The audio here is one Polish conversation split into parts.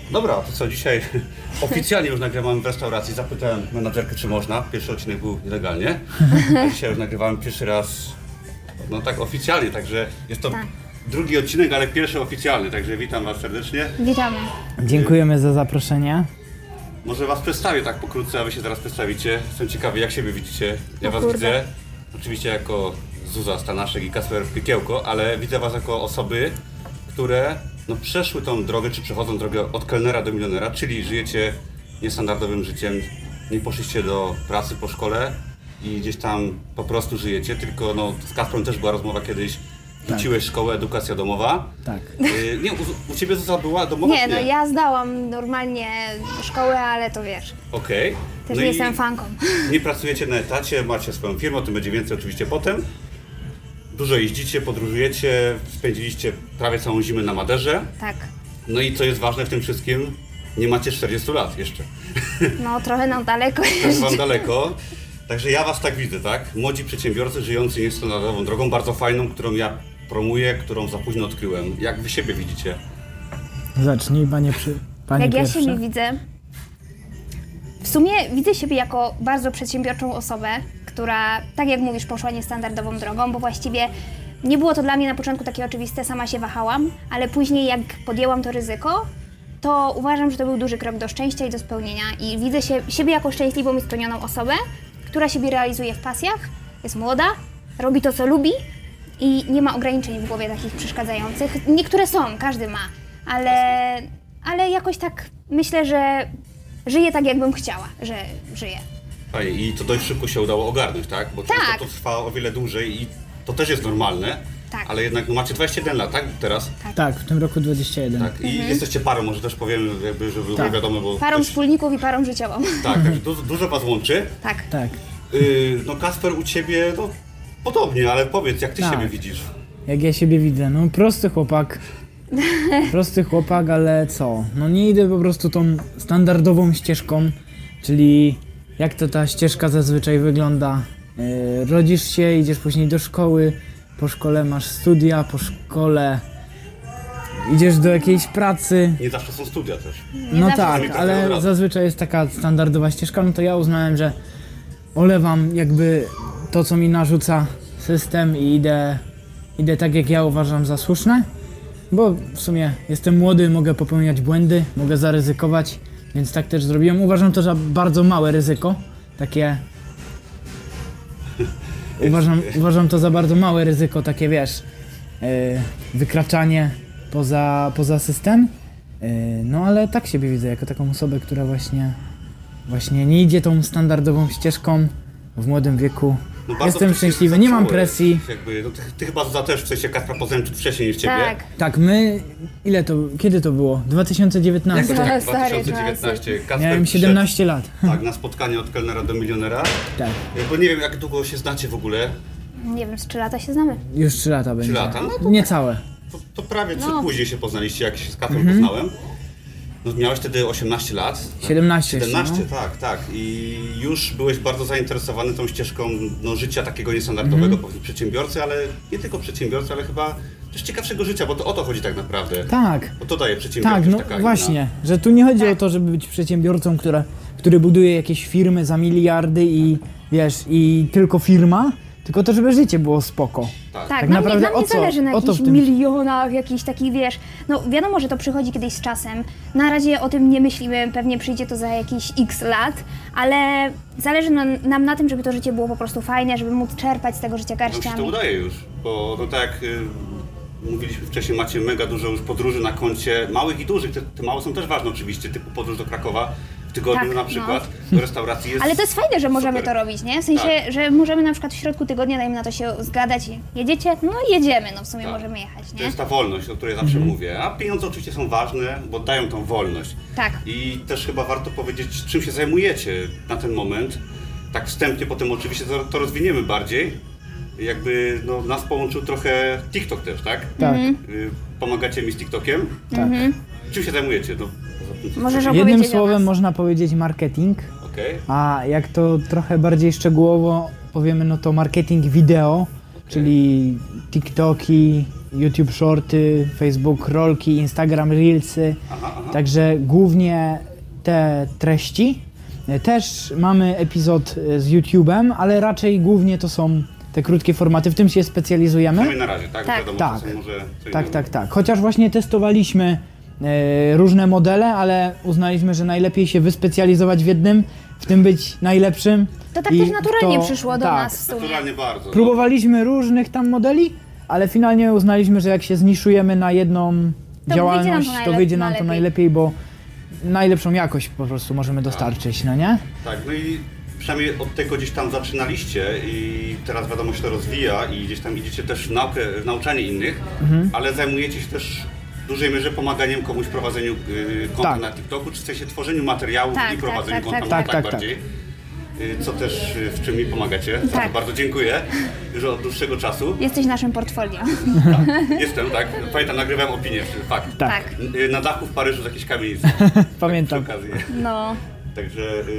Dobra, to co, dzisiaj oficjalnie już nagrywamy w restauracji. Zapytałem menadżerkę, czy można. Pierwszy odcinek był nielegalnie, a dzisiaj już nagrywamy pierwszy raz, no tak oficjalnie, także jest to drugi odcinek, ale pierwszy oficjalny, także witam was serdecznie. Witamy. Dziękujemy za zaproszenie. Może was przedstawię tak pokrótce, a wy się zaraz przedstawicie. Jestem ciekawy, jak siebie widzicie. Ja was widzę oczywiście jako Zuza Stanaszek i Kacper Piekiełko, ale widzę was jako osoby, które przeszły tą drogę, czy przechodzą drogę od kelnera do milionera, czyli żyjecie niestandardowym życiem, nie poszliście do pracy po szkole i gdzieś tam po prostu żyjecie, tylko z Kacprem też była rozmowa kiedyś, rzuciłeś szkołę, edukacja domowa. Tak. Nie, u ciebie Zuza była domowa? Nie, no ja zdałam normalnie szkołę, ale to wiesz, Okej. też nie jestem fanką. Nie pracujecie na etacie, macie swoją firmę, o tym będzie więcej oczywiście potem. Dużo jeździcie, podróżujecie, spędziliście prawie całą zimę na Maderze. Tak. No i co jest ważne w tym wszystkim, nie macie 40 lat jeszcze. No trochę nam daleko To jest jeszcze. wam daleko. Także ja was tak widzę, tak? Młodzi przedsiębiorcy żyjący niestandardową drogą, bardzo fajną, którą ja promuję, którą za późno odkryłem. Jak wy siebie widzicie? Zacznij, panie Jak ja pierwsze. siebie widzę, w sumie widzę siebie jako bardzo przedsiębiorczą osobę, która, tak jak mówisz, poszła niestandardową drogą, bo właściwie nie było to dla mnie na początku takie oczywiste, sama się wahałam, ale później jak podjęłam to ryzyko, to uważam, że to był duży krok do szczęścia i do spełnienia i widzę siebie jako szczęśliwą i spełnioną osobę, która siebie realizuje w pasjach, jest młoda, robi to, co lubi i nie ma ograniczeń w głowie takich przeszkadzających. Niektóre są, każdy ma, ale jakoś tak myślę, że żyję tak, jakbym chciała, że żyję. Fajnie. I to dość szybko się udało ogarnąć, tak? Bo często to trwa o wiele dłużej i to też jest normalne. Tak. Ale jednak macie 21 lat, tak? Teraz? Tak, w tym roku 21. Tak. I jesteście parą, może też powiem, jakby, żeby było Tak. wiadomo, bo... Parą wspólników i parą życiową. Tak, dużo was łączy. Tak. Tak. Kasper, u ciebie, podobnie, ale powiedz, jak ty Tak. siebie widzisz? Jak ja siebie widzę, prosty chłopak. Prosty chłopak, ale co? Nie idę po prostu tą standardową ścieżką, czyli jak to ta ścieżka zazwyczaj wygląda. Rodzisz się, idziesz później do szkoły, po szkole masz studia, po szkole idziesz do jakiejś pracy. Nie zawsze są studia też. No zawsze tak, są takie ale programy. zazwyczaj jest taka standardowa ścieżka, to ja uznałem, że olewam jakby to, co mi narzuca system i idę tak, jak ja uważam za słuszne, bo w sumie jestem młody, mogę popełniać błędy, mogę zaryzykować, więc tak też zrobiłem. Uważam to za bardzo małe ryzyko, takie... Uważam to za bardzo małe ryzyko, takie wiesz, wykraczanie poza system. Ale tak siebie widzę, jako taką osobę, która właśnie nie idzie tą standardową ścieżką w młodym wieku. Bardzo Jestem wcześnie szczęśliwy, nie mam zacząłeś, presji. Jakby, ty chyba Zuza też w sensie Kacpra poznałem wcześniej niż ciebie. Tak. Tak, kiedy to było? 2019. Jakoś tak, Stary 2019. Kacper Miałem przyszedł, 17 lat. Tak, na spotkanie od kelnera do milionera. Tak, Bo nie wiem, jak długo się znacie w ogóle. Nie wiem, z 3 lata się znamy. już 3 lata będzie. lata? No to Niecałe. To prawie No. później się poznaliście, jak się z Kacprem poznałem. Miałeś wtedy 18 lat. 17 jeszcze, 17, tak. I już byłeś bardzo zainteresowany tą ścieżką życia takiego niestandardowego powiedzmy, przedsiębiorcy, ale nie tylko przedsiębiorcy, ale chyba też ciekawszego życia, bo to o to chodzi tak naprawdę. Tak. Bo to daje przedsiębiorczość Tak, taka właśnie, że tu nie chodzi o to, żeby być przedsiębiorcą, który buduje jakieś firmy za miliardy i wiesz, i tylko firma, tylko to, żeby życie było spoko. Tak, Tak nam naprawdę nie o co- zależy na o to jakichś w tym- milionach, jakichś takich, wiesz, wiadomo, że to przychodzi kiedyś z czasem. Na razie o tym nie myślimy, pewnie przyjdzie to za jakieś x lat, ale zależy nam na tym, żeby to życie było po prostu fajne, żeby móc czerpać z tego życia Nam się to garściami. udaje już, bo tak jak mówiliśmy wcześniej, macie mega dużo już podróży na koncie, małych i dużych, te małe są też ważne oczywiście, typu podróż do Krakowa w tygodniu Tak, na przykład, do restauracji jest Ale to jest fajne, że możemy super. to robić, nie? W sensie, Tak. że możemy na przykład w środku tygodnia, dajmy na to się zgadać, jedziecie? No jedziemy, w sumie Tak. możemy jechać, To nie? jest ta wolność, o której zawsze mówię, a pieniądze oczywiście są ważne, bo dają tą wolność. Tak. I też chyba warto powiedzieć, czym się zajmujecie na ten moment. Tak wstępnie, potem oczywiście to rozwiniemy bardziej. Jakby nas połączył trochę TikTok też, tak? Tak. Pomagacie mi z TikTokiem? Tak. Czym się zajmujecie? Możesz Jednym opowiedzieć o słowem nas. można powiedzieć marketing, Okej. a jak to trochę bardziej szczegółowo powiemy, to marketing wideo, czyli TikToki, YouTube Shorty, Facebook Rolki, Instagram Reelsy. Aha. Także głównie te treści. Też mamy epizod z YouTube'em, ale raczej głównie to są te krótkie formaty. W tym się specjalizujemy. Przynajmniej na razie, tak? Tak. Wiadomo, Tak. czasem może co Tak, innego. tak, tak. Chociaż właśnie testowaliśmy różne modele, ale uznaliśmy, że najlepiej się wyspecjalizować w jednym, w tym być najlepszym. To tak I też naturalnie to- przyszło do tak. nas w sumie. Naturalnie bardzo. Próbowaliśmy różnych tam modeli, ale finalnie uznaliśmy, że jak się zniszujemy na jedną To działalność, wyjdzie nam to to wyjdzie nam to najlepiej. najlepiej, bo najlepszą jakość po prostu możemy dostarczyć, no nie? Tak, no i przynajmniej od tego gdzieś tam zaczynaliście i teraz wiadomo się to rozwija i gdzieś tam idziecie też w naukę, w nauczanie innych, ale zajmujecie się też w dużej mierze pomaganiem komuś w prowadzeniu konta Tak. na TikToku, czy w sensie tworzeniu materiałów Tak, i prowadzeniu tak, konta tak, może tak. Tak, tak, bardziej. Co też w czym mi pomagacie. Za to Tak. bardzo dziękuję, że od dłuższego czasu. Jesteś naszym portfolio. Jestem, tak. Pamiętam, nagrywam opinię, fakt. Tak, Tak. Na dachu w Paryżu z jakiejś kamienicy. pamiętam. Przy okazji. No. Także,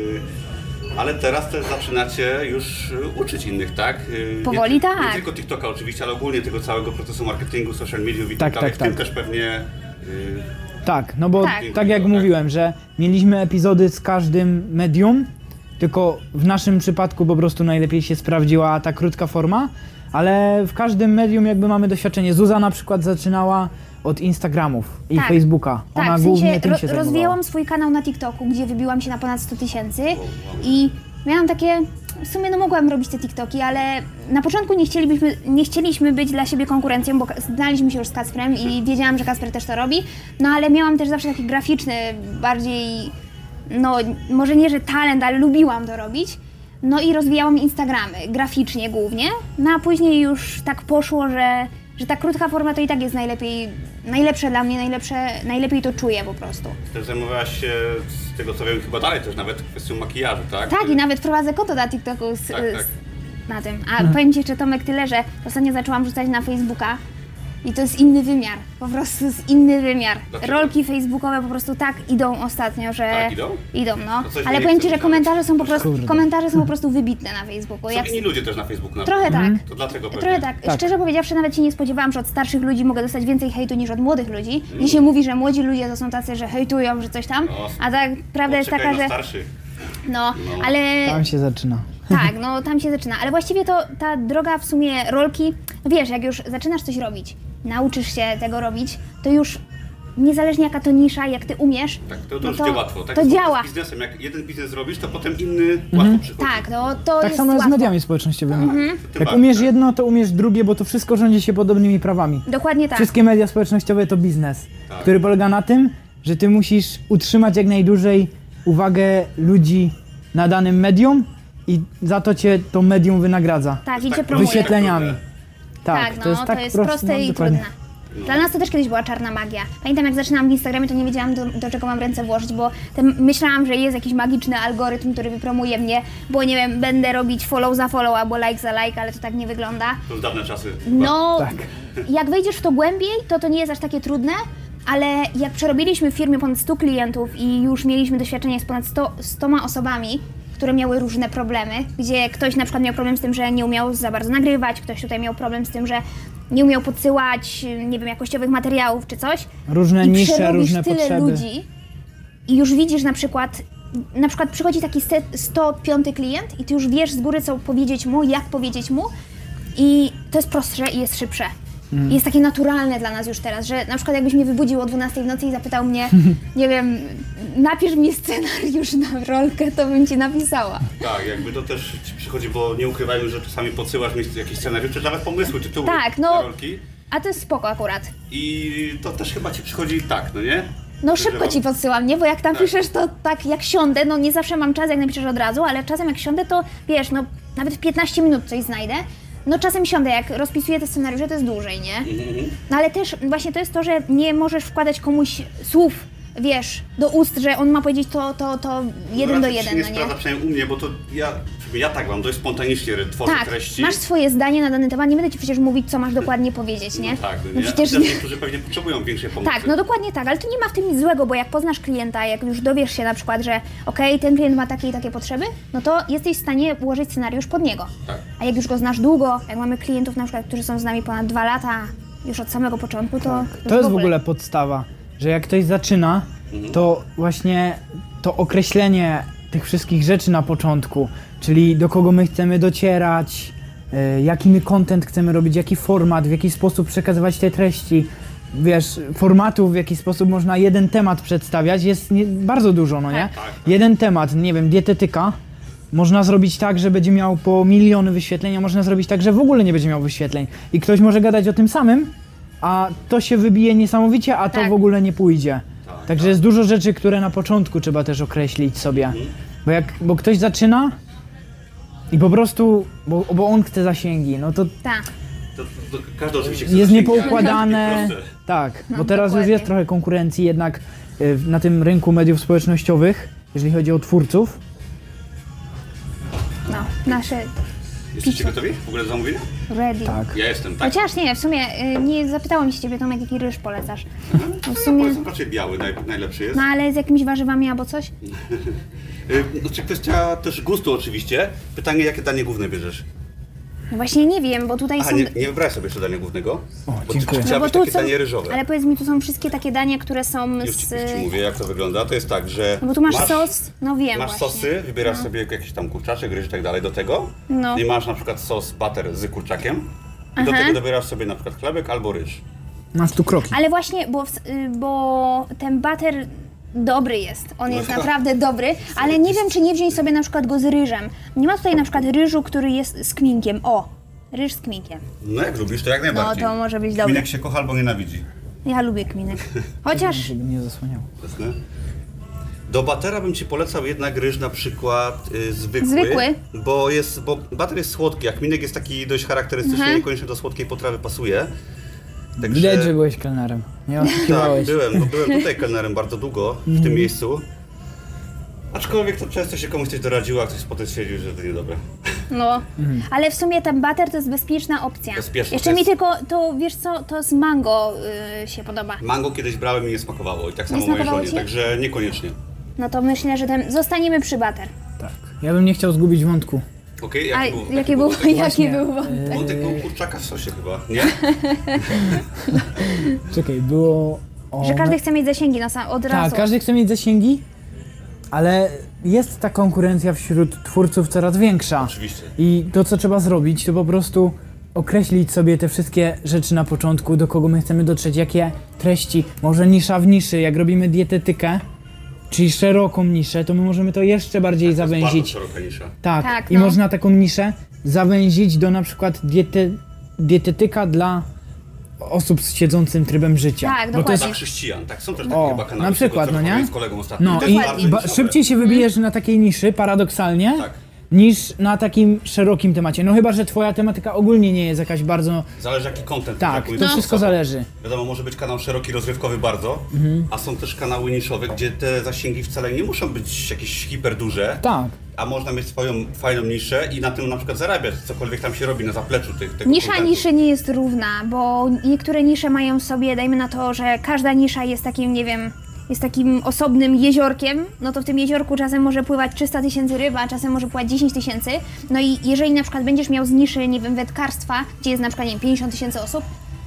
ale teraz też zaczynacie już uczyć innych, tak? Powoli nie, tak. Nie tylko TikToka oczywiście, ale ogólnie tego całego procesu marketingu, social mediów i Tak, tak dalej. tak, W tym tak. też pewnie Tak, no bo Tak. tak jak mówiłem, że mieliśmy epizody z każdym medium, tylko w naszym przypadku po prostu najlepiej się sprawdziła ta krótka forma, ale w każdym medium jakby mamy doświadczenie. Zuza na przykład zaczynała od Instagramów i Tak. Facebooka. Tak, Ona w głównie sensie tym się zajmowała. rozwijałam swój kanał na TikToku, gdzie wybiłam się na ponad 100 000 i miałam takie, w sumie no mogłam robić te TikToki, ale na początku nie chcieliśmy być dla siebie konkurencją, bo znaliśmy się już z Kacprem i wiedziałam, że Kacper też to robi, no ale miałam też zawsze taki graficzny, bardziej, no może nie, że talent, ale lubiłam to robić. No i rozwijałam Instagramy, graficznie głównie, no a później już tak poszło, że ta krótka forma to i tak jest najlepsze dla mnie, najlepiej to czuję po prostu. też zajmowałaś się, z tego co wiem, chyba dalej też nawet kwestią makijażu, tak? Tak, i nawet prowadzę konto na TikToku Tak, tak. na tym. A powiem Ci jeszcze, Tomek, tyle, że ostatnio zaczęłam rzucać na Facebooka i to jest inny wymiar, po prostu jest inny wymiar. Dlaczego? Rolki facebookowe po prostu tak idą ostatnio, że... Tak, idą? Idą, no. To coś Ale nie powiem chcę Ci, że Kurde. komentarze są po prostu wybitne na Facebooku. Są inni ludzie też na Facebooku. Trochę tak. To dlatego pewnie. Trochę tak. Tak. Szczerze powiedziawszy, nawet się nie spodziewałam, że od starszych ludzi mogę dostać więcej hejtu niż od młodych ludzi. I się mówi, że młodzi ludzie to są tacy, że hejtują, że coś tam. No, A tak prawda jest Poczekaj taka, na że... starszych. No, ale... Tam się zaczyna. Tak, no tam się zaczyna. Ale właściwie to ta droga w sumie rolki, wiesz, jak już zaczynasz coś robić, nauczysz się tego robić, to już niezależnie jaka to nisza, jak ty umiesz, Tak, to no już idzie łatwo. Tak to jest działa. z biznesem. Jak jeden biznes zrobisz, to potem inny łatwo przychodzi. Tak, no to Tak jest samo z łatwo. mediami społecznościowymi. Tym Jak bardziej, umiesz tak. jedno, to umiesz drugie, bo to wszystko rządzi się podobnymi prawami. Dokładnie tak. Wszystkie media społecznościowe to biznes, Tak. który polega na tym, że ty musisz utrzymać jak najdłużej uwagę ludzi na danym medium i za to cię to medium wynagradza. Tak, i Tak, cię promuje. Wyświetleniami. Tak, no, to jest proste i dokładnie. trudne. Dla nas to też kiedyś była czarna magia. Pamiętam, jak zaczynałam w Instagramie, to nie wiedziałam, do czego mam ręce włożyć, bo myślałam, że jest jakiś magiczny algorytm, który wypromuje mnie, bo nie wiem, będę robić follow za follow albo like za like, ale to tak nie wygląda. To już dawne czasy. No, Tak. jak wejdziesz w to głębiej, to nie jest aż takie trudne, ale jak przerobiliśmy w firmie ponad 100 klientów i już mieliśmy doświadczenie z ponad 100 osobami, które miały różne problemy, gdzie ktoś na przykład miał problem z tym, że nie umiał za bardzo nagrywać, ktoś tutaj miał problem z tym, że nie umiał podsyłać, nie wiem, jakościowych materiałów czy coś. Różne I nisze, przerobisz różne tyle potrzeby. ludzi i już widzisz na przykład przychodzi taki 105 klient i ty już wiesz z góry, co powiedzieć mu, jak powiedzieć mu i to jest prostsze i jest szybsze. I jest takie naturalne dla nas już teraz, że na przykład jakbyś mnie wybudził o 12 w nocy i zapytał mnie, nie wiem, napisz mi scenariusz na rolkę, to bym ci napisała. Tak, jakby to też ci przychodzi, bo nie ukrywajmy, że czasami podsyłasz mi jakieś scenariusze, czy nawet pomysły, tytuły Tak, no. na rolki. A to jest spoko akurat. I to też chyba ci przychodzi tak, no nie? No Że szybko wam- ci podsyłam, nie? Bo jak tam Tak. piszesz, to tak jak siądę, no nie zawsze mam czas, jak napiszesz od razu, ale czasem jak siądę, to wiesz, no nawet w 15 minut coś znajdę. No czasem siądę, jak rozpisuję te scenariusze, to jest dłużej, nie? No ale też właśnie to jest to, że nie możesz wkładać komuś słów, wiesz, do ust, że on ma powiedzieć to jeden do Raczej się jeden, nie no nie? sprawdza, przynajmniej u mnie, bo to ja tak mam, dość spontanicznie tworzę Tak, treści. masz swoje zdanie na dany temat, nie będę ci przecież mówić, co masz dokładnie powiedzieć, nie? No tak, No nie? przecież A nie. niektórzy pewnie potrzebują większej pomocy. Tak, no dokładnie tak, ale to nie ma w tym nic złego, bo jak poznasz klienta, jak już dowiesz się na przykład, że okej, ten klient ma takie i takie potrzeby, no to jesteś w stanie ułożyć scenariusz pod niego. Tak. A jak już go znasz długo, jak mamy klientów na przykład, którzy są z nami ponad 2 lata, już od samego początku, to To jest w ogóle podstawa, że jak ktoś zaczyna, to właśnie to określenie tych wszystkich rzeczy na początku, czyli do kogo my chcemy docierać, jaki my content chcemy robić, jaki format, w jaki sposób przekazywać te treści, wiesz, formatów, w jaki sposób można jeden temat przedstawiać, jest bardzo dużo, no nie? Jeden temat, nie wiem, dietetyka, można zrobić tak, że będzie miał po miliony wyświetleń, a można zrobić tak, że w ogóle nie będzie miał wyświetleń. I ktoś może gadać o tym samym, a to się wybije niesamowicie, a to Tak. w ogóle nie pójdzie. Także jest dużo rzeczy, które na początku trzeba też określić sobie. Bo ktoś zaczyna i po prostu, bo on chce zasięgi, no to Tak. To każdy oczywiście chce jest zasięgi, ale niepoukładane. proste. Tak, No, bo teraz już dokładnie. jest trochę konkurencji jednak na tym rynku mediów społecznościowych, jeżeli chodzi o twórców. No, nasze Jesteście gotowi w ogóle do zamówienia? ready. Tak. Ja jestem, tak. Chociaż nie, w sumie nie zapytałam się ciebie, Tomek, jaki ryż polecasz. No w Ja sumie, polecam raczej biały, najlepszy jest. no ale z jakimiś warzywami albo coś? Znaczy kwestia też gustu oczywiście. Pytanie, jakie danie główne bierzesz? No właśnie nie wiem, bo tutaj Aha, są... nie wybrałeś sobie jeszcze dania głównego? O, Bo dziękuję. Chciałabyś bo tu takie są... danie ryżowe. Ale powiedz mi, tu są wszystkie takie dania, które są Już z... ci mówię, jak to wygląda. To jest tak, że No bo tu masz sos, no wiem masz właśnie. sosy, wybierasz sobie jakiś tam kurczaczek, ryż i tak dalej do tego. No. I masz na przykład sos butter z kurczakiem. I do Aha. tego dobierasz sobie na przykład chlebek albo ryż. Masz tu kroki. Ale właśnie, bo ten bater dobry jest, on jest naprawdę dobry, ale nie wiem, czy nie wziąć sobie na przykład go z ryżem. Nie ma tutaj na przykład ryżu, który jest z kminkiem. O, ryż z kminkiem. No jak lubisz, to jak No najbardziej. to może być dobre. Kminek się kocha albo nienawidzi. Ja lubię kminek. Chociaż Żeby nie zasłaniało. Jasne? Do batera bym ci polecał jednak ryż na przykład zwykły. Zwykły? Bo bater jest słodki, a kminek jest taki dość charakterystyczny, niekoniecznie do słodkiej potrawy pasuje. Także... Widać, że byłeś kelnerem. Nie Tak, oszukiwałeś. byłem tutaj kelnerem bardzo długo w tym miejscu. Aczkolwiek to często się komuś coś doradziło, a ktoś potem stwierdził, że to niedobre. no, ale w sumie ten bater to jest bezpieczna opcja. Bezpieczna, Jeszcze to mi jest- tylko, to wiesz co, to z mango się podoba. Mango kiedyś brałem i nie smakowało i tak samo Nie mojej smakowało żonie, ci? także niekoniecznie. No to myślę, że zostaniemy przy bater. Tak. Ja bym nie chciał zgubić wątku. Okej, A jaki był? jaki Właśnie, był wątek? Wątek był kurczaka w sosie chyba, nie? Czekaj, było... O, Że każdy chce mieć zasięgi od Tak, razu. każdy chce mieć zasięgi, ale jest ta konkurencja wśród twórców coraz większa. Oczywiście. I to, co trzeba zrobić, to po prostu określić sobie te wszystkie rzeczy na początku, do kogo my chcemy dotrzeć, jakie treści, może nisza w niszy, jak robimy dietetykę, czyli szeroką niszę, to my możemy to jeszcze bardziej Bardzo zawęzić. szeroka nisza. Tak, Tak, i no. można taką niszę zawęzić do na przykład dietetyka dla osób z siedzącym trybem życia. Tak, Bo to dokładnie. jest Dla chrześcijan, tak? Są też takie O, chyba kanały, na przykład, z tego, co no nie? rozmawiałem z kolegą ostatnio. No to jest i bardzo dobre. szybciej się wybijesz na takiej niszy, paradoksalnie, Tak. niż na takim szerokim temacie. No chyba, że twoja tematyka ogólnie nie jest jakaś bardzo... Zależy jaki content. Tak, traktujesz to ze wszystko sobą. zależy. Wiadomo, może być kanał szeroki, rozrywkowy bardzo, a są też kanały niszowe, gdzie te zasięgi wcale nie muszą być jakieś hiper duże, Tak. a można mieć swoją fajną niszę i na tym na przykład zarabiać, cokolwiek tam się robi na zapleczu tego Nisza kontentu. niszy nie jest równa, bo niektóre nisze mają sobie, dajmy na to, że każda nisza jest takim, nie wiem, jest takim osobnym jeziorkiem, no to w tym jeziorku czasem może pływać 300 000 ryb, a czasem może pływać 10 000. No i jeżeli na przykład będziesz miał z niszy, nie wiem, wędkarstwa, gdzie jest na przykład, nie wiem, 50 000 osób,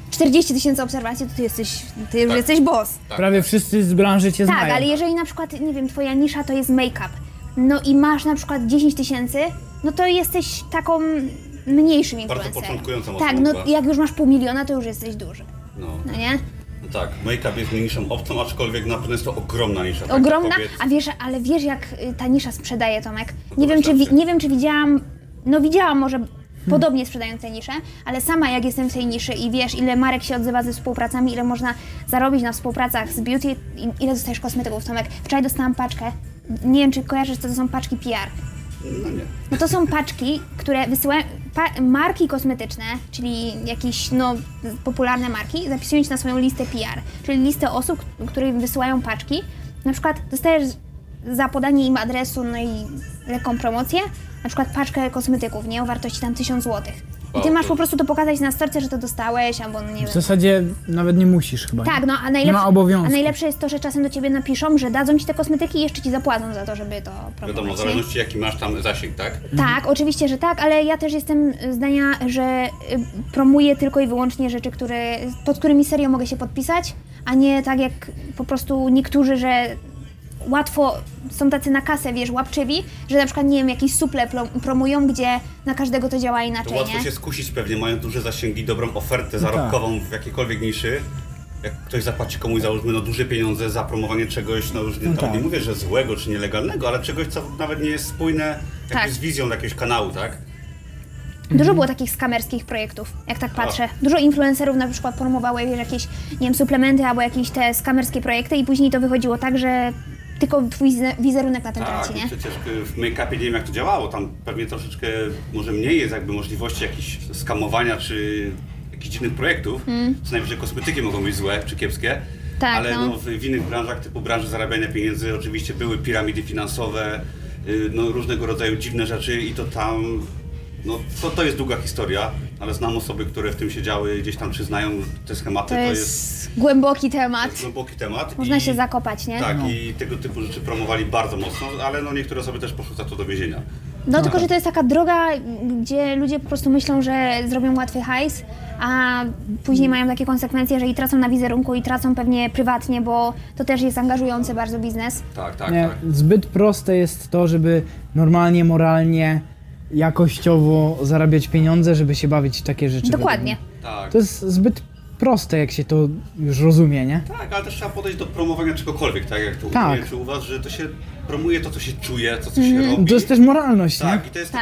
40 000 obserwacji, to ty już Tak. jesteś boss. Prawie wszyscy z branży cię Tak, znają. ale jeżeli na przykład, nie wiem, twoja nisza to jest make-up, no i masz na przykład 10 000, no to jesteś taką mniejszym influencerem. początkującą Tak, osobą no chyba. jak już masz 500 000, to już jesteś duży, No. no nie? No tak, make-up jest niszą obcą, aczkolwiek na pewno jest to ogromna nisza. tak, Ogromna, kobiet. a wiesz, ale wiesz jak ta nisza sprzedaje, Tomek? No Nie wiem, właśnie. nie wiem, czy widziałam, no widziałam może podobnie sprzedające nisze, ale sama jak jestem w tej niszy i wiesz, ile marek się odzywa ze współpracami, ile można zarobić na współpracach z beauty, ile dostajesz kosmetyków, Tomek. Wczoraj dostałam paczkę, nie wiem, czy kojarzysz, co to są paczki PR. No nie. No to są paczki, które wysyłają, marki kosmetyczne, czyli jakieś no, popularne marki, zapisują cię na swoją listę PR, czyli listę osób, które wysyłają paczki. Na przykład dostajesz za podanie im adresu, no i lekką promocję, na przykład paczkę kosmetyków, nie? O wartości tam 1000 zł. I ty masz po prostu to pokazać na storce, że to dostałeś, albo no nie W wiem. zasadzie nawet nie musisz chyba. Tak, no a Nie ma obowiązku. a najlepsze jest to, że czasem do ciebie napiszą, że dadzą ci te kosmetyki i jeszcze ci zapłacą za to, żeby to promować. Wiadomo, w nie? zależności jaki masz tam zasięg, tak? Tak, oczywiście, że tak, ale ja też jestem zdania, że promuję tylko i wyłącznie rzeczy, pod którymi serio mogę się podpisać, a nie tak jak po prostu niektórzy, że łatwo są tacy na kasę, wiesz, łapczywi, że na przykład, nie wiem, jakieś suple promują, gdzie na każdego to działa To inaczej, łatwo nie? się skusić pewnie, mają duże zasięgi, dobrą ofertę zarobkową w jakiejkolwiek niszy. Jak ktoś zapłaci komuś, załóżmy, no duże pieniądze za promowanie czegoś, no już nie, tak. nie mówię, że złego czy nielegalnego, ale czegoś, co nawet nie jest spójne jakby Tak. z wizją jakiegoś kanału, tak? Dużo było takich skamerskich projektów, jak tak patrzę. Dużo influencerów na przykład promowały, wiesz, jakieś, nie wiem, suplementy albo jakieś te skamerskie projekty i później to wychodziło tak, że tylko twój wizerunek na tym Tak, traci, i nie? przecież w make-upie nie wiem jak to działało, tam pewnie troszeczkę może mniej jest jakby możliwości jakichś skamowania czy jakichś dziwnych projektów, co najwyżej kosmetyki mogą być złe czy kiepskie, Tak, ale no. no, w innych branżach typu branży zarabiania pieniędzy oczywiście były piramidy finansowe, no, różnego rodzaju dziwne rzeczy i to tam, no to jest długa historia, ale znam osoby, które w tym siedziały gdzieś tam, czy znają te schematy, To jest głęboki temat. głęboki temat. Można się zakopać, nie? Tak, i tego typu rzeczy promowali bardzo mocno, ale no niektóre osoby też poszły za to do więzienia. No tylko, że to jest taka droga, gdzie ludzie po prostu myślą, że zrobią łatwy hajs, a później mają takie konsekwencje, że i tracą na wizerunku, i tracą pewnie prywatnie, bo to też jest angażujący bardzo biznes. Tak, tak, Nie, tak. zbyt proste jest to, żeby normalnie, moralnie, jakościowo zarabiać pieniądze, żeby się bawić w takie rzeczy. Dokładnie. Tak. To jest zbyt proste, jak się to już rozumie, nie? Tak, ale też trzeba podejść do promowania czegokolwiek, tak jak to u Tak. mnie czy u was, że to się promuje to, co się czuje, to, co się robi. To jest też moralność, Tak, nie? i to jest Tak.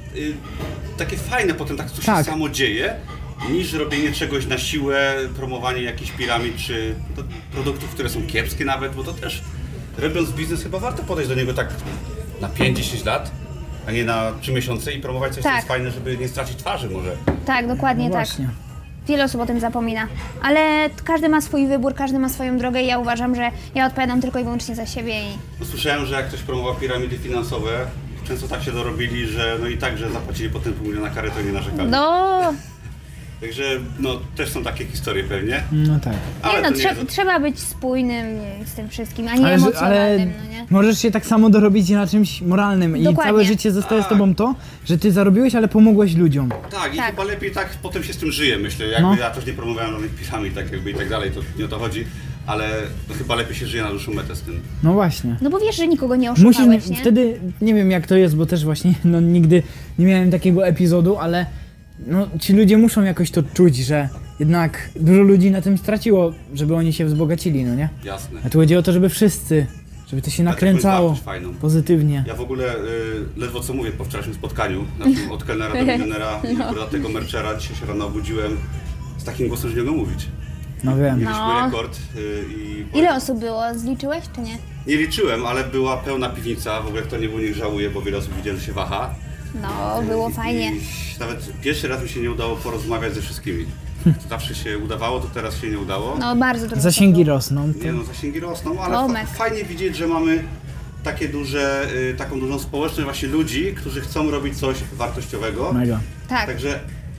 takie fajne potem, tak to się Tak. samo dzieje, niż robienie czegoś na siłę, promowanie jakichś piramid, czy produktów, które są kiepskie nawet, bo to też, robiąc biznes, chyba warto podejść do niego tak na 5-10 lat, a nie na 3 miesiące i promować coś, co Tak. jest fajne, żeby nie stracić twarzy może. Tak, dokładnie No tak. właśnie. Wiele osób o tym zapomina. Ale każdy ma swój wybór, każdy ma swoją drogę i ja uważam, że ja odpowiadam tylko i wyłącznie za siebie i... No, słyszałem, że jak ktoś promował piramidy finansowe, często tak się dorobili, że no i tak, że zapłacili potem pół miliona kary, to nie narzekali. No, Także no też są takie historie pewnie. No tak. Ale nie no, to nie jest... trzeba być spójnym z tym wszystkim, a nie Ale emocjonalnym, no nie? możesz się tak samo dorobić na czymś moralnym i Dokładnie. całe życie zostaje z Tak. tobą to, że ty zarobiłeś, ale pomogłeś ludziom. Tak, i Tak. chyba lepiej tak potem się z tym żyje, myślę. Jakby No. ja też nie promowałem żadnych piramid tak jakby i tak dalej, to nie o to chodzi, ale to chyba lepiej się żyje na dłuższą metę z tym. No właśnie. No bo wiesz, że nikogo nie Musisz, oszukałeś, nie? wtedy, nie wiem jak to jest, bo też właśnie no, nigdy nie miałem takiego epizodu, ale no, ci ludzie muszą jakoś to czuć, że jednak dużo ludzi na tym straciło, żeby oni się wzbogacili, no nie? Jasne. A tu chodzi o to, żeby wszyscy, żeby to się nakręcało wartość fajną. pozytywnie. Ja w ogóle ledwo co mówię po wczorajszym spotkaniu, naszym od kelnera do milionera i do tego merchera. Dzisiaj się rano obudziłem z takim głosem, że nie mogę mówić. No wiem. Mieliśmy No. rekord i... Ile osób było? Zliczyłeś, czy nie? Nie liczyłem, ale była pełna piwnica, w ogóle kto nie był, niech żałuje, bo wiele osób widziałem, że się waha. No, było fajnie. I nawet pierwszy raz mi się nie udało porozmawiać ze wszystkimi. Zawsze się udawało, to teraz się nie udało. No, bardzo dużo. Zasięgi osób było. rosną. Nie no, zasięgi rosną, ale Tomek. fajnie widzieć, że mamy takie duże, taką dużą społeczność właśnie ludzi, którzy chcą robić coś wartościowego. Mega. Tak, Także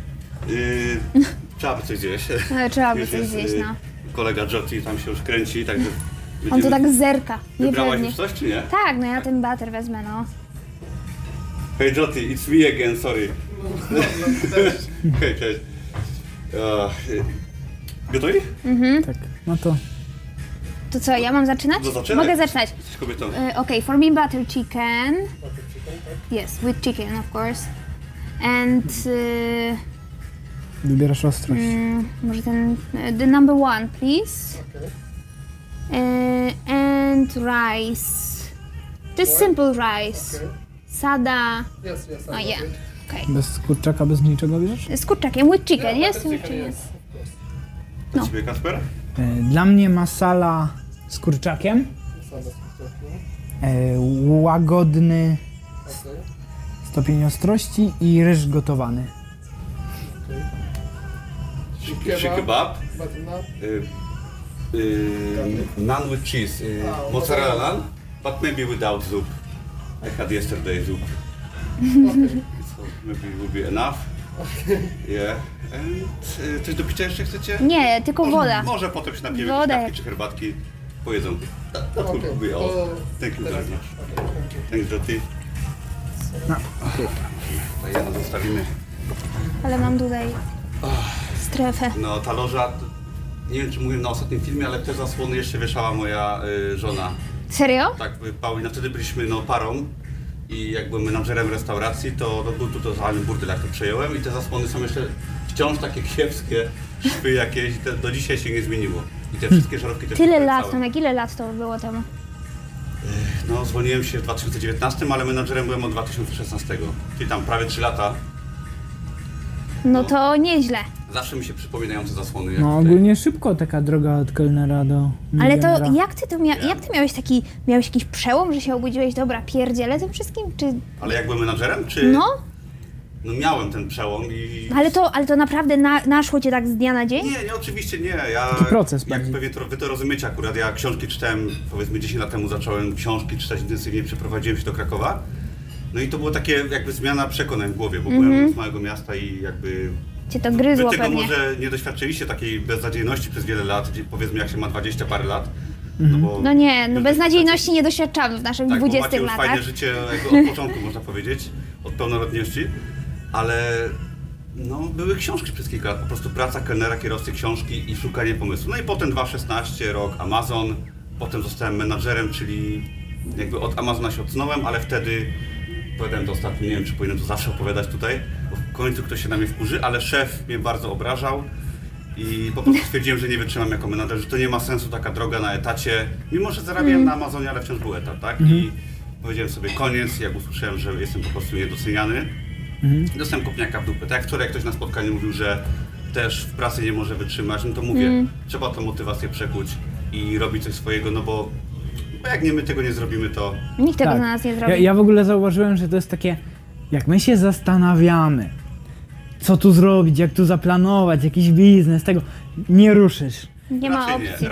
trzeba by coś zjeść. trzeba by Już coś jest, zjeść, no. Kolega Jotti tam się już kręci, także On tu tak zerka, Wybrałaś niepewnie. już coś, czy nie? Tak, no ja ten bater wezmę, no. Hey Jotti, it's me again, sorry. Hej, cześć. Gotowi? Tak. No to To co, ja mam zaczynać? No zaczynaj. Mogę zaczynać. Jesteś kobietą. Okay, for me butter chicken. Yes, with chicken of course. And wybierasz ostrość. może ten the number one, please. And rice. Just simple rice. Sada. Yes, yes. Oh yeah. Okay. Bez kurczaka, bez niczego bierzesz? Z kurczakiem, with chicken, yes? With chicken, yes. Dla ciebie, Kasper? Dla mnie masala z kurczakiem. Łagodny stopień ostrości i ryż gotowany. Shish kebab. Butter naan. Naan with cheese. Mozzarella naan, but maybe without soup. I had yesterday soup. So maybe it will be enough. Yeah. And, coś do picia jeszcze chcecie? Nie, tylko woda. Może potem się napijemy Woda. kawki czy herbatki. Powiedzą. That would be all. Thank you very much. Thanks, Jyoti. No, okej. To jedno zostawimy. Ale mam tutaj strefę. No ta loża, nie wiem czy mówiłem na ostatnim filmie, ale te zasłony jeszcze wieszała moja żona. Serio? Tak, Paulina, wtedy byliśmy parą i jak byłem menadżerem restauracji, to był tu totalny burdel, jak to przejąłem i te zasłony są jeszcze wciąż takie kiepskie, szwy jakieś, do dzisiaj się nie zmieniło. I te wszystkie żarówki też Tyle pokręcałem. lat, Tomek, ile lat to było temu? No, zwolniłem się w 2019, ale menadżerem byłem od 2016, czyli tam prawie 3 lata. No to nieźle. Zawsze mi się przypominają te zasłony. Jak No tutaj. ogólnie szybko taka droga od kelnera do Ale to milionera. jak ty miałeś jakiś przełom, że się obudziłeś, dobra, pierdzielę tym wszystkim, czy... Ale jak byłem menadżerem, czy... No, No miałem ten przełom i... ale to naprawdę naszło cię tak z dnia na dzień? Nie, oczywiście nie. Ja, Taki proces jak bardziej. pewnie wy to rozumiecie akurat, ja książki czytałem, powiedzmy 10 lat temu zacząłem książki czytać intensywnie, przeprowadziłem się do Krakowa. No i to było takie jakby zmiana przekonań w głowie, bo byłem z małego miasta i jakby... Cię to gryzło Wy tego pewnie. może nie doświadczyliście takiej beznadziejności przez wiele lat, gdzie powiedzmy jak się ma 20 parę lat. No, bo No nie, no już beznadziejności nie doświadczamy w naszych tak, bo 20 macie już latach. fajne życie jakby od początku można powiedzieć, od pełnoletności, ale no były książki przez kilka lat, po prostu praca kelnera, kierowcy, książki i szukanie pomysłu. No i potem 2016 rok Amazon, potem zostałem menadżerem, czyli jakby od Amazona się odsunąłem, ale wtedy, opowiadałem to ostatnio, nie wiem czy powinienem to zawsze opowiadać tutaj, bo w końcu ktoś się na mnie wkurzy, ale szef mnie bardzo obrażał. I po prostu stwierdziłem, że nie wytrzymam jako menadżer, że to nie ma sensu taka droga na etacie, mimo że zarabiałem na Amazonie, ale wciąż był etat, tak? I powiedziałem sobie koniec, jak usłyszałem, że jestem po prostu niedoceniany, dostałem kopniaka w dupę. Tak jak wczoraj ktoś na spotkaniu mówił, że też w pracy nie może wytrzymać, no to mówię, trzeba tę motywację przekuć i robić coś swojego, no bo jak nie my tego nie zrobimy, to... Nikt tego Tak. na nas nie zrobi. Ja w ogóle zauważyłem, że to jest takie, jak my się zastanawiamy, co tu zrobić, jak tu zaplanować, jakiś biznes, tego, nie ruszysz. Nie ma Raczej nie. opcji.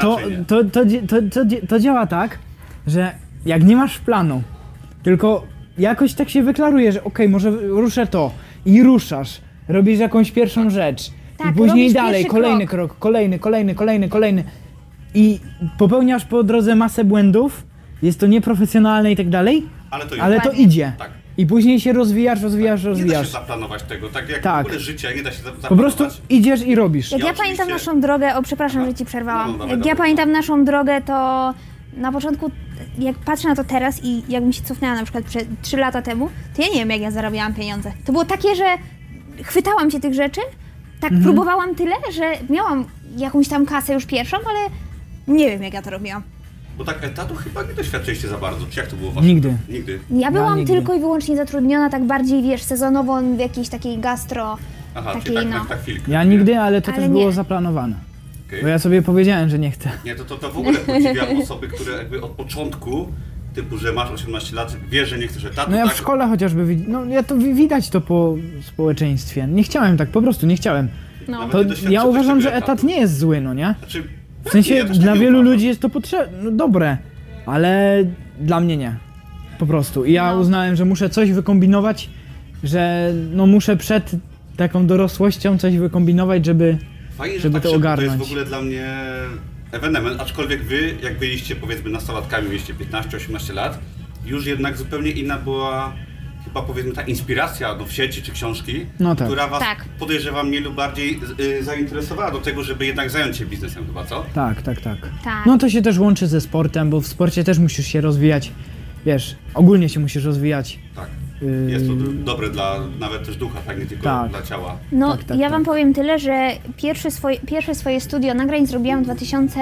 To działa tak, że jak nie masz planu, tylko jakoś tak się wyklaruje, że okej, może ruszę to i ruszasz, robisz jakąś pierwszą rzecz Tak, i później robisz dalej, pierwszy kolejny krok, kolejny i popełniasz po drodze masę błędów, jest to nieprofesjonalne i tak dalej, ale to Dokładnie. idzie. Tak. I później się rozwijasz. Nie da się zaplanować tego, tak jak Tak. w ogóle życia, nie da się Po zaplanować. prostu idziesz i robisz. Jak Ja ja oczywiście- pamiętam naszą drogę, przepraszam, że ci przerwałam. No, dawaj, Jak ja dawaj. pamiętam naszą drogę, to na początku, jak patrzę na to teraz i jakbym się cofnęła na przykład 3 lata temu, to ja nie wiem, jak ja zarabiałam pieniądze. To było takie, że chwytałam się tych rzeczy, tak próbowałam tyle, że miałam jakąś tam kasę już pierwszą, ale nie wiem, jak ja to robiłam. Bo tak etatu chyba nie doświadczyliście za bardzo, czy jak to było wasze? Nigdy. Nigdy. Ja byłam nigdy. tylko i wyłącznie zatrudniona tak bardziej, wiesz, sezonowo w jakiejś takiej gastro, Aha, takiej czyli tak, no. tak chwilkę. Ja nie? nigdy, ale to Ale też było nie. zaplanowane. Okej. Bo ja sobie powiedziałem, że nie chcę. Nie, to w ogóle podziwiam osoby, które jakby od początku, typu, że masz 18 lat, wiesz, że nie chcesz etatu, No ja tak? w szkole chociażby, widać to po społeczeństwie. Nie chciałem tak, po prostu nie chciałem. No. Nawet To nie doświadczyłeś ja uważam, tego że etatu. etat nie jest zły, no nie? Znaczy, W sensie ja też dla tak nie wielu uważam. ludzi jest to potrzebne, no dobre, ale dla mnie nie. Po prostu. I ja No. uznałem, że muszę coś wykombinować, że no muszę przed taką dorosłością coś wykombinować, żeby... Fajnie, że żeby tak to szybko, to ogarnąć. jest w ogóle dla mnie ewenement, aczkolwiek wy, jak byliście powiedzmy nastolatkami, mieliście 15-18 lat, już jednak zupełnie inna była chyba powiedzmy ta inspiracja w sieci czy książki, No tak. która was Tak. podejrzewam mniej lub bardziej zainteresowała do tego, żeby jednak zająć się biznesem chyba, co? Tak. Tak. No to się też łączy ze sportem, bo w sporcie też musisz się rozwijać, wiesz, ogólnie się musisz rozwijać. Tak. Jest to dobre dla nawet też ducha, tak nie tylko Tak. dla ciała. No, Tak, ja wam tak. powiem tyle, że pierwsze swoje studio nagrań zrobiłam w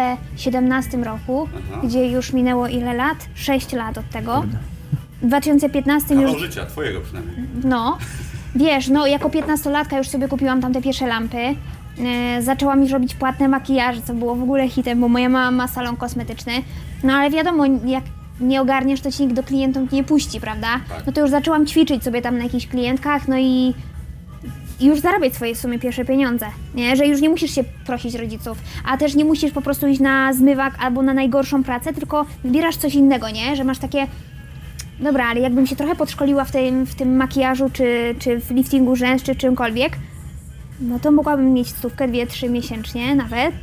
2017 roku, Aha. gdzie już minęło ile lat? 6 lat od tego. W 2015 Kawał już, życia, twojego przynajmniej. no, wiesz, no jako 15-latka już sobie kupiłam tam te pierwsze lampy. Zaczęłam już robić płatne makijaże, co było w ogóle hitem, bo moja mama ma salon kosmetyczny. No ale wiadomo, jak nie ogarniesz, to ci nikt do klientów nie puści, prawda? Tak. No to już zaczęłam ćwiczyć sobie tam na jakichś klientkach, no i już zarabiać swoje w sumie pierwsze pieniądze, nie? Że już nie musisz się prosić rodziców, a też nie musisz po prostu iść na zmywak albo na najgorszą pracę, tylko wybierasz coś innego, nie? Że masz takie, dobra, ale jakbym się trochę podszkoliła w tym makijażu, czy w liftingu rzęs, czy czymkolwiek, no to mogłabym mieć 100, 2-3 miesięcznie nawet.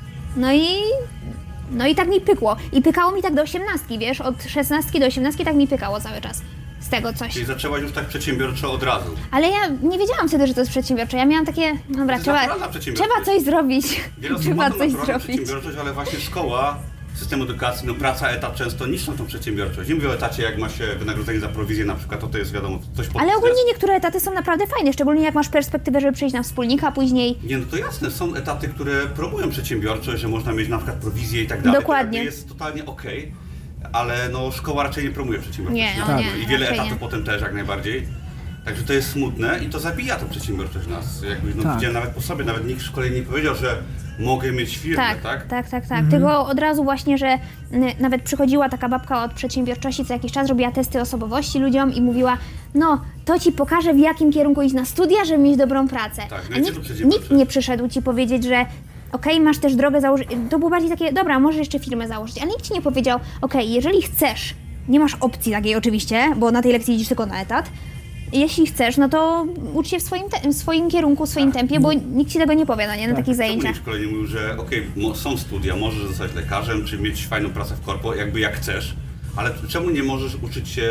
No i tak mi pykło. I pykało mi tak do 18, wiesz, od 16 do 18 tak mi pykało cały czas. Z tego coś. Czyli zaczęłaś już tak przedsiębiorczo od razu. Ale ja nie wiedziałam wtedy, że to jest przedsiębiorcze. Ja miałam takie, dobra, To jest naturalna przedsiębiorczość. trzeba coś zrobić. Wiele osób Trzeba ma tą coś naturalną zrobić. przedsiębiorczość, ale właśnie szkoła, system edukacji, no praca, etat często niszczą tą przedsiębiorczość. Nie mówię o etacie, jak ma się wynagrodzenie za prowizję na przykład, to jest wiadomo coś pod Ale ogólnie niektóre etaty są naprawdę fajne, szczególnie jak masz perspektywę, żeby przejść na wspólnika, później... Nie, no to jasne, są etaty, które promują przedsiębiorczość, że można mieć na przykład prowizję i tak dalej. Dokładnie. To jest totalnie okej, ale no szkoła raczej nie promuje przedsiębiorczości. Nie, no Tak. nie, I wiele raczej etatów nie. potem też jak najbardziej. Także to jest smutne i to zabija tę przedsiębiorczość nas. Jakby, no, Tak. widziałem nawet po sobie, nawet nikt w szkole nie powiedział, że mogę mieć firmę, tak? Tak. Tylko od razu właśnie, że nawet przychodziła taka babka od przedsiębiorczości co jakiś czas, robiła testy osobowości ludziom i mówiła, no to ci pokażę, w jakim kierunku iść na studia, żeby mieć dobrą pracę. Tak, no A i co tu przedsiębiorcze? nikt nie przyszedł ci powiedzieć, że okej, masz też drogę założyć. To było bardziej takie, dobra, możesz jeszcze firmę założyć, ale nikt ci nie powiedział, okej, jeżeli chcesz, nie masz opcji takiej oczywiście, bo na tej lekcji idziesz tylko na etat. Jeśli chcesz, no to ucz się w swoim kierunku, w swoim tempie, bo nikt ci tego nie powie, no nie, na takich Czemu zajęciach. nikt w szkole nie mówił, że okej, są studia, możesz zostać lekarzem, czy mieć fajną pracę w korpo, jakby jak chcesz, ale czemu nie możesz uczyć się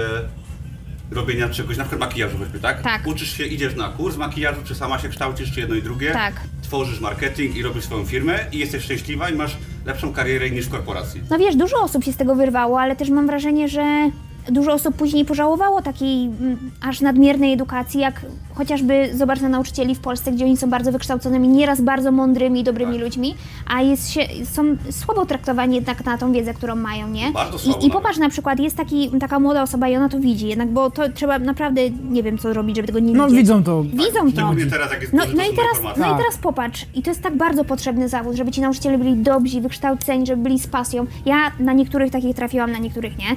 robienia czegoś, na przykład makijażu choćby, tak? Tak. Uczysz się, idziesz na kurs makijażu, czy sama się kształcisz, czy jedno i drugie, Tak. tworzysz marketing i robisz swoją firmę i jesteś szczęśliwa i masz lepszą karierę niż w korporacji. No wiesz, dużo osób się z tego wyrwało, ale też mam wrażenie, że dużo osób później pożałowało takiej aż nadmiernej edukacji, jak chociażby zobacz na nauczycieli w Polsce, gdzie oni są bardzo wykształconymi, nieraz bardzo mądrymi, dobrymi Tak. ludźmi, a są słabo traktowani jednak na tą wiedzę, którą mają, nie? Bardzo słabo I nawet. popatrz na przykład, jest taka młoda osoba i ona to widzi, jednak bo to trzeba naprawdę, nie wiem co robić, żeby tego nie No widzieć. widzą to. Widzą to. Szczególnie teraz, jak jest No, duży no, i dostęp do teraz, informacji. no i teraz popatrz, i to jest tak bardzo potrzebny zawód, żeby ci nauczyciele byli dobrzy, wykształceni, żeby byli z pasją. Ja na niektórych takich trafiłam, na niektórych nie,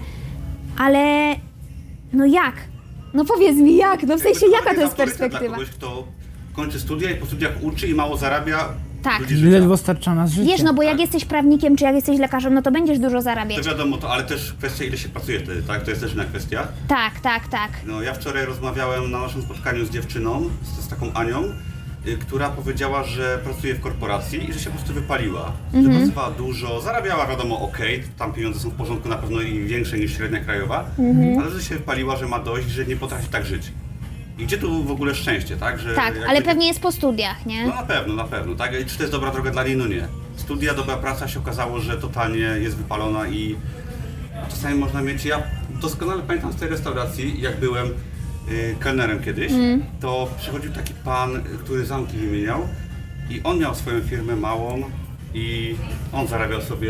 ale no jak? No powiedz mi jak, no w sensie Jakby jaka to jest autorytet dla perspektywa? kogoś, kto kończy studia i po studiach uczy i mało zarabia, Tak. ludzi życia. Ledwo starcza nas życie. Wiesz, no bo jak Tak. jesteś prawnikiem, czy jak jesteś lekarzem, no to będziesz dużo zarabiać. To wiadomo, ale też kwestia, ile się pracuje wtedy, tak? To jest też inna kwestia. Tak. No, ja wczoraj rozmawiałem na naszym spotkaniu z dziewczyną, z taką Anią, która powiedziała, że pracuje w korporacji i że się po prostu wypaliła. Że pracowała dużo, zarabiała wiadomo okej, tam pieniądze są w porządku na pewno i większe niż średnia krajowa, ale że się wypaliła, że ma dość, że nie potrafi tak żyć. I gdzie tu w ogóle szczęście, tak? Że Tak, jakby- ale pewnie jest po studiach, nie? No na pewno, tak? I czy to jest dobra droga dla niej? No nie. Studia, dobra praca się okazało, że totalnie jest wypalona i czasami można mieć, ja doskonale pamiętam z tej restauracji, jak byłem kelnerem kiedyś, to przychodził taki pan, który zamki wymieniał i on miał swoją firmę małą i on zarabiał sobie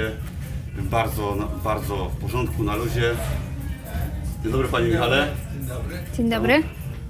bardzo w porządku, na luzie. Dzień dobry panie Michale. Dzień dobry.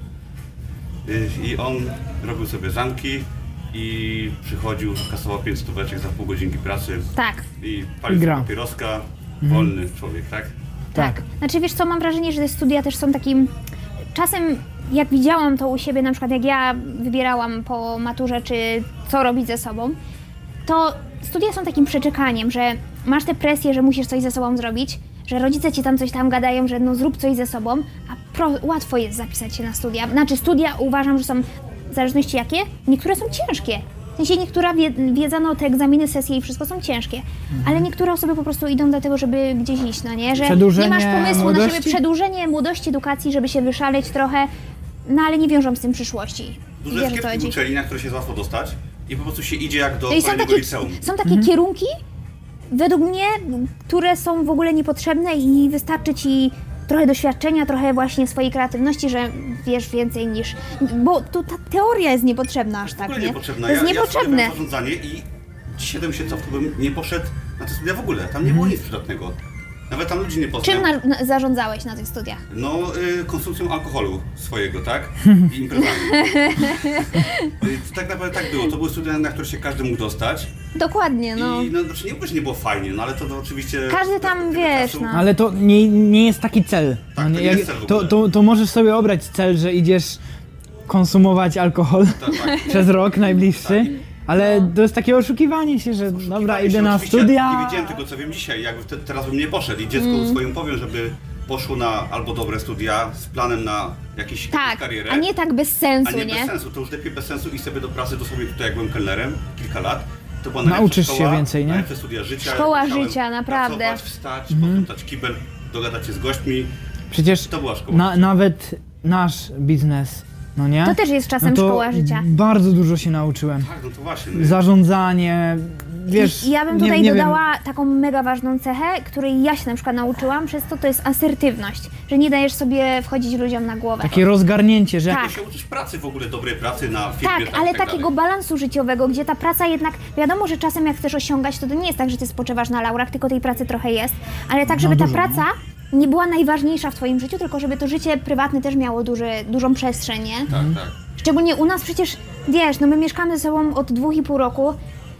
I on robił sobie zamki i przychodził, kasował 5 stóweczek za pół godzinki pracy Tak. i palił Gra. sobie papieroska, wolny człowiek, tak? Tak. Znaczy wiesz co, mam wrażenie, że te studia też są takim... Czasem jak widziałam to u siebie, na przykład jak ja wybierałam po maturze, czy co robić ze sobą, to studia są takim przeczekaniem, że masz tę presję, że musisz coś ze sobą zrobić, że rodzice ci tam coś tam gadają, że no zrób coś ze sobą, a łatwo jest zapisać się na studia. Znaczy studia uważam, że są, w zależności jakie, niektóre są ciężkie. W sensie niektóra wiedza, no te egzaminy, sesje i wszystko są ciężkie, ale niektóre osoby po prostu idą do tego, żeby gdzieś iść, no nie? Że nie Przedłużenie masz pomysłu na młodości? siebie, przedłużenie młodości, edukacji, żeby się wyszaleć trochę, no ale nie wiążą z tym przyszłości. Dużo Wiesz, jest o co kiepskich chodzi. uczelni, na które się jest łatwo dostać i po prostu się idzie jak do No i są kolejnego takie, liceum. są takie kierunki, według mnie, które są w ogóle niepotrzebne i wystarczy ci trochę doświadczenia, trochę właśnie swojej kreatywności, że wiesz więcej niż... Bo tu ta teoria jest niepotrzebna aż W tak, ogóle nie? niepotrzebna. To jest Ja niepotrzebne. studiowałem zarządzanie i dzisiaj bym się cofnąłbym, nie poszedł na te studia w ogóle. Tam nie było nic przydatnego. Nawet tam ludzi nie poznał. Czym zarządzałeś na tych studiach? No, konsumpcją alkoholu swojego, tak? I imprezami. Tak naprawdę tak było. To były studia, na które się każdy mógł dostać. Dokładnie, no. I no, znaczy nie mówię, że nie było fajnie, no ale to oczywiście... Każdy tam, z perspektywy wiesz, czasu- no. Ale to nie jest taki cel. Tak, No to nie, nie jest cel w ogóle. to możesz sobie obrać cel, że idziesz konsumować alkohol Tak. przez rok najbliższy, ale No. to jest takie oszukiwanie się, że dobra, Oszukiwanie idę się, na oczywiście studia. Nie wiedziałem tego, co wiem dzisiaj. Jakby teraz bym nie poszedł i dziecku swoim powiem, żeby poszło na albo dobre studia z planem na jakąś Tak, karierę. a nie tak bez sensu, A nie, nie? bez sensu, to już lepiej bez sensu iść sobie do pracy, dosłownie tutaj jak byłem kelnerem kilka lat. To była najlepsza Nauczysz się szkoła, więcej, nie? najlepsze studia życia. Szkoła Musiałem życia, naprawdę. Pracować, wstać, posprzątać kibel, dogadać się z gośćmi. Przecież To była szkoła. nawet nasz biznes, no nie? To też jest czasem to szkoła życia. Bardzo dużo się nauczyłem. Tak, no to właśnie. No. Zarządzanie, wiesz... I ja bym nie- tutaj nie wiem, dodała taką mega ważną cechę, której ja się na przykład nauczyłam, przez to jest asertywność, że nie dajesz sobie wchodzić ludziom na głowę. Takie rozgarnięcie, że... Tak. Się uczysz pracy w ogóle, dobrej pracy na firmie. Tak, ale i tak takiego dalej. balansu życiowego, gdzie ta praca jednak, wiadomo, że czasem jak chcesz osiągać, to nie jest tak, że ty spoczywasz na laurach, tylko tej pracy trochę jest, ale tak, żeby ta dużo, praca nie była najważniejsza w twoim życiu, tylko żeby to życie prywatne też miało dużą przestrzeń, nie? Tak, tak. Szczególnie u nas przecież, wiesz, no my mieszkamy ze sobą od 2,5 roku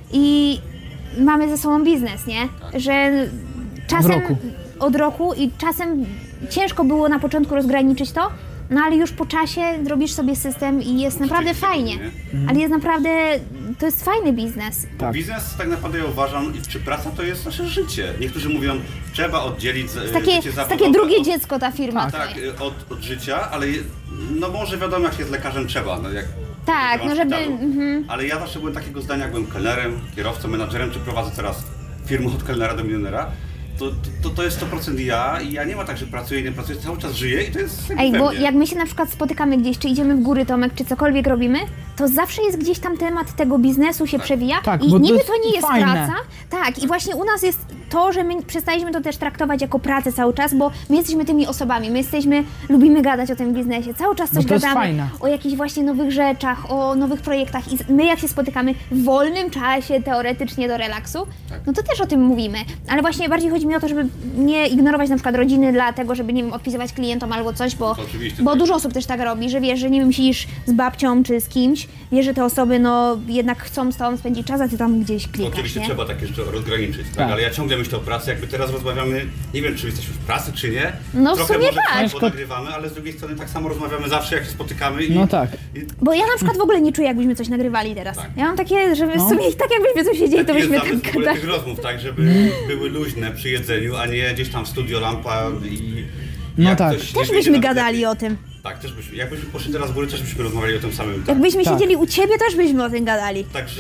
i mamy ze sobą biznes, nie? Że czasem roku. od roku i czasem ciężko było na początku rozgraniczyć to, no ale już po czasie robisz sobie system i jest naprawdę fajnie. nie? Ale jest naprawdę, to jest fajny biznes. Tak. Biznes tak naprawdę ja uważam, czy praca to jest nasze życie. Niektórzy mówią, trzeba oddzielić Takie, życie zawodowe takie drugie od, dziecko ta firma tak, twoja. od życia, ale no może wiadomo jak się z lekarzem trzeba. No jak Tak, działam no w żeby... szpitalu. Ale ja zawsze byłem takiego zdania, jak byłem kelnerem, kierowcą, menadżerem, czy prowadzę teraz firmę od kelnera do milionera. To jest 100% ja i ja nie ma tak, że pracuję, nie pracuję, cały czas żyję i to jest Ej, we bo mnie. jak my się na przykład spotykamy gdzieś, czy idziemy w góry, Tomek, czy cokolwiek robimy, to zawsze jest gdzieś tam temat tego biznesu się przewija Tak, i bo to niby jest to nie jest fajne. praca. Tak, i właśnie u nas jest to, że my przestaliśmy to też traktować jako pracę cały czas, bo my jesteśmy tymi osobami, lubimy gadać o tym biznesie, cały czas coś to jest gadamy, fajne. o jakichś właśnie nowych rzeczach, o nowych projektach i my jak się spotykamy w wolnym czasie teoretycznie do relaksu, no to też o tym mówimy, ale właśnie bardziej chodzi mi o to, żeby nie ignorować na przykład rodziny dlatego, żeby nie wiem, odpisywać klientom albo coś, bo Oczywiście, bo tak. dużo osób też tak robi, że wiesz, że nie wiem, siedzisz z babcią czy z kimś, wiesz, że te osoby no jednak chcą z tobą spędzić czas, a ty tam gdzieś klikasz, Oczywiście nie? trzeba takie rzeczy rozgraniczyć, tak? Tak. Ale ja ciągle myślę o pracy, jakby teraz rozmawiamy, nie wiem czy jesteśmy w pracy czy nie. No w Trochę sumie może tak. bo nagrywamy, ale z drugiej strony tak samo rozmawiamy zawsze jak się spotykamy i, No tak. i Bo ja na przykład w ogóle nie czuję, jakbyśmy coś nagrywali teraz. Tak. Ja mam takie, że w No. sumie tak jakbyśmy tu siedzieli, to jest byśmy zamysł tak w ogóle gadali. tych rozmów, tak, żeby były luźne przy jedzeniu, a nie gdzieś tam w studio lampa i No jak tak. coś nie Też wyjdzie byśmy nam gadali lepiej. o tym. Tak, też byśmy, jakbyśmy poszli teraz w górę, też byśmy rozmawiali o tym samym. Tak. Jakbyśmy Tak. siedzieli u ciebie, też byśmy o tym gadali. Także,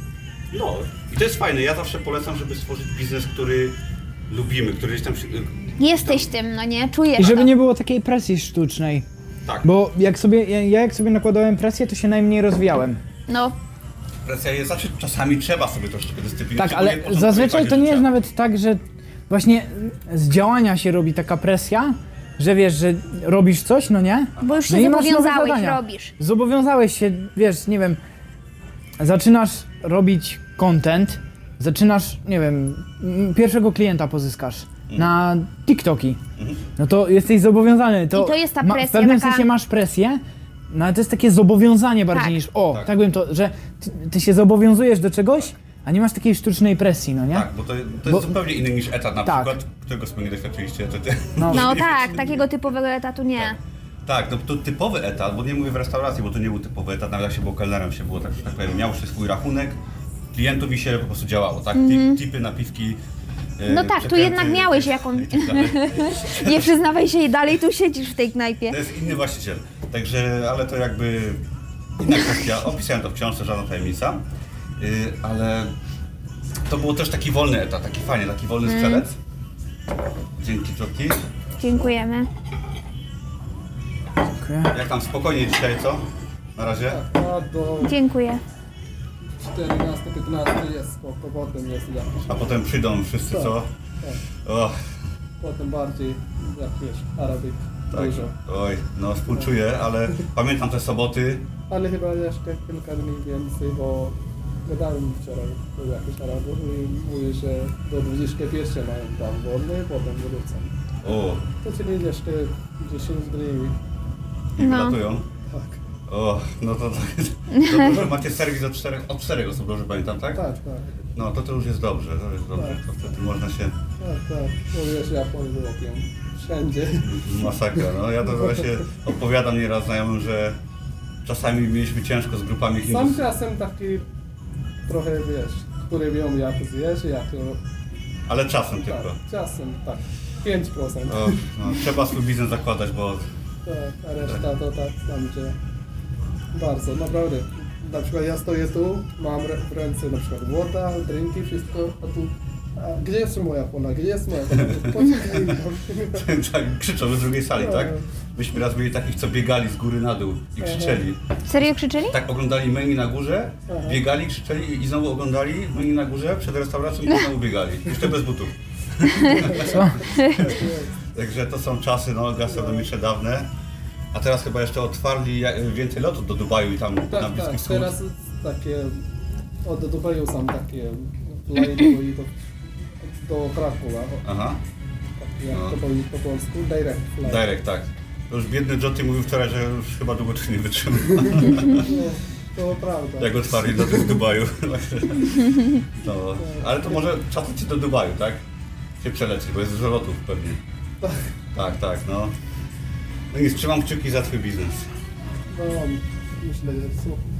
no, i to jest fajne. Ja zawsze polecam, żeby stworzyć biznes, który lubimy, który gdzieś tam się... Jesteś tym, no nie? Czujesz I żeby to. nie było takiej presji sztucznej. Tak, Bo ja jak sobie nakładałem presję, to się najmniej rozwijałem. No, presja jest, znaczy czasami trzeba sobie troszeczkę dyscypliny. Tak, ale szczególnie w zazwyczaj to początku nie jest życia. nawet tak, że właśnie z działania się robi taka presja, że wiesz, że robisz coś, no nie? bo już się No i masz nowe zobowiązałeś, zadania. robisz. Zobowiązałeś się, wiesz, nie wiem, zaczynasz robić content, zaczynasz, nie wiem, pierwszego klienta pozyskasz na TikToki. No to jesteś zobowiązany. I to jest ta w presja pewnym taka- sensie masz presję, no ale to jest takie zobowiązanie bardziej Tak. niż, o, Tak. tak bym to, że ty się zobowiązujesz do czegoś, a nie masz takiej sztucznej presji, no nie? Tak, bo to Bo- jest zupełnie inny niż etat na Tak. przykład, którego sobie nie doświadczyliście. No. No tak, takiego typowego etatu nie. Tak, no to typowy etat, bo nie mówię w restauracji, bo to nie był typowy etat, nawet jak się było kelnerem, się było tak, że tak powiem, miało się swój rachunek, klientów i się po prostu działało, tak? Tipy, napiwki. No tak, tu przekręty jednak miałeś jaką... i tak dalej. Nie przyznawaj się i dalej tu siedzisz w tej knajpie. To jest inny właściciel, także, ale to jakby inna kwestia, opisałem to w książce, żadna tajemnica, ale to było też taki wolny etat, taki fajny, taki wolny strzelec. Dzięki Jotki. Dziękujemy. Dziękuję. Jak tam spokojnie dzisiaj, co? Na razie? A do Dziękuję. 14-15 jest spoko, potem jest jakiś, A potem przyjdą wszyscy, Tak. co? tak, Och, potem bardziej jakiś Arabik, tak. dużo. Oj, no współczuję, ale pamiętam te soboty. Ale chyba jeszcze kilka dni więcej, bo gadałem wczoraj do jakichś Arabów i mówi, że do 21 mają tam wolny, potem wrócą. O, To czyli jeszcze 10 dni, i No. wylatują. tak, O, no to dobrze, że macie serwis od 4 osób, dobrze pamiętam, tak? tak, tak, No to już jest dobrze, to jest dobrze, Tak. to wtedy można się... tak, mówię, że Japonię robią wszędzie. Masakra, no ja to właśnie opowiadam nieraz znajomym, że czasami mieliśmy ciężko z grupami Sam Hindusów. czasem taki trochę, wiesz, który wiem jak zjeść, jak to... Ale czasem tylko. Tak, czasem tak. 5%. O, no, trzeba swój biznes zakładać, bo Tak, a reszta to tak tam gdzie bardzo, naprawdę. Na przykład ja stoję tu, mam w ręce na przykład woda, drinki, wszystko, a tu gdzie jest moja pola, gdzie jest moja pola? Poczekaj. tak krzyczą z drugiej sali, tak? Myśmy raz byli takich, co biegali z góry na dół i krzyczeli. Serio krzyczeli? Tak oglądali menu na górze, biegali, krzyczeli i znowu oglądali menu na górze przed restauracją i znowu biegali. Jeszcze bez butów. Co? Także to są czasy no, gastronomiczne dawne. A teraz chyba jeszcze otwarli więcej lotów do Dubaju i tam na Tak, Bliski tak, Wschód. teraz takie, od Dubaju są takie flighty i do Krakowa, Aha, tak jak No. to powiedzieć po polsku, direct flight. direct, tak. To już biedny Joty mówił wczoraj, że już chyba długo nie wytrzyma. No, to prawda. Jak otwarli loty z Dubaju. No, ale to może czas lecieć do Dubaju, tak? Się przelecieć, bo jest dużo lotów pewnie. Tak, tak, no. No i trzymam kciuki za twój biznes. No, myślę, że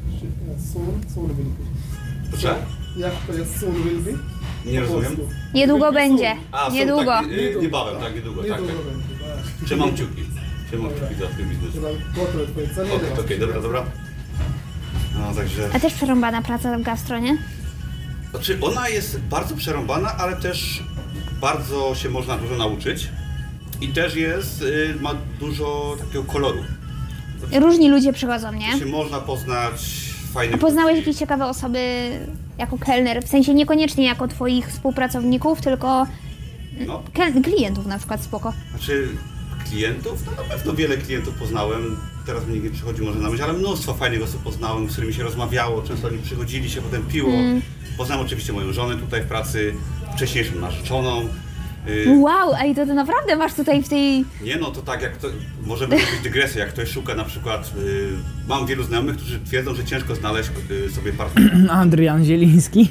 soon will be. Proszę? Jak to jest soon will be? Nie Po rozumiem. polsku. Niedługo będzie. A, są Niedługo. Tak, niebawem, tak, niedługo, tak, Niedługo tak. będzie, tak. Trzymam kciuki. Trzymam kciuki za twój biznes. Trzeba gotowe twoje ceny. Okej, dobra, dobra. No, także... A też przerąbana praca w gastronie? Znaczy, ona jest bardzo przerąbana, ale też bardzo się można dużo nauczyć. I też jest, ma dużo takiego koloru. Różni ludzie przychodzą, nie? Się można poznać fajnych Poznałeś ludzi. jakieś ciekawe osoby jako kelner? W sensie niekoniecznie jako twoich współpracowników, tylko No, klientów na przykład, spoko. znaczy klientów? No na pewno wiele klientów poznałem. Teraz mi nikt nie przychodzi może na myśl, ale mnóstwo fajnych osób poznałem, z którymi się rozmawiało. Często oni przychodzili, się potem piło. Poznałem oczywiście moją żonę tutaj w pracy, wcześniejszą narzeczoną. Wow, ej, to ty naprawdę masz tutaj w tej... Nie no, to tak jak to, możemy robić dygresję, jak ktoś szuka na przykład, mam wielu znajomych, którzy twierdzą, że ciężko znaleźć sobie partnera. Adrian Zieliński.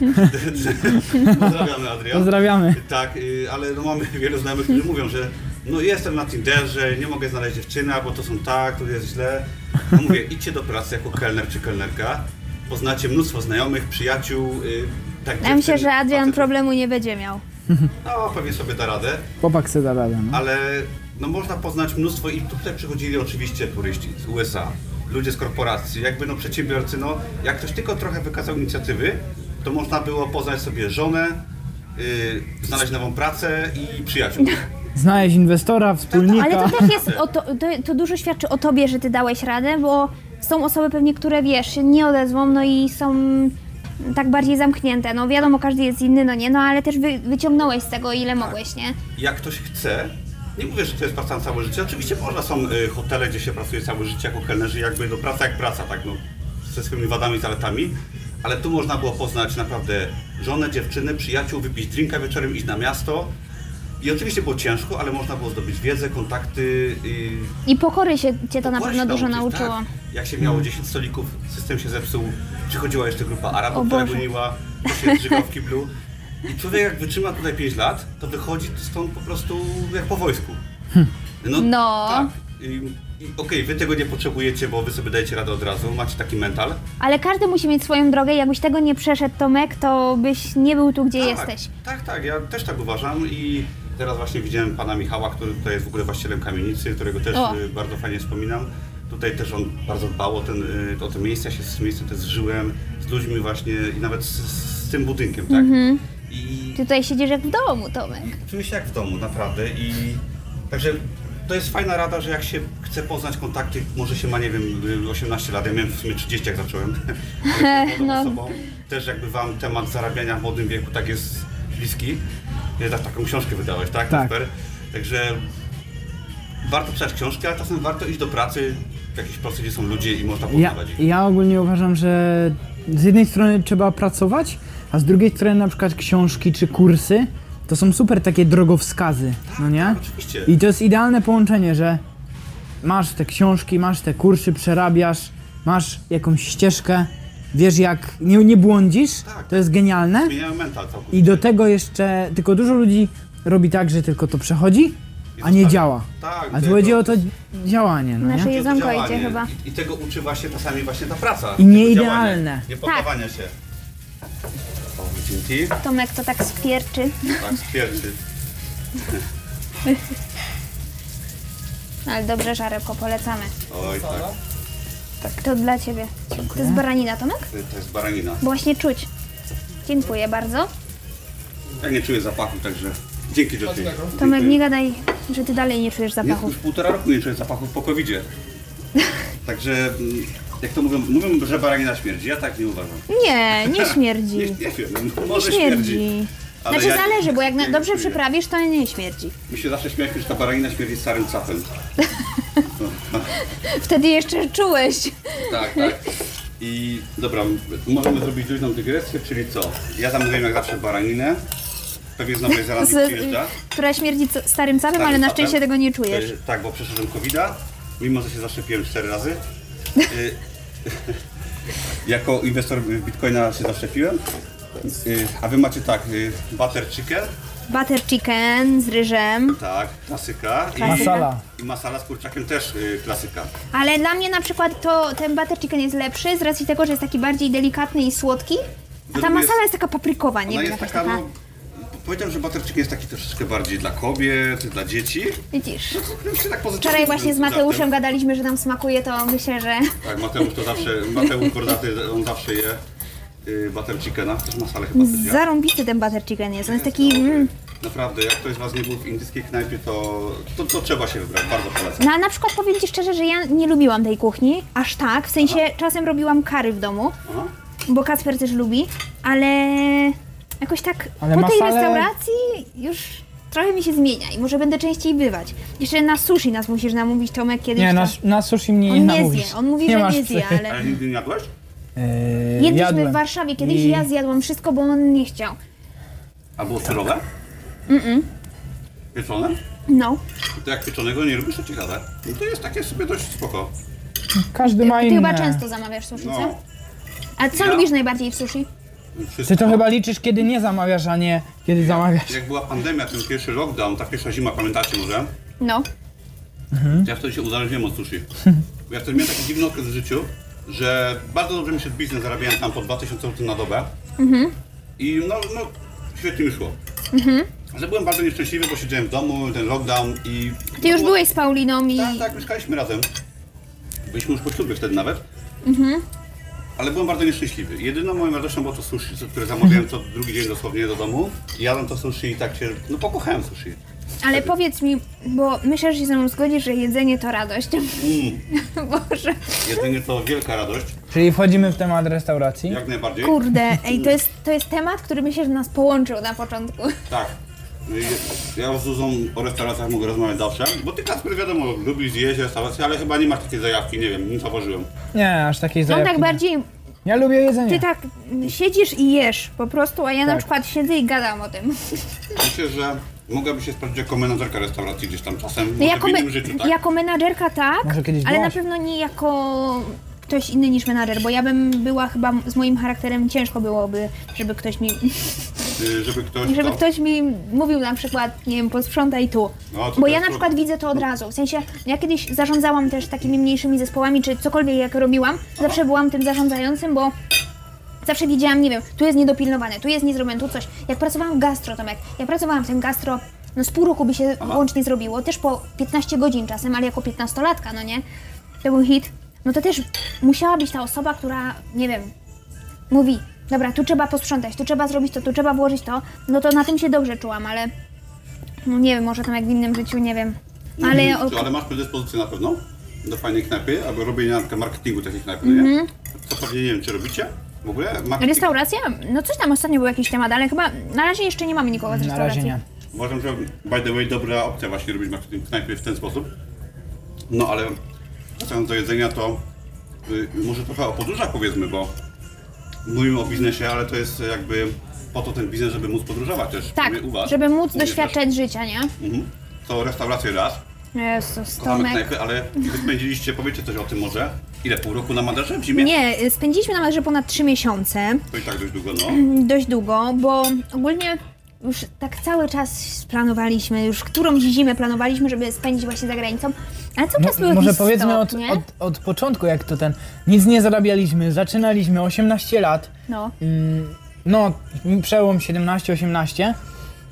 Pozdrawiamy, Adrian. Pozdrawiamy. Tak, ale no mamy wielu znajomych, którzy mówią, że no jestem na Tinderze, nie mogę znaleźć dziewczyny, bo to są tak, to jest źle. No mówię, idźcie do pracy jako kelner czy kelnerka, poznacie mnóstwo znajomych, przyjaciół. Tak Ja myślę, dziewczyn, że Adrian facetów. problemu nie będzie miał. No, pewnie sobie da radę. Chłopak se da radę, no. Ale no można poznać mnóstwo i tutaj przychodzili oczywiście turyści z USA, ludzie z korporacji, jakby no przedsiębiorcy, no jak ktoś tylko trochę wykazał inicjatywy, to można było poznać sobie żonę, znaleźć nową pracę i przyjaciół. Znaleźć inwestora, wspólnika. Ale to też jest, to dużo świadczy o tobie, że ty dałeś radę, bo są osoby pewnie, które wiesz, się nie odezwą, no i są tak bardziej zamknięte. No wiadomo, każdy jest inny, no nie, no ale też wyciągnąłeś z tego ile mogłeś, nie? Jak ktoś chce, nie mówię, że to jest praca na całe życie, oczywiście można, są hotele, gdzie się pracuje całe życie jako kelnerzy, jakby no praca jak praca, tak no, ze swoimi wadami i zaletami, ale tu można było poznać naprawdę żonę, dziewczynę, przyjaciół, wypić drinka wieczorem, iść na miasto. I oczywiście było ciężko, ale można było zdobyć wiedzę, kontakty. I pokory się cię to na Pokory pewno się dużo nauczyć, nauczyło. Tak. Jak się miało 10 stolików, system się zepsuł, przychodziła jeszcze grupa O Arabów, która Boże. goniła, to się zżygał w kiblu. I człowiek jak wytrzyma tutaj 5 lat, to wychodzi stąd po prostu jak po wojsku. No. Tak. Okej, wy tego nie potrzebujecie, bo wy sobie dajecie radę od razu, macie taki mental. Ale każdy musi mieć swoją drogę, jakbyś tego nie przeszedł, Tomek, to byś nie był tu, gdzie jesteś. Tak, ja też tak uważam i teraz właśnie widziałem pana Michała, który tutaj jest w ogóle właścicielem kamienicy, którego też O. bardzo fajnie wspominam. Tutaj też on bardzo dbał o te miejsca, ja się z tym miejscem też zżyłem, z ludźmi właśnie i nawet z tym budynkiem, tak? I Ty tutaj siedzisz jak w domu, Tomek. czuję się jak w domu, naprawdę i także to jest fajna rada, że jak się chce poznać kontakty, może się ma, nie wiem, 18 lat, ja miałem w sumie 30 jak zacząłem, ale młodą No. osobą, też jakby wam temat zarabiania w młodym wieku tak jest bliski. Ja taką książkę wydałeś, tak? Tak. Super. Także warto czytać książki, ale czasem warto iść do pracy w jakiejś pracy, gdzie są ludzie i można poznawać ich. Ja ogólnie uważam, że z jednej strony trzeba pracować, a z drugiej strony na przykład książki czy kursy to są super takie drogowskazy, no nie? Tak, oczywiście. I to jest idealne połączenie, że masz te książki, masz te kursy, przerabiasz, masz jakąś ścieżkę, wiesz jak nie błądzisz, Tak. to jest genialne. Zmieniają mental całkowicie. I do tego jeszcze, tylko dużo ludzi robi tak, że tylko to przechodzi, a nie zostawia. działa. Tak, A tu chodzi o to działanie, no Nasze nie? to jedzonko działanie. idzie chyba. I tego uczy właśnie czasami właśnie ta praca. I nie tego idealne. działania, Nie poddawania się. O, dzięki. Tomek to tak skwierczy. Tak, stwierdzy. Ale dobrze, żarełko, polecamy. Oj, tak. To dla ciebie. To jest baranina, Tomek? To jest baranina. Bo właśnie czuć. Dziękuję bardzo. Ja nie czuję zapachu, także dzięki Joty. Tomek, nie gadaj, że ty dalej nie czujesz Nie, zapachów. już 1,5 roku nie czuję zapachów po COVID-zie. Także, jak to mówią, że baranina śmierdzi, ja tak nie uważam. Nie, nie śmierdzi. Nie wiem, Nie może śmierdzi. śmierdzi. Ale Znaczy ja zależy, bo jak nie dobrze czuję. przyprawisz, to nie śmierdzi. My się zawsze śmialiśmy, że ta baranina śmierdzi starym capem. Wtedy jeszcze czułeś. Tak, tak. I dobra, możemy zrobić luźną dygresję, czyli co? Ja zamówiłem jak zawsze baraninę. Pewnie znowu jest zaraz przyjeżdża. Która śmierdzi starym capem, ale na szczęście tego nie czujesz. Tak, bo przeszedłem COVID-a, mimo że się zaszczepiłem 4 razy. Jako inwestor w Bitcoina się zaszczepiłem. A wy macie tak, butter chicken, Butter chicken z ryżem. tak, klasyka. Masala. I masala z kurczakiem też klasyka. Ale dla mnie na przykład ten butter chicken jest lepszy z racji tego, że jest taki bardziej delikatny i słodki. A ta masala jest taka paprykowa, nie Ona wiem, jest jakaś taka, taka. no, powiedziałem, że butter chicken jest taki troszeczkę bardziej dla kobiet, dla dzieci. Widzisz. Ja się tak pozytywnie Wczoraj właśnie z żartem. Mateuszem gadaliśmy, że nam smakuje, to myślę, że... Tak, Mateusz to zawsze, Mateusz Bordaty, on zawsze je butter chickena, też masalę chyba też je. Zarąbisty ten butter chicken jest. On jest taki... Naprawdę, jak ktoś z was nie był w indyjskiej knajpie, to trzeba się wybrać, bardzo polecam. No a na przykład powiem Ci szczerze, że ja nie lubiłam tej kuchni, aż tak. W sensie czasem robiłam curry w domu, Aha. bo Kacper też lubi, ale jakoś tak Ale po tej masale- restauracji już trochę mi się zmienia i może będę częściej bywać. Jeszcze na sushi nas musisz namówić, Tomek, kiedyś Nie, to... na sushi mnie nie On nie namówisz. zje, on mówi, Nie że masz nie zje, psychy. ale... Ale nigdy nie jadłeś? Jedliśmy Jadłem. w Warszawie kiedyś i I- ja zjadłam wszystko, bo on nie chciał. A było surowe? Pieczone? No. To jak pieczonego nie lubisz, to ciekawe. No to jest takie sobie dość spoko. Każdy ma Ty inne. chyba często zamawiasz sushi, co? No, A co Ja? lubisz najbardziej w sushi? wszystko. Ty to chyba liczysz, kiedy nie zamawiasz, a nie kiedy zamawiasz. Jak była pandemia, ten pierwszy lockdown, ta pierwsza zima, pamiętacie może? No. To ja wtedy się uzależniłem od sushi. Bo ja wtedy miałem taki dziwny okres w życiu, że bardzo dobrze mi szedł biznes, zarabiałem tam po 2000 zł na dobę. I no, świetnie mi szło. Ale byłem bardzo nieszczęśliwy, bo siedziałem w domu, ten lockdown i... Ty już byłeś z Pauliną i... Tak, tak, mieszkaliśmy razem. Byliśmy już po ślubie wtedy nawet. Ale byłem bardzo nieszczęśliwy. Jedyną moją radością było to sushi, które zamawiałem co drugi dzień dosłownie do domu. I jadłem to sushi i tak się, no pokochałem sushi. Ale powiedz mi, bo myślę, że się ze mną zgodzisz, że jedzenie to radość. Boże. Jedzenie to wielka radość, Czyli wchodzimy w temat restauracji. jak najbardziej. Kurde, ej, to jest temat, który myślę, że nas połączył na początku. Tak. No i ja z Zuzą o restauracjach mogę rozmawiać zawsze, bo ty, Kacper, wiadomo, lubisz zjeść restaurację, ale chyba nie masz takiej zajawki, nie wiem, nie zauważyłem. Nie, aż takiej On zajawki. tak bardziej, Ja lubię jedzenie. ty tak siedzisz i jesz po prostu, a ja na Tak. przykład siedzę i gadam o tym. Myślę, że mogłaby się sprawdzić jako menadżerka restauracji gdzieś tam czasem, No może w innym życiu, tak? jako menadżerka tak, Może kiedyś ale na byłaś. pewno nie jako ktoś inny niż menadżer, bo ja bym była chyba z moim charakterem ciężko byłoby, żeby ktoś mi, Żeby ktoś mi mówił na przykład, nie wiem, posprzątaj tu. No, to Bo też ja na przykład widzę to od razu. W sensie, ja kiedyś zarządzałam też takimi mniejszymi zespołami, czy cokolwiek jak robiłam, zawsze byłam tym zarządzającym, bo zawsze widziałam, nie wiem, tu jest niedopilnowane, tu jest niezrobione, tu coś. Jak pracowałam w gastro, Tomek, ja pracowałam w tym gastro, no z pół roku by się łącznie zrobiło, też po 15 godzin czasem, ale jako 15-latka, no nie? To był hit. No to też musiała być ta osoba, która, nie wiem, mówi, dobra, tu trzeba posprzątać, tu trzeba zrobić to, tu trzeba włożyć to, no to na tym się dobrze czułam, ale no nie wiem, może tam jak w innym życiu, nie wiem. Ale Ale masz predyspozycję na pewno do fajnej knajpy, albo robienia marketingu takiej knajpy, nie? Co pewnie nie wiem, czy robicie w ogóle? Marketing? restauracja? No coś tam ostatnio był jakiś temat, ale chyba na razie jeszcze nie mamy nikogo z Na restauracji. razie nie. Uważam, że by the way dobra opcja właśnie robić marketing knajpy w ten sposób. No ale wracając do jedzenia, to może trochę o podróżach powiedzmy, bo mówimy o biznesie, ale to jest jakby po to ten biznes, żeby móc podróżować też. Tak, u was. żeby móc U mnie doświadczać życia, nie? też. To restaurację raz, Jezus, kochamy Tomek. knajpy, ale wy spędziliście, powiedzcie coś o tym może. Ile, pół roku na Maderze w zimie? Nie, spędziliśmy na Madrze ponad 3 miesiące, To i tak dość długo, no. dość długo, bo ogólnie już tak cały czas planowaliśmy, już którąś zimę planowaliśmy, żeby spędzić właśnie za granicą, ale cały czas był Może jakiś powiedzmy stop, nie? od początku, jak to nic nie zarabialiśmy, zaczynaliśmy 18 lat, No. no przełom 17-18,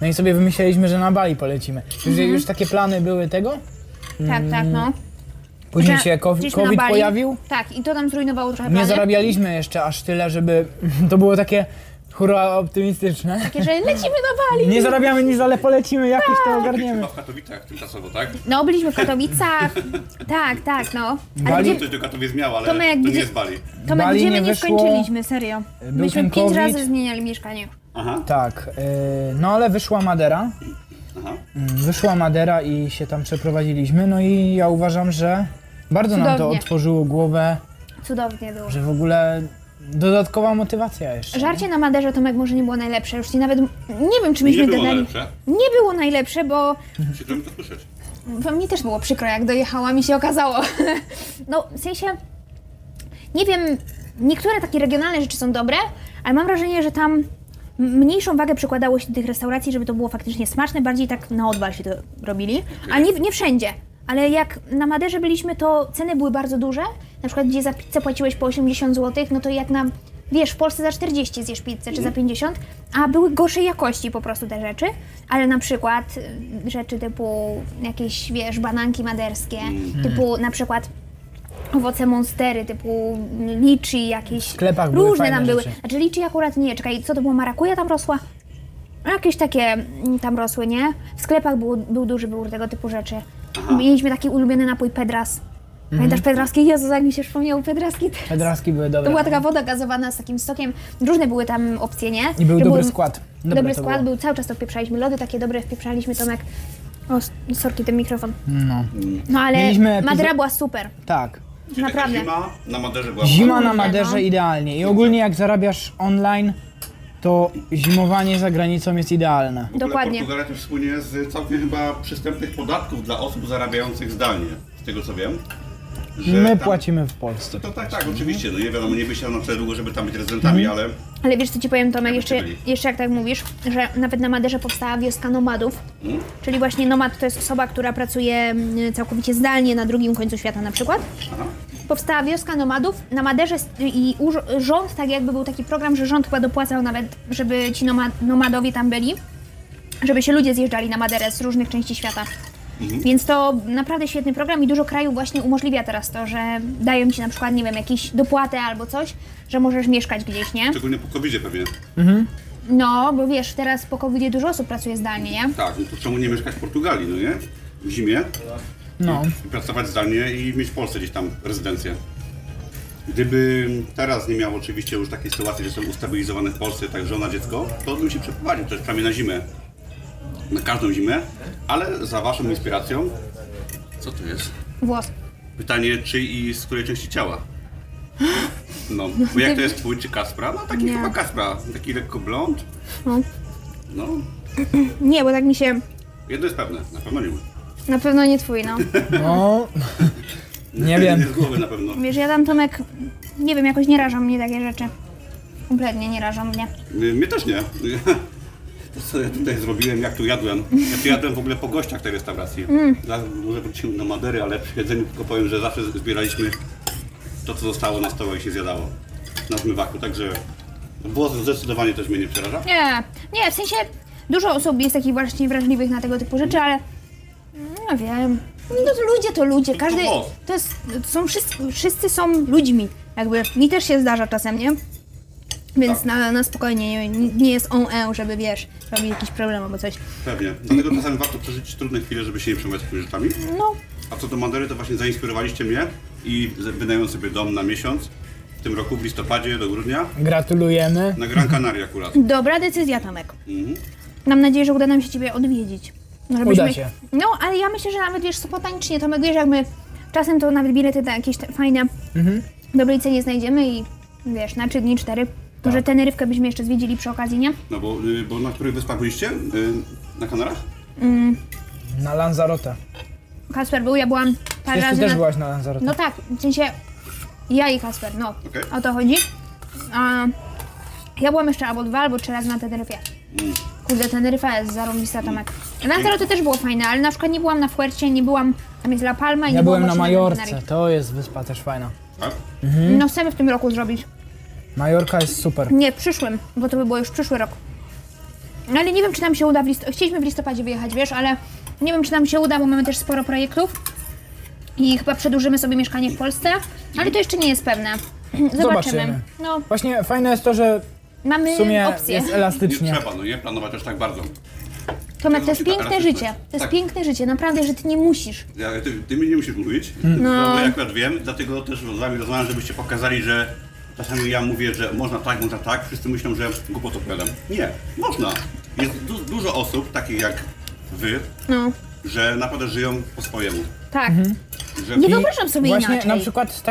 No i sobie wymyśleliśmy, że na Bali polecimy. Już takie plany były tego. Tak, no. Później Że się chcieliśmy na COVID Bali. pojawił. Tak, i to nam zrujnowało trochę Nie plany. zarabialiśmy jeszcze aż tyle, żeby to było takie hurra optymistyczne. Takie, że lecimy na Bali. Nie zarabiamy nic, ale polecimy, jakoś to ogarniemy. Chyba w Katowicach tymczasowo, tak? No, byliśmy w Katowicach. tak, no. Ale Bali? gdzie, Coś do Katowic miał, ale Tomek, to nie gdzie- jest Bali. Tomek, Bali gdzie my nie nie wyszło. skończyliśmy, serio. Myśmy ten 5 COVID. razy zmieniali mieszkanie. Aha, Tak, no ale wyszła Madera. aha. Wyszła Madera i się tam przeprowadziliśmy. No i ja uważam, że bardzo nam to Cudownie. otworzyło głowę, Cudownie było. że w ogóle dodatkowa motywacja jeszcze. Żarcie na Maderze, Tomek, może nie było najlepsze. Już ci nawet nie wiem, czy myśmy Nie było gadali. najlepsze. Nie było najlepsze, bo Przykro mi to słyszeć. mi też było przykro, jak dojechałam i się okazało. No, w sensie, nie wiem, niektóre takie regionalne rzeczy są dobre, ale mam wrażenie, że tam mniejszą wagę przykładało się do tych restauracji, żeby to było faktycznie smaczne, bardziej tak na odwal się to robili, a nie wszędzie. Ale jak na Maderze byliśmy, to ceny były bardzo duże. Na przykład, gdzie za pizzę płaciłeś po 80 zł, no to jak na, wiesz, w Polsce za 40 zjesz pizzę, czy za 50, a były gorszej jakości po prostu te rzeczy. Ale na przykład rzeczy typu jakieś, wiesz, bananki maderskie, typu na przykład owoce monstery, typu liczy, jakieś sklepach były różne fajne tam były. rzeczy. Znaczy liczy akurat nie, czekaj, co to było, marakuja tam rosła? No, jakieś takie tam rosły, nie? W sklepach był duży wybór tego typu rzeczy. Mieliśmy taki ulubiony napój Pedras. Pamiętasz Pedraski? Jezu, jak mi się przypomniał Pedraski. Pedraski były To dobre. była taka woda gazowana z takim sokiem. Różne były tam opcje, nie? I był Że dobry były- skład. Dobre Dobry to skład było. był, cały czas to wpieprzaliśmy. Lody takie dobre wpieprzaliśmy, Tomek. O, sorki, ten mikrofon. No, No ale Mieliśmy Madera była super. tak. Czyli Naprawdę. Zima na Maderze była Zima fajna. na Maderze idealnie. I ogólnie jak zarabiasz online, to zimowanie za granicą jest idealne. W ogóle Dokładnie. Portugalia też słynie z całkiem chyba przystępnych podatków dla osób zarabiających zdalnie, z tego co wiem. Że My tam- płacimy w Polsce. To tak, oczywiście. No nie wiadomo, nie wysiadł na tyle długo, żeby tam być rezydentami, ale Ale wiesz co ci powiem, Tomek, Jakbyście byli. jeszcze jak tak mówisz, że nawet na Maderze powstała wioska nomadów, czyli właśnie nomad to jest osoba, która pracuje całkowicie zdalnie na drugim końcu świata na przykład. aha. Powstała wioska nomadów na Maderze i rząd, tak jakby był taki program, że rząd chyba dopłacał nawet, żeby ci nomadowie tam byli, żeby się ludzie zjeżdżali na Maderę z różnych części świata. Więc to naprawdę świetny program i dużo krajów właśnie umożliwia teraz to, że dają ci na przykład, nie wiem, jakieś dopłatę albo coś, że możesz mieszkać gdzieś, nie? Szczególnie po COVID-zie pewnie. No, bo wiesz, teraz po COVID-zie dużo osób pracuje zdalnie, nie? Tak, no to czemu nie mieszkać w Portugalii, no nie? W zimie No. i pracować zdalnie i mieć w Polsce gdzieś tam rezydencję. Gdyby teraz nie miał oczywiście już takiej sytuacji, że są ustabilizowane w Polsce, tak żona, dziecko, to bym się przeprowadził też prawie na zimę. Na każdą zimę, ale za waszą inspiracją, co to jest? Włos. Pytanie, czy i z której części ciała? No, bo jak to jest twój czy Kaspra? No taki Nie. chyba Kaspra, taki lekko blond. No. No, Nie, bo tak mi się... jedno jest pewne, na pewno nie mój. Na pewno nie twój, no. No, nie wiem. Nie z głowy na pewno. Wiesz, ja tam, Tomek, nie wiem, jakoś nie rażą mnie takie rzeczy. Kompletnie nie rażą mnie. Mnie też nie. To co ja tutaj zrobiłem, jak tu jadłem. Ja tu jadłem w ogóle po gościach tej restauracji. Może wrócimy do Madery, ale przy jedzeniu tylko powiem, że zawsze zbieraliśmy to, co zostało na stole i się zjadało. Na zmywaku, także włos zdecydowanie też mnie nie przeraża. Nie, w sensie dużo osób jest takich właśnie wrażliwych na tego typu rzeczy, ale nie wiem. No to ludzie, każdy, włos. wszyscy są ludźmi, jakby, mi też się zdarza czasem, nie? Więc Tak. na spokojnie, nie jest żeby, wiesz, robić jakiś problem albo coś. Pewnie. Dlatego czasami warto przeżyć trudne chwile, żeby się nie przejmować takimi rzeczami. No, A co do Madery, to właśnie zainspirowaliście mnie i wynająłem sobie dom na miesiąc. W tym roku, w listopadzie do grudnia, Gratulujemy. na Gran Canaria akurat. dobra decyzja, Tomek. Mhm. Mam nadzieję, że uda nam się Ciebie odwiedzić. No, Uda się. No, ale ja myślę, że nawet, wiesz, spontanicznie, Tomek, wiesz, jak my czasem to nawet bilety jakieś fajne, w dobrej cenie znajdziemy i, wiesz, na 3 dni, 4. Może Teneryfkę byśmy jeszcze zwiedzili przy okazji, nie? No bo na których wyspach byliście? Na Kanarach? Na Lanzarote. Kasper był, ja byłam parę Wiesz, ty razy też na... byłaś na Lanzarote. No tak, w sensie ja i Kasper, no. Okej. O to chodzi. A ja byłam jeszcze albo 2, albo 3 razy na Teneryfie. Kurde, Teneryfa jest zarąbista, Tomek. Lanzarote też było fajne, ale na przykład nie byłam na Fuercie, nie byłam... Tam jest La Palma i Ja nie byłam byłem na właśnie Majorce, Teneryfie. to jest wyspa też fajna. Tak? No chcemy w tym roku zrobić. Majorka jest super. Nie, w przyszłym, bo to by było już przyszły rok. No ale nie wiem, czy nam się uda chcieliśmy w listopadzie wyjechać, wiesz, ale nie wiem, czy nam się uda, bo mamy też sporo projektów i chyba przedłużymy sobie mieszkanie w Polsce, ale to jeszcze nie jest pewne. Zobaczymy. No, Właśnie fajne jest to, że mamy w sumie opcje. jest Nie elastycznie. trzeba, no nie planować aż tak bardzo. Tomek, to jest Taka piękne elastyczność. życie. To jest Tak. piękne życie, naprawdę, że ty nie musisz. Ty mi nie musisz mówić, No. bo ja akurat wiem, dlatego też z wami rozmawiam, żebyście pokazali, że czasami ja mówię, że można tak, wszyscy myślą, że głupot opowiadam. Nie, można. Jest dużo osób, takich jak wy, No, że naprawdę żyją po swojemu. tak. Że Nie I wyobrażam sobie właśnie inaczej. na przykład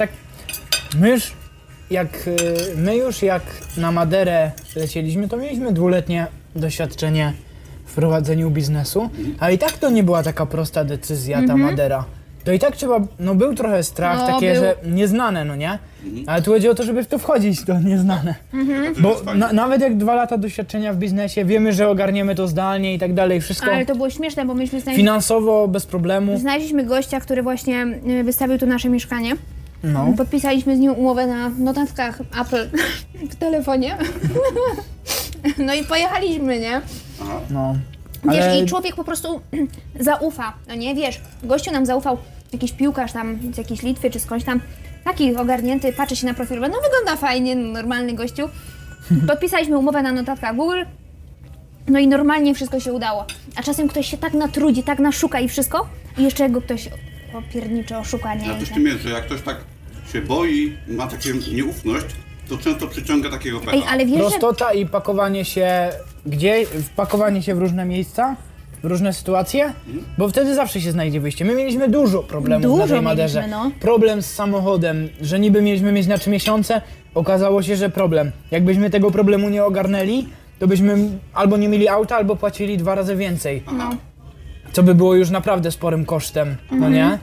my już jak na Maderę lecieliśmy, to mieliśmy 2-letnie doświadczenie w prowadzeniu biznesu, ale i tak to nie była taka prosta decyzja, ta Madera. To i tak trzeba, no był trochę strach, No, takie, był. że nieznane, no nie? Ale tu chodzi o to, żeby w to wchodzić, to nieznane. to Bo jest fajne. nawet jak 2 lata doświadczenia w biznesie, wiemy, że ogarniemy to zdalnie i tak dalej, wszystko Ale to było śmieszne, bo myśmy finansowo, bez problemu. znaleźliśmy gościa, który właśnie wystawił tu nasze mieszkanie. No. Podpisaliśmy z nim umowę na notatkach Apple w telefonie. No i pojechaliśmy, nie? Aha. No. Wiesz, Ale i człowiek po prostu zaufa, no nie, wiesz, gościu nam zaufał, jakiś piłkarz tam z jakiejś Litwy czy skądś tam, taki ogarnięty, patrzy się na profil, no wygląda fajnie, no, normalny gościu. Podpisaliśmy umowę na notatkach Google, no i normalnie wszystko się udało. A czasem ktoś się tak natrudzi, tak naszuka i wszystko, i jeszcze go ktoś opierniczy, oszuka, nie? A coś w tym jest, że jak ktoś tak się boi, ma taką nieufność, to często przyciąga takiego pecha. Ej, ale wiesz, że... prostota i pakowanie się wpakowanie się w różne miejsca, w różne sytuacje, bo wtedy zawsze się znajdzie wyjście. My mieliśmy dużo problemów Dużo na tej Maderze. mieliśmy, no. Problem z samochodem, że niby mieliśmy mieć na 3 miesiące, okazało się, że problem. Jakbyśmy tego problemu nie ogarnęli, to byśmy albo nie mieli auta, albo płacili 2 razy więcej. No. Co by było już naprawdę sporym kosztem, no nie?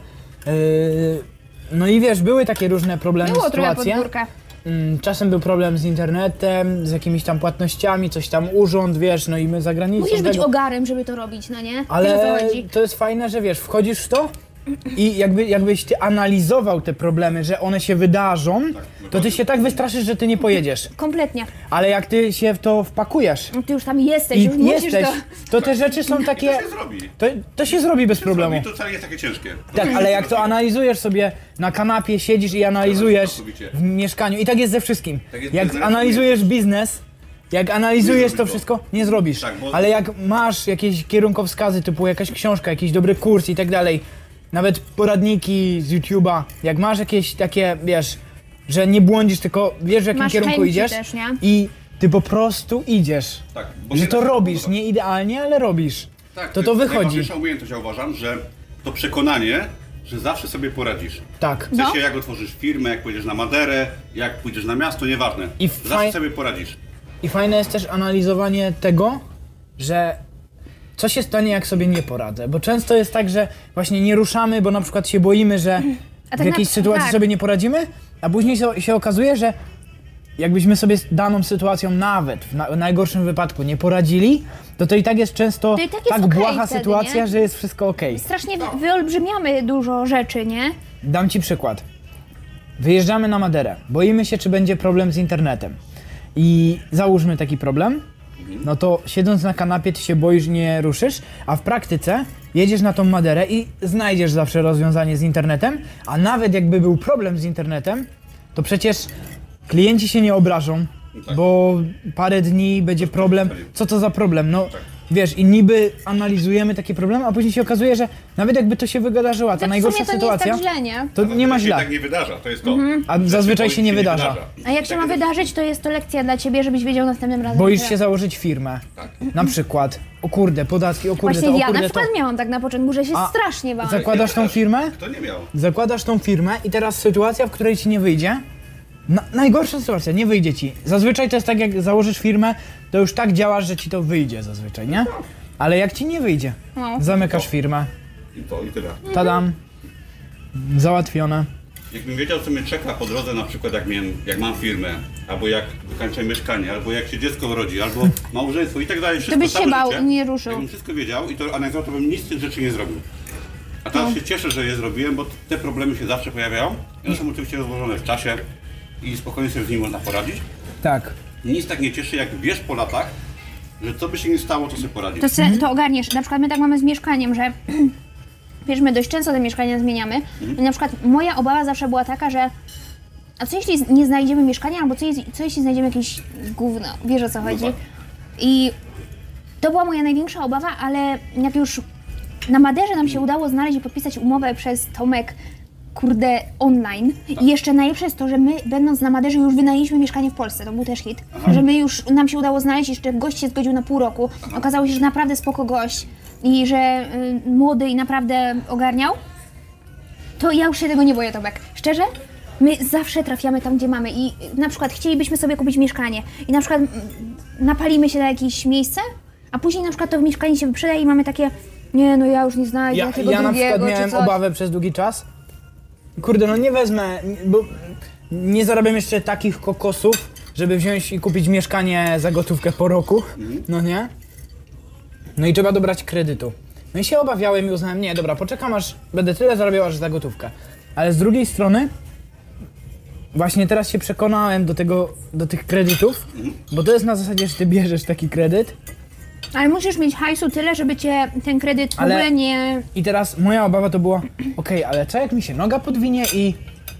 No i wiesz, były takie różne problemy, Było trochę sytuacje. podwórka. Czasem był problem z internetem, z jakimiś tam płatnościami, coś tam urząd, wiesz, no i my za granicą Musisz być tego. ogarem, żeby to robić, no nie? Wiesz, o co Ale chodzi? to jest fajne, że wiesz, wchodzisz w to i jakbyś ty analizował te problemy, że one się wydarzą, to ty się tak wystraszysz, że ty nie pojedziesz. Kompletnie. Ale jak ty się w to wpakujesz No ty już tam jesteś, i już musisz jesteś, to... to te rzeczy są I takie... to się zrobi. To się zrobi bez problemu. I to wcale nie jest takie ciężkie. Tak, ale jak to analizujesz sobie na kanapie, siedzisz i analizujesz w mieszkaniu i tak jest ze wszystkim. Tak jest Jak biznes, analizujesz biznes, jak analizujesz zrobisz to to. wszystko, nie zrobisz. Tak, bo- Ale jak masz jakieś kierunkowskazy, typu jakaś książka, jakiś dobry kurs i tak dalej, nawet poradniki z YouTube'a, jak masz jakieś takie, wiesz, że nie błądzisz, tylko wiesz w jakim Masz kierunku chęci idziesz też, nie? i ty po prostu idziesz. Tak, bo Że nie to da się robisz, pobudować. nie idealnie, ale robisz. Tak, to jest wychodzi. najważniejsza umiejętność, ja uważam, że to przekonanie, że zawsze sobie poradzisz. Tak. W sensie No. jak otworzysz firmę, jak pójdziesz na Maderę, jak pójdziesz na miasto, nieważne. I Zawsze sobie poradzisz. I fajne jest też analizowanie tego, że co się stanie, jak sobie nie poradzę. Bo często jest tak, że właśnie nie ruszamy, bo na przykład się boimy, że A w tak jakiejś sytuacji tak. sobie nie poradzimy, a później się okazuje, że jakbyśmy sobie z daną sytuacją nawet w najgorszym wypadku nie poradzili, to i tak jest często To i tak jest tak okej błaha wtedy, sytuacja, nie? że jest wszystko okej. Strasznie wyolbrzymiamy dużo rzeczy, nie? Dam ci przykład. Wyjeżdżamy na Maderę. Boimy się, czy będzie problem z internetem. I załóżmy taki problem, no to siedząc na kanapie ty się boisz, nie ruszysz, a w praktyce jedziesz na tą Maderę i znajdziesz zawsze rozwiązanie z internetem, a nawet jakby był problem z internetem, to przecież klienci się nie obrażą, Tak. bo parę dni będzie problem. Co to za problem? No Tak. wiesz, i niby analizujemy takie problemy, a później się okazuje, że nawet jakby to się wydarzyła, ta Tak w najgorsza sumie to sytuacja, nie jest tak źle, nie? to nie ma To się źle. tak nie wydarza, to jest to. A Że zazwyczaj boisz się nie wydarza. A jak się ma wydarzyć, to jest to lekcja dla ciebie, żebyś wiedział następnym razem. Boisz że- się założyć firmę. Tak. Na przykład, o kurde, podatki, o kurde, Właśnie to, o ja na kurde, to. przykład miałam tak na początku, że się A strasznie bałam. Zakładasz tą firmę? Kto nie miał? Zakładasz tą firmę i teraz sytuacja, w której ci nie wyjdzie. Najgorsza sytuacja, nie wyjdzie ci. Zazwyczaj to jest tak, jak założysz firmę, to już tak działasz, że ci to wyjdzie zazwyczaj, nie? Ale jak ci nie wyjdzie, No. zamykasz firmę, I tyle. tadam, załatwione. Jakbym wiedział, co mnie czeka po drodze, na przykład jak mam firmę, albo jak wykańczam mieszkanie, albo jak się dziecko urodzi, albo małżeństwo i tak dalej, wszystko byś się całe bał życie, i nie ruszył. Jakbym wszystko wiedział i to analizował, to bym nic z tych rzeczy nie zrobił. A teraz się cieszę, że je zrobiłem, bo te problemy się zawsze pojawiają. One są oczywiście rozłożone w czasie i spokojnie sobie z nimi można poradzić. Tak. Nic tak nie cieszy, jak wiesz po latach, Że co by się nie stało, to sobie poradzi. To ogarniesz. Na przykład my tak mamy z mieszkaniem, że wiesz, my dość często te mieszkania zmieniamy. I na przykład moja obawa zawsze była taka, że a co jeśli nie znajdziemy mieszkania, albo co jeśli znajdziemy jakieś gówno, wiesz o co chodzi? tak. I to była moja największa obawa, ale jak już na Maderze nam się udało znaleźć i podpisać umowę przez Tomek, kurde, online. I jeszcze najlepsze jest to, że my, będąc na Maderze, już wynajęliśmy mieszkanie w Polsce, to był też hit. Że my już, nam się udało znaleźć, jeszcze gość się zgodził na pół roku. Okazało się, że naprawdę spoko gość i że młody i naprawdę ogarniał. To ja już się tego nie boję, Tomek. Szczerze? My zawsze trafiamy tam, gdzie mamy i na przykład chcielibyśmy sobie kupić mieszkanie i na przykład napalimy się na jakieś miejsce, a później na przykład to mieszkanie się wyprzedaje i mamy takie, nie no ja już nie znajdę takiego Ja na drugiego, przykład czy miałem coś. obawę przez długi czas. Kurde, no nie wezmę, bo nie zarabiam jeszcze takich kokosów, żeby wziąć i kupić mieszkanie za gotówkę po roku, no nie? No i trzeba dobrać kredytu. No i się obawiałem i uznałem, nie, dobra, poczekam aż będę tyle zarabiał aż za gotówkę. Ale z drugiej strony, właśnie teraz się przekonałem do tych kredytów, bo to jest na zasadzie, że ty bierzesz taki kredyt. Ale musisz mieć hajsu tyle, żeby cię ten kredyt w Ale- ogóle nie... I teraz moja obawa to była, okej, ale co jak mi się noga podwinie i...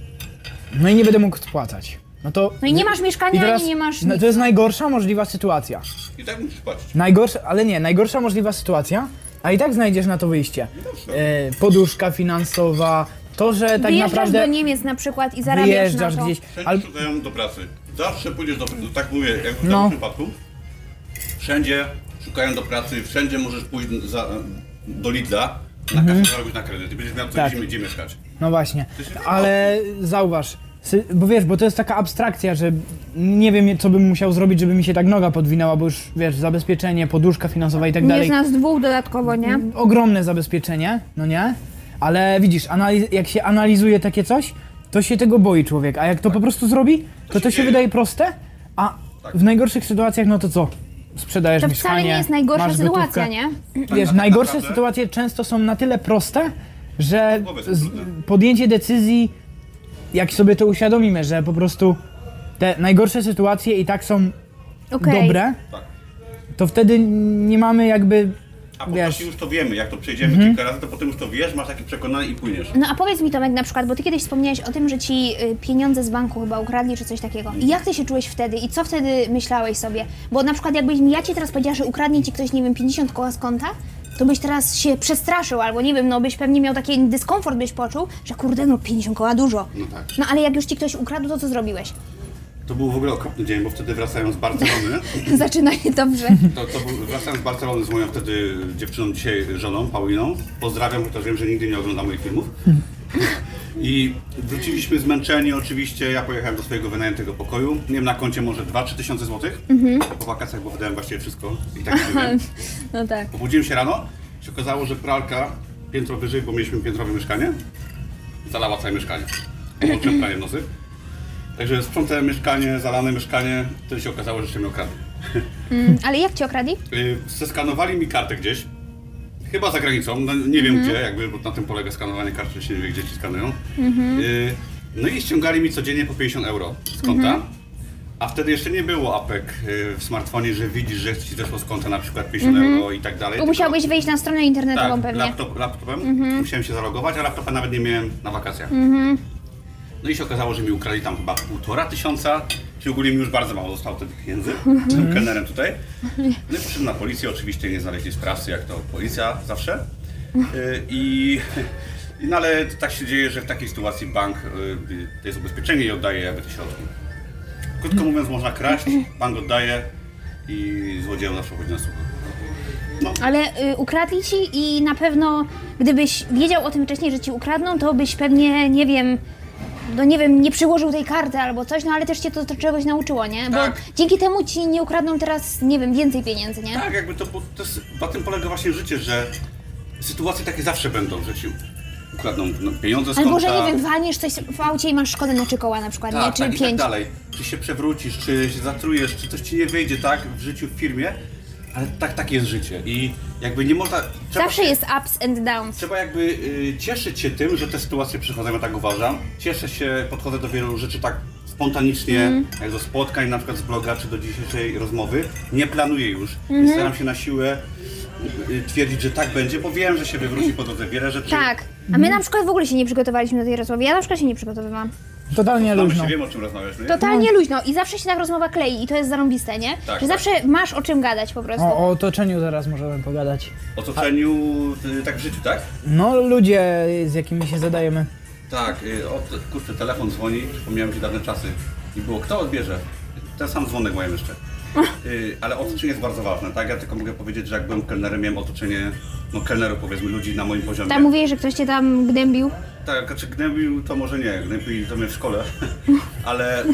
No i nie będę mógł spłacać. No to... No i nie masz mieszkania, I teraz, ani nie masz no, nic. to jest najgorsza możliwa sytuacja. I tak musisz płacić. Najgorsza możliwa sytuacja, a i tak znajdziesz na to wyjście. Poduszka finansowa, to, że tak Wyjeżdżasz naprawdę do Niemiec na przykład i zarabiasz wyjeżdżasz na to. gdzieś. Wszędzie szukają do pracy. Zawsze pójdziesz tak mówię, jak w No. tym przypadku. Wszędzie szukają do pracy, wszędzie możesz pójść do Lidla, na kasę zarobić na kredyt i będziesz miał Tak. gdzie mieszkać. No właśnie, ale zauważ, bo wiesz, bo to jest taka abstrakcja, że nie wiem, co bym musiał zrobić, żeby mi się tak noga podwinęła, bo już wiesz, zabezpieczenie, poduszka finansowa i tak Nie dalej. jest nas dwóch dodatkowo, nie? Ogromne zabezpieczenie, no nie? Ale widzisz, jak się analizuje takie coś, to się tego boi człowiek, a jak to po prostu zrobi, to się dzieje. wydaje proste, a w najgorszych sytuacjach, no to co? Sprzedajesz To mieszkanie, wcale nie jest najgorsza masz sytuacja, gotówkę. nie? Wiesz, Tak najgorsze naprawdę? sytuacje często są na tyle proste, że Głowy są trudne. podjęcie decyzji, jak sobie to uświadomimy, że po prostu te najgorsze sytuacje i tak są Okej. dobre, Tak. to wtedy nie mamy jakby, A po wiesz, prostu już to wiemy, jak to przejdziemy kilka razy, to potem już to wiesz, masz takie przekonanie i płyniesz. No a powiedz mi Tomek na przykład, bo ty kiedyś wspomniałeś o tym, że ci pieniądze z banku chyba ukradli czy coś takiego. I jak ty się czułeś wtedy i co wtedy myślałeś sobie? Bo na przykład jakbyś ja ci teraz powiedziała, że ukradnie ci ktoś, nie wiem, 50 koła z konta, to byś teraz się przestraszył albo nie wiem, no byś pewnie miał taki dyskomfort, byś poczuł, że kurde, no 50 koła dużo. No tak. No ale jak już ci ktoś ukradł, to co zrobiłeś? To był w ogóle okropny dzień, bo wtedy wracając z Barcelony, Zaczynaj dobrze. wracając z Barcelony z moją wtedy dziewczyną, dzisiaj żoną, Pauliną. Pozdrawiam, chociaż wiem, że nigdy nie ogląda moich filmów. I wróciliśmy zmęczeni oczywiście, ja pojechałem do swojego wynajętego pokoju. Nie wiem, na koncie może 2-3 tysiące złotych. Po wakacjach, bo wydałem właściwie wszystko i tak nie wiem. No tak. Obudziłem się rano, się okazało, że pralka piętro wyżej, bo mieliśmy piętrowe mieszkanie, zalała całe mieszkanie. Włączyłem pranie w nosy. Także sprzątałem mieszkanie, zalane mieszkanie, wtedy się okazało, że jeszcze mnie okradli. Ale jak cię okradli? Zeskanowali mi kartę gdzieś, chyba za granicą, no, nie wiem gdzie, jakby, bo na tym polega skanowanie kart, że się nie wie, gdzie ci skanują. No i ściągali mi codziennie po 50 euro z konta, a wtedy jeszcze nie było apek w smartfonie, że widzisz, że ci zeszło z konta na przykład 50 euro i tak dalej. Bo musiałbyś wejść na stronę internetową tak, pewnie. laptopem, musiałem się zalogować, a laptopa nawet nie miałem na wakacjach. No i się okazało, że mi ukradli tam chyba 1500, czyli ogólnie mi już bardzo mało zostało wtedy pieniędzy, tym kelnerem tutaj. No i poszedłem na policję, oczywiście nie znaleźli sprawcy, jak to policja zawsze. No ale tak się dzieje, że w takiej sytuacji bank, to jest ubezpieczenie i oddaje jakby te środki. Krótko mówiąc, można kraść, bank oddaje i złodziejom zawsze chodzi na słuch. No. Ale ukradli ci i na pewno, gdybyś wiedział o tym wcześniej, że ci ukradną, to byś pewnie, nie wiem, no nie wiem, nie przyłożył tej karty albo coś, no ale też cię to czegoś nauczyło, nie? Bo Tak. dzięki temu ci nie ukradną teraz, nie wiem, więcej pieniędzy, nie? Tak, jakby to jest, na tym polega właśnie życie, że sytuacje takie zawsze będą w życiu. Ukradną pieniądze z Albo, konta. że nie wiem, walniesz coś w aucie i masz szkodę na 3 koła na przykład, tak, nie? Czy tak, i tak 5. dalej. Czy się przewrócisz, czy się zatrujesz, czy coś ci nie wyjdzie, tak, w życiu, w firmie, Ale tak jest życie i jakby nie można... Zawsze jest ups and downs. Trzeba jakby cieszyć się tym, że te sytuacje przychodzą, ja tak uważam. Cieszę się, podchodzę do wielu rzeczy tak spontanicznie, jak do spotkań na przykład z bloga, czy do dzisiejszej rozmowy. Nie planuję już. Nie staram się na siłę twierdzić, że tak będzie, bo wiem, że się wywróci po drodze wiele rzeczy. Tak. A my na przykład w ogóle się nie przygotowaliśmy do tej rozmowy. Ja na przykład się nie przygotowywałam. Totalnie Znamy luźno. się, wiem o czym rozmawiasz, nie? Totalnie luźno i zawsze się tak rozmowa klei i to jest zarąbiste, nie? Tak, Że tak. zawsze masz o czym gadać po prostu. O otoczeniu zaraz możemy pogadać. O otoczeniu, tak w życiu, tak? No ludzie, z jakimi się zadajemy. Tak, kurczę, telefon dzwoni, przypomniałem ci dawne czasy i było, kto odbierze? Ten sam dzwonek mają jeszcze. Ale otoczenie jest bardzo ważne, tak? Ja tylko mogę powiedzieć, że jak byłem kelnerem, miałem otoczenie, no kelnerów powiedzmy, ludzi na moim poziomie. Tam mówiłeś, że ktoś cię tam gnębił. Tak, znaczy gnębił to może nie, gnębili to mnie w szkole, ale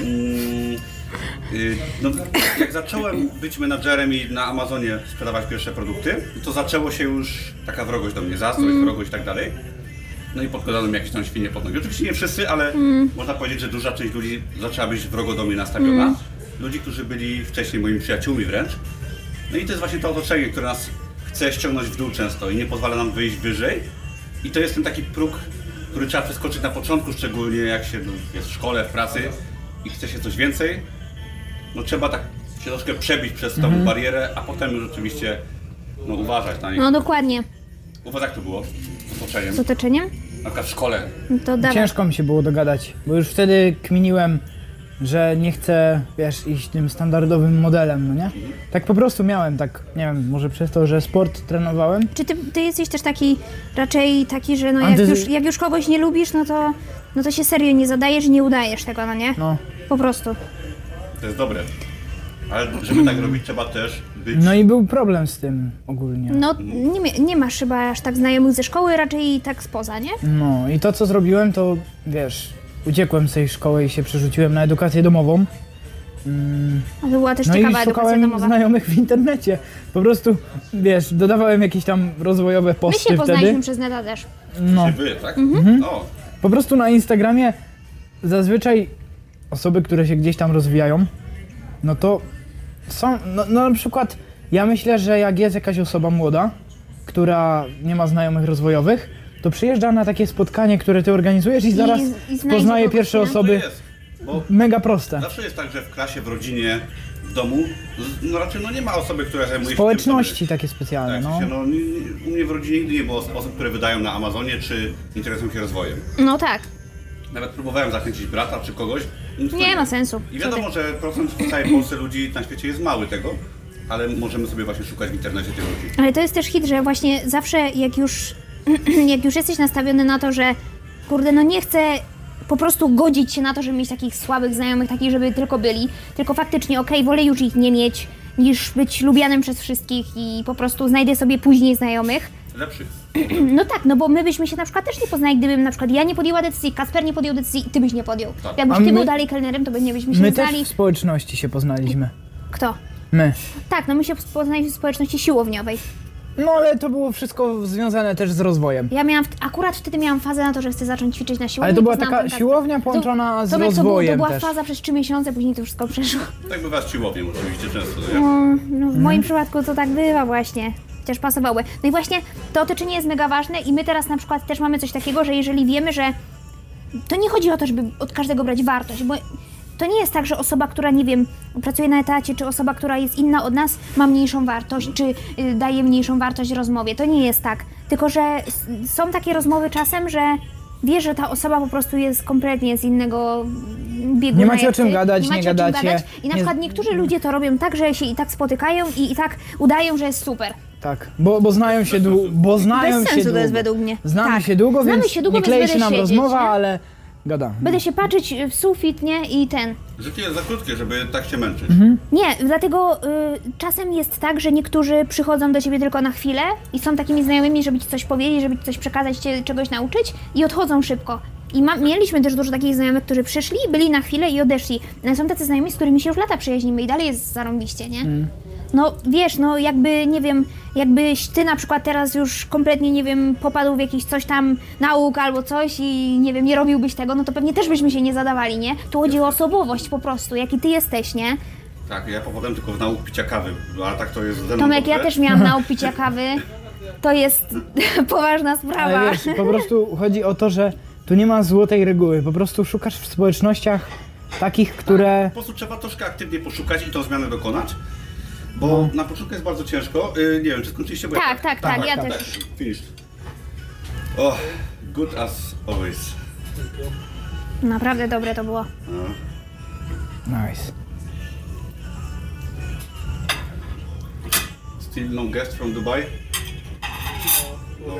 no, jak zacząłem być menadżerem i na Amazonie sprzedawać pierwsze produkty, to zaczęło się już taka wrogość do mnie, zazdrość, wrogość i tak dalej. No i podkładano mi jakieś tam świnie pod nogi. Oczywiście nie wszyscy, ale można powiedzieć, że duża część ludzi zaczęła być wrogo do mnie nastawiona. Ludzi, którzy byli wcześniej moimi przyjaciółmi wręcz. No i to jest właśnie to otoczenie, które nas chce ściągnąć w dół często i nie pozwala nam wyjść wyżej. I to jest ten taki próg, który trzeba przeskoczyć na początku, szczególnie jak się jest w szkole, w pracy i chce się coś więcej. No trzeba tak się troszkę przebić przez tą barierę, a potem już oczywiście no, uważać na nie. No dokładnie. U was jak to było z otoczeniem? Z otoczeniem? Na przykład w szkole. No to dawaj. Ciężko mi się było dogadać, bo już wtedy kminiłem, że nie chcę, wiesz, iść tym standardowym modelem, no nie? Tak po prostu miałem, tak, nie wiem, może przez to, że sport trenowałem. Czy ty jesteś też taki, raczej taki, że no jak już kogoś nie lubisz, no to się serio nie zadajesz i nie udajesz tego, no nie? No. Po prostu. To jest dobre. Ale żeby tak robić, trzeba też być... No i był problem z tym ogólnie. No nie masz chyba aż tak znajomych ze szkoły, raczej tak spoza, nie? No i to, co zrobiłem, to wiesz, uciekłem z tej szkoły i się przerzuciłem na edukację domową. A to była też No ciekawa i edukacja szukałem domowa. znajomych w internecie. Po prostu, wiesz, dodawałem jakieś tam rozwojowe My posty się poznaliśmy wtedy. przez neta też. No, Wy, tak? O, po prostu na Instagramie zazwyczaj osoby, które się gdzieś tam rozwijają, no to są, no na przykład ja myślę, że jak jest jakaś osoba młoda, która nie ma znajomych rozwojowych, to przyjeżdża na takie spotkanie, które ty organizujesz i zaraz i znajdzie poznaje kogoś, pierwsze nie? to osoby. jest. Bo Mega proste. zawsze jest tak, że w klasie, w rodzinie, w domu, no raczej no nie ma osoby, która zajmuje się Społeczności tym, takie specjalne, tak, no. w sensie, no, u mnie w rodzinie nigdy nie było osób, które wydają na Amazonie, czy interesują się rozwojem. No tak. Nawet próbowałem zachęcić brata czy kogoś. Nic to Nie ma sensu. I Co ty? wiadomo, że procent w całej Polsce ludzi na świecie jest mały tego, ale możemy sobie właśnie szukać w internecie tych ludzi. Ale to jest też hit, że właśnie zawsze jak już jesteś nastawiony na to, że kurde, no nie chcę po prostu godzić się na to, żeby mieć takich słabych znajomych, takich, żeby tylko byli, tylko faktycznie okej, wolę już ich nie mieć, niż być lubianym przez wszystkich i po prostu znajdę sobie później znajomych. Lepszych. No tak, no bo my byśmy się na przykład też nie poznali, gdybym na przykład ja nie podjęła decyzji, Kasper nie podjął decyzji i ty byś nie podjął. Tak. Jakbyś A ty my- był dalej kelnerem, to by nie byśmy się My nie też znali. w społeczności się poznaliśmy. Kto? My. Tak, no my się poznaliśmy w społeczności siłowniowej. No ale to było wszystko związane też z rozwojem. Ja miałam, akurat wtedy miałam fazę na to, że chcę zacząć ćwiczyć na siłowni. Ale to była poznałam taka ten Kasper. siłownia połączona z to rozwojem była też. faza przez 3 miesiące, później to wszystko przeszło. Tak bywa z siłownią oczywiście często, nie? No, w moim przypadku to tak bywa właśnie. Chociaż pasowały. No i właśnie to otoczenie jest mega ważne i my teraz na przykład też mamy coś takiego, że jeżeli wiemy, że to nie chodzi o to, żeby od każdego brać wartość, bo to nie jest tak, że osoba, która, nie wiem, pracuje na etacie, czy osoba, która jest inna od nas, ma mniejszą wartość, czy daje mniejszą wartość rozmowie. To nie jest tak. Tylko, że są takie rozmowy czasem, że wiesz, że ta osoba po prostu jest kompletnie z innego biegu. Nie macie o czym gadać, nie macie o czym gadacie, gadać. I na nie- przykład niektórzy ludzie to robią tak, że się i tak spotykają i tak udają, że jest super. Tak, bo znają się długo, Bez sensu to jest według mnie. Znamy Tak. się długo, Znamy więc się długo, nie więc klei będę się nam siedzieć, rozmowa, nie? ale gada. Będę się patrzeć w sufit, nie? I ten. Życie jest za krótkie, żeby tak się męczyć. Nie, dlatego czasem jest tak, że niektórzy przychodzą do ciebie tylko na chwilę i są takimi znajomymi, żeby ci coś powiedzieć, żeby ci coś przekazać, cię czegoś nauczyć i odchodzą szybko. I mieliśmy też dużo takich znajomych, którzy przyszli, byli na chwilę i odeszli. Ale są tacy znajomi, z którymi się już lata przyjaźnimy i dalej jest zarąbiście, nie? No wiesz, no jakby, nie wiem, jakbyś ty na przykład teraz już kompletnie, nie wiem, popadł w jakiś coś tam nauk albo coś i nie wiem, nie robiłbyś tego, no to pewnie też byśmy się nie zadawali, nie? Tu chodzi o osobowość po prostu, jaki ty jesteś, nie? Tak, ja popadłem tylko w nauk picia kawy, a tak to jest ze mną Tomek, ja dobrze. też miałam nauk picia kawy. To jest poważna sprawa. Ale wiesz, po prostu chodzi o to, że tu nie ma złotej reguły. Po prostu szukasz w społecznościach takich, które... Po prostu trzeba troszkę aktywnie poszukać i tą zmianę dokonać, bo na początku jest bardzo ciężko. Nie wiem, czy skończyliście? Bo Tak, ja też. Finished. Oh, good as always. Naprawdę dobre to było. Nice. Still no guest from Dubai? No.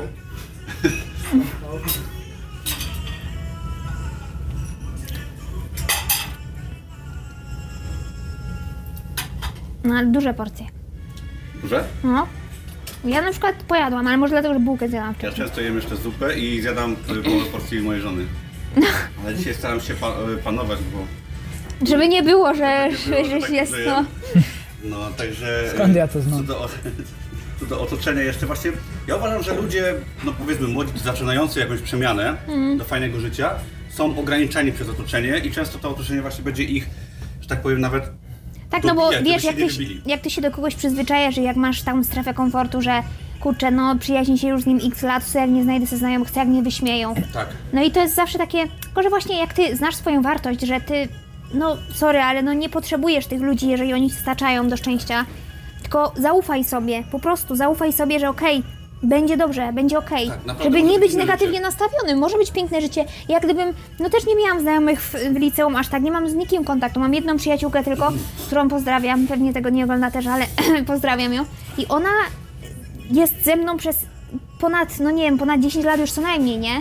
No ale duże porcje. Duże? No. Ja na przykład pojadłam, ale może dlatego, że bułkę zjadłam Ja wcześniej. często jem jeszcze zupę i zjadam połowę porcji mojej żony. Ale dzisiaj staram się panować, bo... Żeby nie było, że tak jest żyję. to... No, także... Skąd ja to znam? Co do otoczenia jeszcze właśnie, ja uważam, że ludzie, no powiedzmy młodzi, zaczynający jakąś przemianę do fajnego życia, są ograniczani przez otoczenie i często to otoczenie właśnie będzie ich, że tak powiem, nawet Tak, no bo dobijać, wiesz, żeby się nie wybili. jak ty się do kogoś przyzwyczajasz, że jak masz taką strefę komfortu, że kurczę, no przyjaźni się już z nim x lat, co jak nie znajdę sobie znajomych, co jak mnie wyśmieją. Tak. No i to jest zawsze takie, tylko że właśnie jak ty znasz swoją wartość, że ty, no sorry, ale no nie potrzebujesz tych ludzi, jeżeli oni ci staczają do szczęścia, tylko zaufaj sobie, po prostu zaufaj sobie, że okej, będzie dobrze, będzie okej. Tak, naprawdę Żeby może nie być być piękne negatywnie życie. nastawionym, może być piękne życie. Ja gdybym, no też nie miałam znajomych w liceum aż tak, nie mam z nikim kontaktu, mam jedną przyjaciółkę tylko, którą pozdrawiam, pewnie tego nie ogląda też, ale pozdrawiam ją. I ona jest ze mną przez ponad, no nie wiem, ponad 10 lat już co najmniej, nie?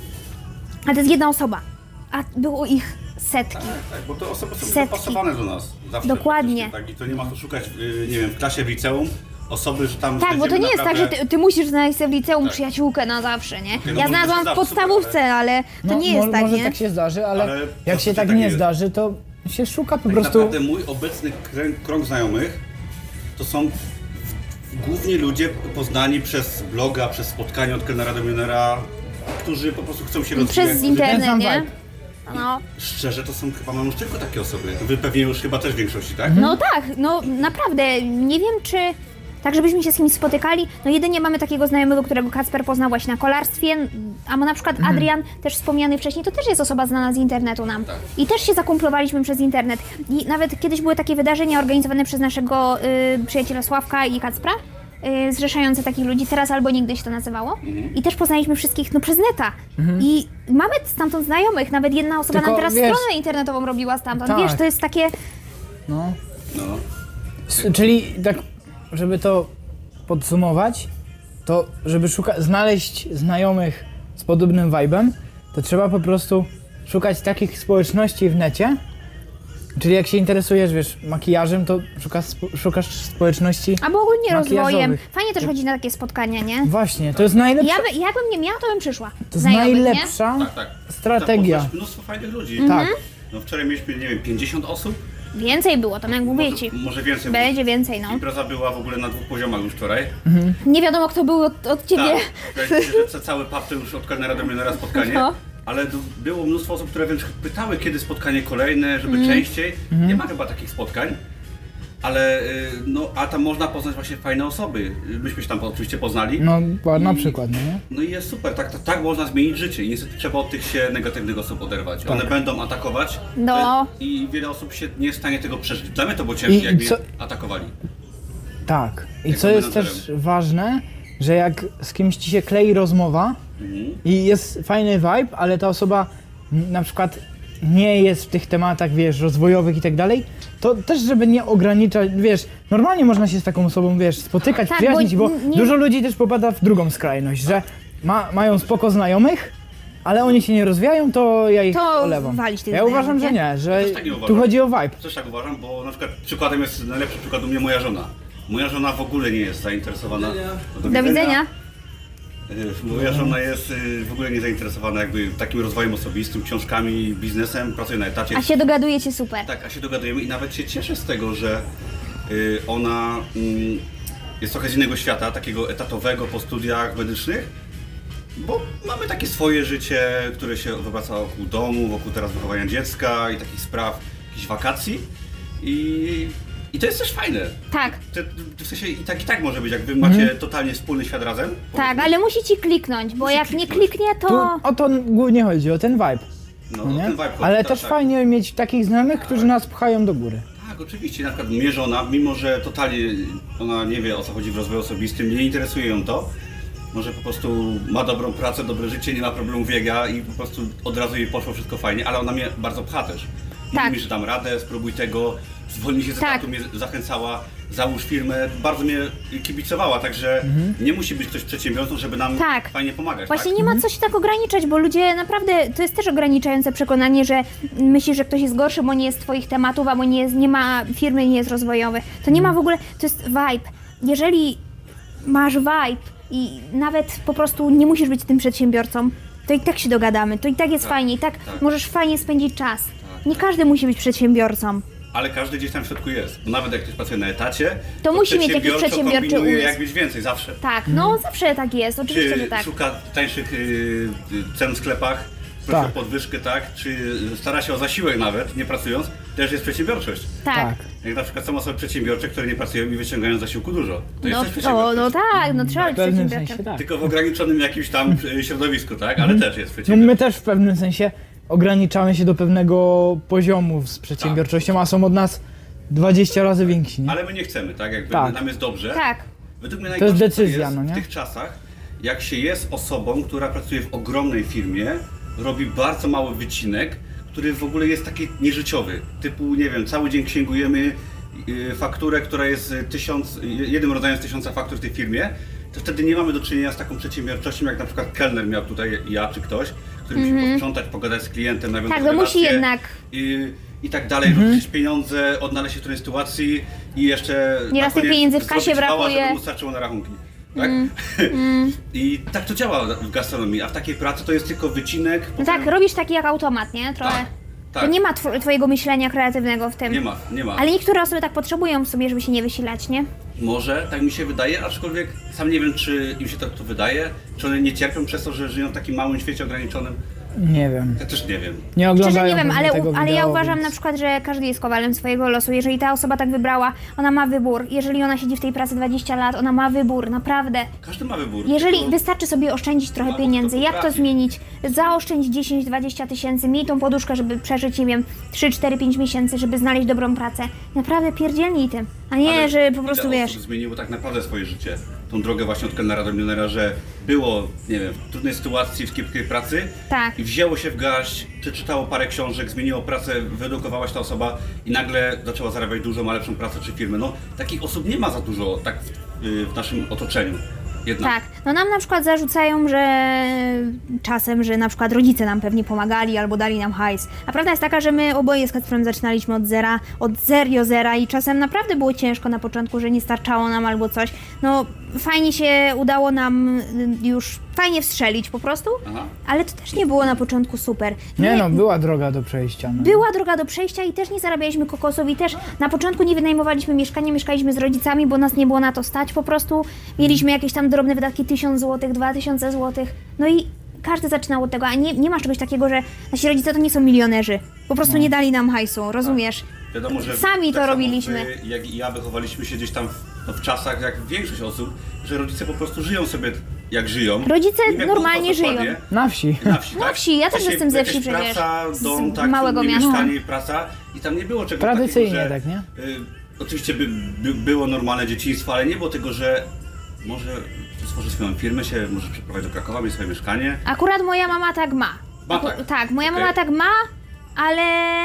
Ale to jest jedna osoba, a było ich setki. Tak, bo to osoby są Setki. dopasowane do nas. Zawsze Dokładnie. praktycznie, Tak, i to nie ma co szukać, nie wiem, w klasie, w liceum, osoby, że tam Tak, bo to znajdziemy nie jest tak, że naprawdę- ty musisz znaleźć sobie w liceum Tak. przyjaciółkę na zawsze, nie? no Ja może znalazłam też w zawsze, podstawówce, ale to nie jest tak, Może nie? tak się zdarzy, ale Ale jak to się tak tak nie nie jest. zdarzy, to się szuka po Tak prostu... naprawdę mój obecny krąg znajomych to są głównie ludzie poznani przez bloga, przez spotkania od kelnera do milionera, którzy po prostu chcą się rozwijać. Przez którzy- internet, sam nie? vibe. No. Szczerze, to są chyba mam już tylko takie osoby. Wy pewnie już chyba też w większości, tak? No tak, no naprawdę, nie wiem czy tak żebyśmy się z kimś spotykali, no jedynie mamy takiego znajomego, którego Kacper poznał właśnie na kolarstwie, a na przykład Adrian, też wspomniany wcześniej, to też jest osoba znana z internetu nam. Tak. I też się zakumplowaliśmy przez internet. I nawet kiedyś były takie wydarzenia organizowane przez naszego przyjaciela Sławka i Kacpra, zrzeszające takich ludzi, teraz albo nigdy się to nazywało. I też poznaliśmy wszystkich no, przez neta. I mamy stamtąd znajomych, nawet jedna osoba Tylko nam teraz wiesz- stronę internetową robiła stamtąd. Tak. Wiesz, to jest takie... No. No. Czyli tak, żeby to podsumować, to żeby znaleźć znajomych z podobnym vibe'em, to trzeba po prostu szukać takich społeczności w necie. Czyli jak się interesujesz, wiesz, makijażem, to szukasz społeczności Albo ogólnie rozwojem. makijażowych. Fajnie też chodzić na takie spotkania, nie? Właśnie, to jest najlepsza, Jakbym nie miała, to bym przyszła. to jest Znajomych, nie? najlepsza Tak, tak. strategia. Tam poznać mnóstwo fajnych ludzi. Tak. No wczoraj mieliśmy, nie wiem, 50 osób? Więcej było, to jak mówię ci. Może więcej. Będzie więcej, no. Impreza była w ogóle na 2 poziomach już wczoraj. Nie wiadomo, kto był od ciebie. Tak, wydaje mi się, że cały pub to już od kelnera do milionera spotkanie. No. Ale było mnóstwo osób, które wręcz pytały, kiedy spotkanie kolejne, żeby częściej. Nie ma chyba takich spotkań. Ale no, a tam można poznać właśnie fajne osoby. Myśmy się tam oczywiście poznali. No, na I- przykład, no nie? No i jest super, tak można zmienić życie i niestety trzeba od tych się negatywnych osób oderwać. One będą atakować No. i wiele osób się nie jest w stanie tego przeżyć. Dla mnie to było ciężkie, I jak mnie co- atakowali. Tak. I Jak co jest menadżerem. też ważne, że jak z kimś ci się klei rozmowa i jest fajny vibe, ale ta osoba na przykład nie jest w tych tematach, wiesz, rozwojowych i tak dalej, to też, żeby nie ograniczać, wiesz, normalnie można się z taką osobą, wiesz, spotykać, Tak, przyjaźnić, bo bo nie- dużo ludzi też popada w drugą skrajność, że mają spoko znajomych, ale oni się nie rozwijają, to ja ich To olewam. walić tych Ja uważam, że znajomych, nie, że Też tak nie tu uważam. chodzi o vibe. Też tak uważam, bo na przykład przykładem jest, najlepszy przykład u mnie moja żona. Moja żona w ogóle nie jest zainteresowana. Do widzenia. Moja żona jest w ogóle nie zainteresowana jakby takim rozwojem osobistym, książkami, biznesem, pracuje na etacie. A się dogadujecie super. Tak, a się dogadujemy i nawet się cieszę z tego, że ona jest trochę z innego świata, takiego etatowego po studiach medycznych, bo mamy takie swoje życie, które się obraca wokół domu, wokół teraz wychowania dziecka i takich spraw, jakichś wakacji i I to jest też fajne. Tak, W sensie i tak może być, jak wy macie totalnie wspólny świat razem. tak, ale musi ci kliknąć, bo Musi jak nie kliknąć. kliknie, Tu to... o to głównie chodzi, o ten vibe. No, No nie? ten vibe chodzi, Ale tak, też tak. fajnie mieć takich znajomych, którzy nas pchają do góry. Tak, oczywiście, na przykład mnie żona, mimo że totalnie ona nie wie, o co chodzi w rozwoju osobistym, nie interesuje ją to, może po prostu ma dobrą pracę, dobre życie, nie ma problemu biega i po prostu od razu jej poszło wszystko fajnie, ale ona mnie bardzo pcha też. I Tak. mówi, że dam radę, spróbuj tego, zwolnij się z Tak. etatu, mnie zachęcała, załóż firmę, bardzo mnie kibicowała, także nie musi być ktoś przedsiębiorcą, żeby nam Tak. fajnie pomagać. Właśnie tak? nie ma co się tak ograniczać, bo ludzie naprawdę, to jest też ograniczające przekonanie, że myślisz, że ktoś jest gorszy, bo nie jest twoich tematów, albo nie ma firmy, nie jest rozwojowy. To nie ma w ogóle, to jest vibe. Jeżeli masz vibe i nawet po prostu nie musisz być tym przedsiębiorcą, to i tak się dogadamy, to i tak jest Tak, fajnie, i tak tak. możesz fajnie spędzić czas. Nie każdy musi być przedsiębiorcą. Ale każdy gdzieś tam w środku jest. Bo nawet jak ktoś pracuje na etacie, To musi mieć jakiś przedsiębiorczy kombinuje umysł. jak być więcej, zawsze. Tak, no zawsze tak jest, oczywiście, że Czy tak. szuka tańszych cen w sklepach, prosi Tak. o podwyżkę, tak? Czy stara się o zasiłek nawet, nie pracując, też jest przedsiębiorczość. Tak. Jak na przykład są osoby przedsiębiorcze, które nie pracują i wyciągają zasiłku dużo. To jest No, też przedsiębiorczość. no tak, no trzeba W być pewnym przedsiębiorczym. sensie tak. Tylko w ograniczonym jakimś tam środowisku, tak? Ale też jest No przedsiębiorczość. my też w pewnym sensie ograniczamy się do pewnego poziomu z przedsiębiorczością, a są od nas 20 razy więksi, nie? Ale my nie chcemy, tak? Jakby Tak. nam jest dobrze. Tak. Według mnie jest najgorsze decyzja, jest no nie? w tych czasach, jak się jest osobą, która pracuje w ogromnej firmie, robi bardzo mały wycinek, który w ogóle jest taki nieżyciowy. Typu, nie wiem, cały dzień księgujemy fakturę, która jest jednym rodzajem z 1000 faktur w tej firmie, to wtedy nie mamy do czynienia z taką przedsiębiorczością, jak na przykład kelner miał tutaj ja czy ktoś, który musi posprzątać, pogadać z klientem, nawiązać Tak, to musi relacje jednak. I tak dalej, rozliczyć pieniądze, odnaleźć się w trudnej sytuacji i jeszcze Nieraz na tych koniec pieniędzy w kasie zrobić hałas, brakuje. żeby mu starczyło na rachunki. Tak? I tak to działa w gastronomii, a w takiej pracy to jest tylko wycinek. No potem- tak, robisz taki jak automat, nie? Trochę. Tak, tak. To nie ma twojego myślenia kreatywnego w tym. Nie ma. Ale niektóre osoby tak potrzebują w sobie, żeby się nie wysilać, nie? Może, tak mi się wydaje, aczkolwiek sam nie wiem, czy im się to wydaje, czy one nie cierpią przez to, że żyją w takim małym świecie ograniczonym. Nie wiem. Ja też nie wiem. Nie oglądają Szczerze nie wiem, pewnie tego ale ja wideo, uważam więc- na przykład, że każdy jest kowalem swojego losu. Jeżeli ta osoba tak wybrała, ona ma wybór. Jeżeli ona siedzi w tej pracy 20 lat, ona ma wybór, naprawdę. Każdy ma wybór. Jeżeli tylko- wystarczy sobie oszczędzić trochę Mało kto pieniędzy, jak to potrafi. zmienić? Zaoszczędź 10-20 tysięcy, miej tą poduszkę, żeby przeżyć, nie wiem, 3, 4, 5 miesięcy, żeby znaleźć dobrą pracę. Naprawdę pierdzielnij tym, a nie, Ale że po ile prostu osób wiesz. zmieniło tak naprawdę swoje życie. Tą drogę właśnie od kelnera do milionera, że było, nie wiem, w trudnej sytuacji, w kiepskiej pracy Tak. i wzięło się w garść, przeczytało parę książek, zmieniło pracę, wyedukowałaś ta osoba i nagle zaczęła zarabiać dużo, ma lepszą pracę czy firmę. No, takich osób nie ma za dużo tak w naszym otoczeniu. Jednak. Tak, no nam na przykład zarzucają, że czasem, że na przykład rodzice nam pewnie pomagali albo dali nam hajs. A prawda jest taka, że my oboje z Kacprem zaczynaliśmy od zera, od serio zera i czasem naprawdę było ciężko na początku, że nie starczało nam albo coś. No fajnie się udało nam już fajnie wstrzelić po prostu, Aha. ale to też nie było na początku super. Nie no, była droga do przejścia. No. Była droga do przejścia i też nie zarabialiśmy kokosów i też na początku nie wynajmowaliśmy mieszkania, mieszkaliśmy z rodzicami, bo nas nie było na to stać po prostu. Mieliśmy jakieś tam drobne wydatki 1000 zł, 2000 zł. No i każdy zaczynał od tego, a nie masz czegoś takiego, że nasi rodzice to nie są milionerzy. Po prostu nie dali nam hajsu, rozumiesz? Wiadomo, że Sami to tak samo robiliśmy. Wy, jak i ja wychowaliśmy się gdzieś tam w czasach, jak większość osób, że rodzice po prostu żyją sobie jak żyją. Rodzice Nie wiem, jak normalnie było dokładnie. żyją. Na wsi. Na wsi, Na tak? wsi, ja też Właśnie jestem ze jakaś wsi przecież, praca, dom, z tak, małego nie miasta. mieszkanie i praca i tam nie było czegoś Tradycyjnie, takiego, że, tak, nie? Oczywiście było normalne dzieciństwo, ale nie było tego, że może stworzy swoją firmę, się może przeprowadzić do Krakowa, mieć swoje mieszkanie. Akurat moja mama tak ma. Ma tak? Tak, moja Okej. mama tak ma, ale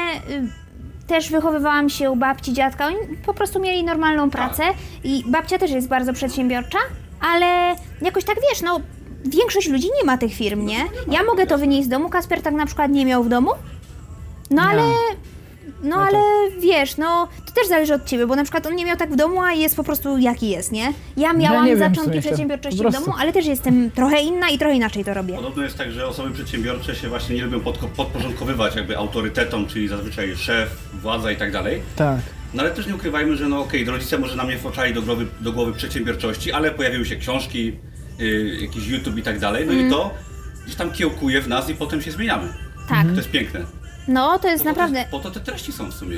też wychowywałam się u babci, dziadka. Oni po prostu mieli normalną pracę i babcia też jest bardzo przedsiębiorcza, ale jakoś tak wiesz, no większość ludzi nie ma tych firm, nie? Ja mogę to wynieść z domu, Kasper tak na przykład nie miał w domu, no Nie. ale... No ale wiesz, no to też zależy od ciebie, bo na przykład on nie miał tak w domu, a jest po prostu jaki jest, nie? Ja miałam nie wiem, w zaczątki sumie, przedsiębiorczości po w prostu. domu, ale też jestem trochę inna i trochę inaczej to robię. Podobno jest tak, że osoby przedsiębiorcze się właśnie nie lubią podporządkowywać jakby autorytetom, czyli zazwyczaj szef, władza i tak dalej. Tak. No ale też nie ukrywajmy, że no okej, rodzice może nam nie włączali do głowy przedsiębiorczości, ale pojawiły się książki, jakiś YouTube i tak dalej, no i to gdzieś tam kiełkuje w nas i potem się zmieniamy. Tak, To jest piękne. no to jest Po to naprawdę... Po to te treści są w sumie.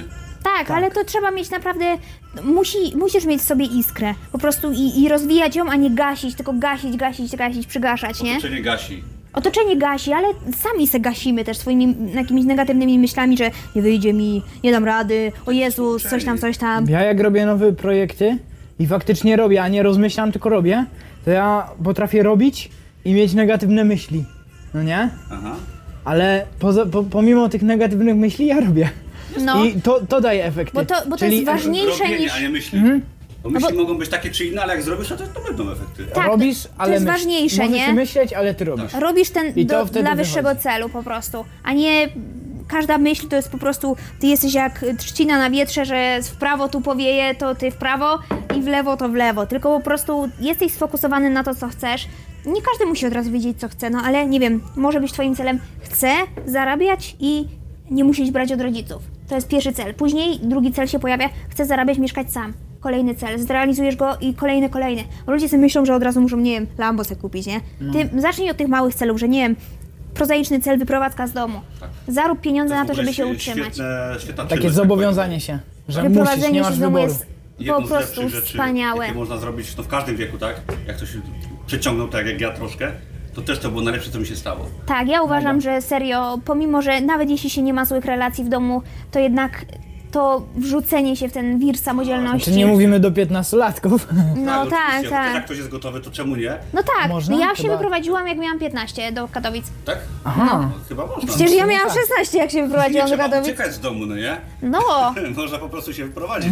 Tak, ale to trzeba mieć naprawdę, musisz mieć w sobie iskrę, po prostu i rozwijać ją, a nie gasić, tylko gasić, przygaszać, nie? Otoczenie gasi. Otoczenie gasi, ale sami se gasimy też swoimi jakimiś negatywnymi myślami, że nie wyjdzie mi, nie dam rady, o Jezus, coś tam. Ja jak robię nowe projekty i faktycznie robię, a nie rozmyślam, tylko robię, to ja potrafię robić i mieć negatywne myśli, no nie? Aha. Ale pomimo tych negatywnych myśli ja robię. No, I to daje efekty. bo to jest ważniejsze Robienie, niż... a nie myśli. Bo myśli mogą być takie czy inne, ale jak zrobisz, to będą efekty. Tak, robisz, to ale jest myśl. ważniejsze, Możesz nie? myśleć, ale ty robisz. Robisz ten I to wtedy dla wychodzi. wyższego celu po prostu, a nie każda myśl to jest po prostu, ty jesteś jak trzcina na wietrze, że w prawo tu powieje, to ty w prawo i w lewo to w lewo, tylko po prostu jesteś sfokusowany na to, co chcesz. Nie każdy musi od razu wiedzieć, co chce, no ale nie wiem, może być twoim celem, chcę zarabiać i nie musisz brać od rodziców. To jest pierwszy cel. Później drugi cel się pojawia, chcę zarabiać, mieszkać sam. Kolejny cel, zrealizujesz go i kolejny. Bo ludzie sobie myślą, że od razu muszą, nie wiem, Lambo sobie kupić, nie? Ty zacznij od tych małych celów, że nie wiem, prozaiczny cel, wyprowadzka z domu. Zarób pieniądze na to, żeby się utrzymać. Świetna Takie czynność, zobowiązanie się, że musisz, Wyprowadzenie nie się masz z domu wyboru. jest Jedną po z prostu lepszych rzeczy, wspaniałe. jakie można zrobić w każdym wieku, tak? Jak ktoś przeciągnął tak jak ja troszkę, to też to było najlepsze, co mi się stało. Tak, ja uważam, że serio, pomimo, że nawet jeśli się nie ma złych relacji w domu, to jednak to wrzucenie się w ten wir samodzielności. Czy nie mówimy do 15-latków? No oczywiście, tak, też tak. Jak ktoś jest gotowy, to czemu nie? No tak, Można? ja się Chyba- wyprowadziłam jak miałam 15 do Katowic. Tak? Aha. No, chyba można. Przecież ja no miałam tak. 16 jak się Nie wyprowadziłam do trzeba Katowic. uciekać z domu, no nie? No, Można po prostu się wyprowadzić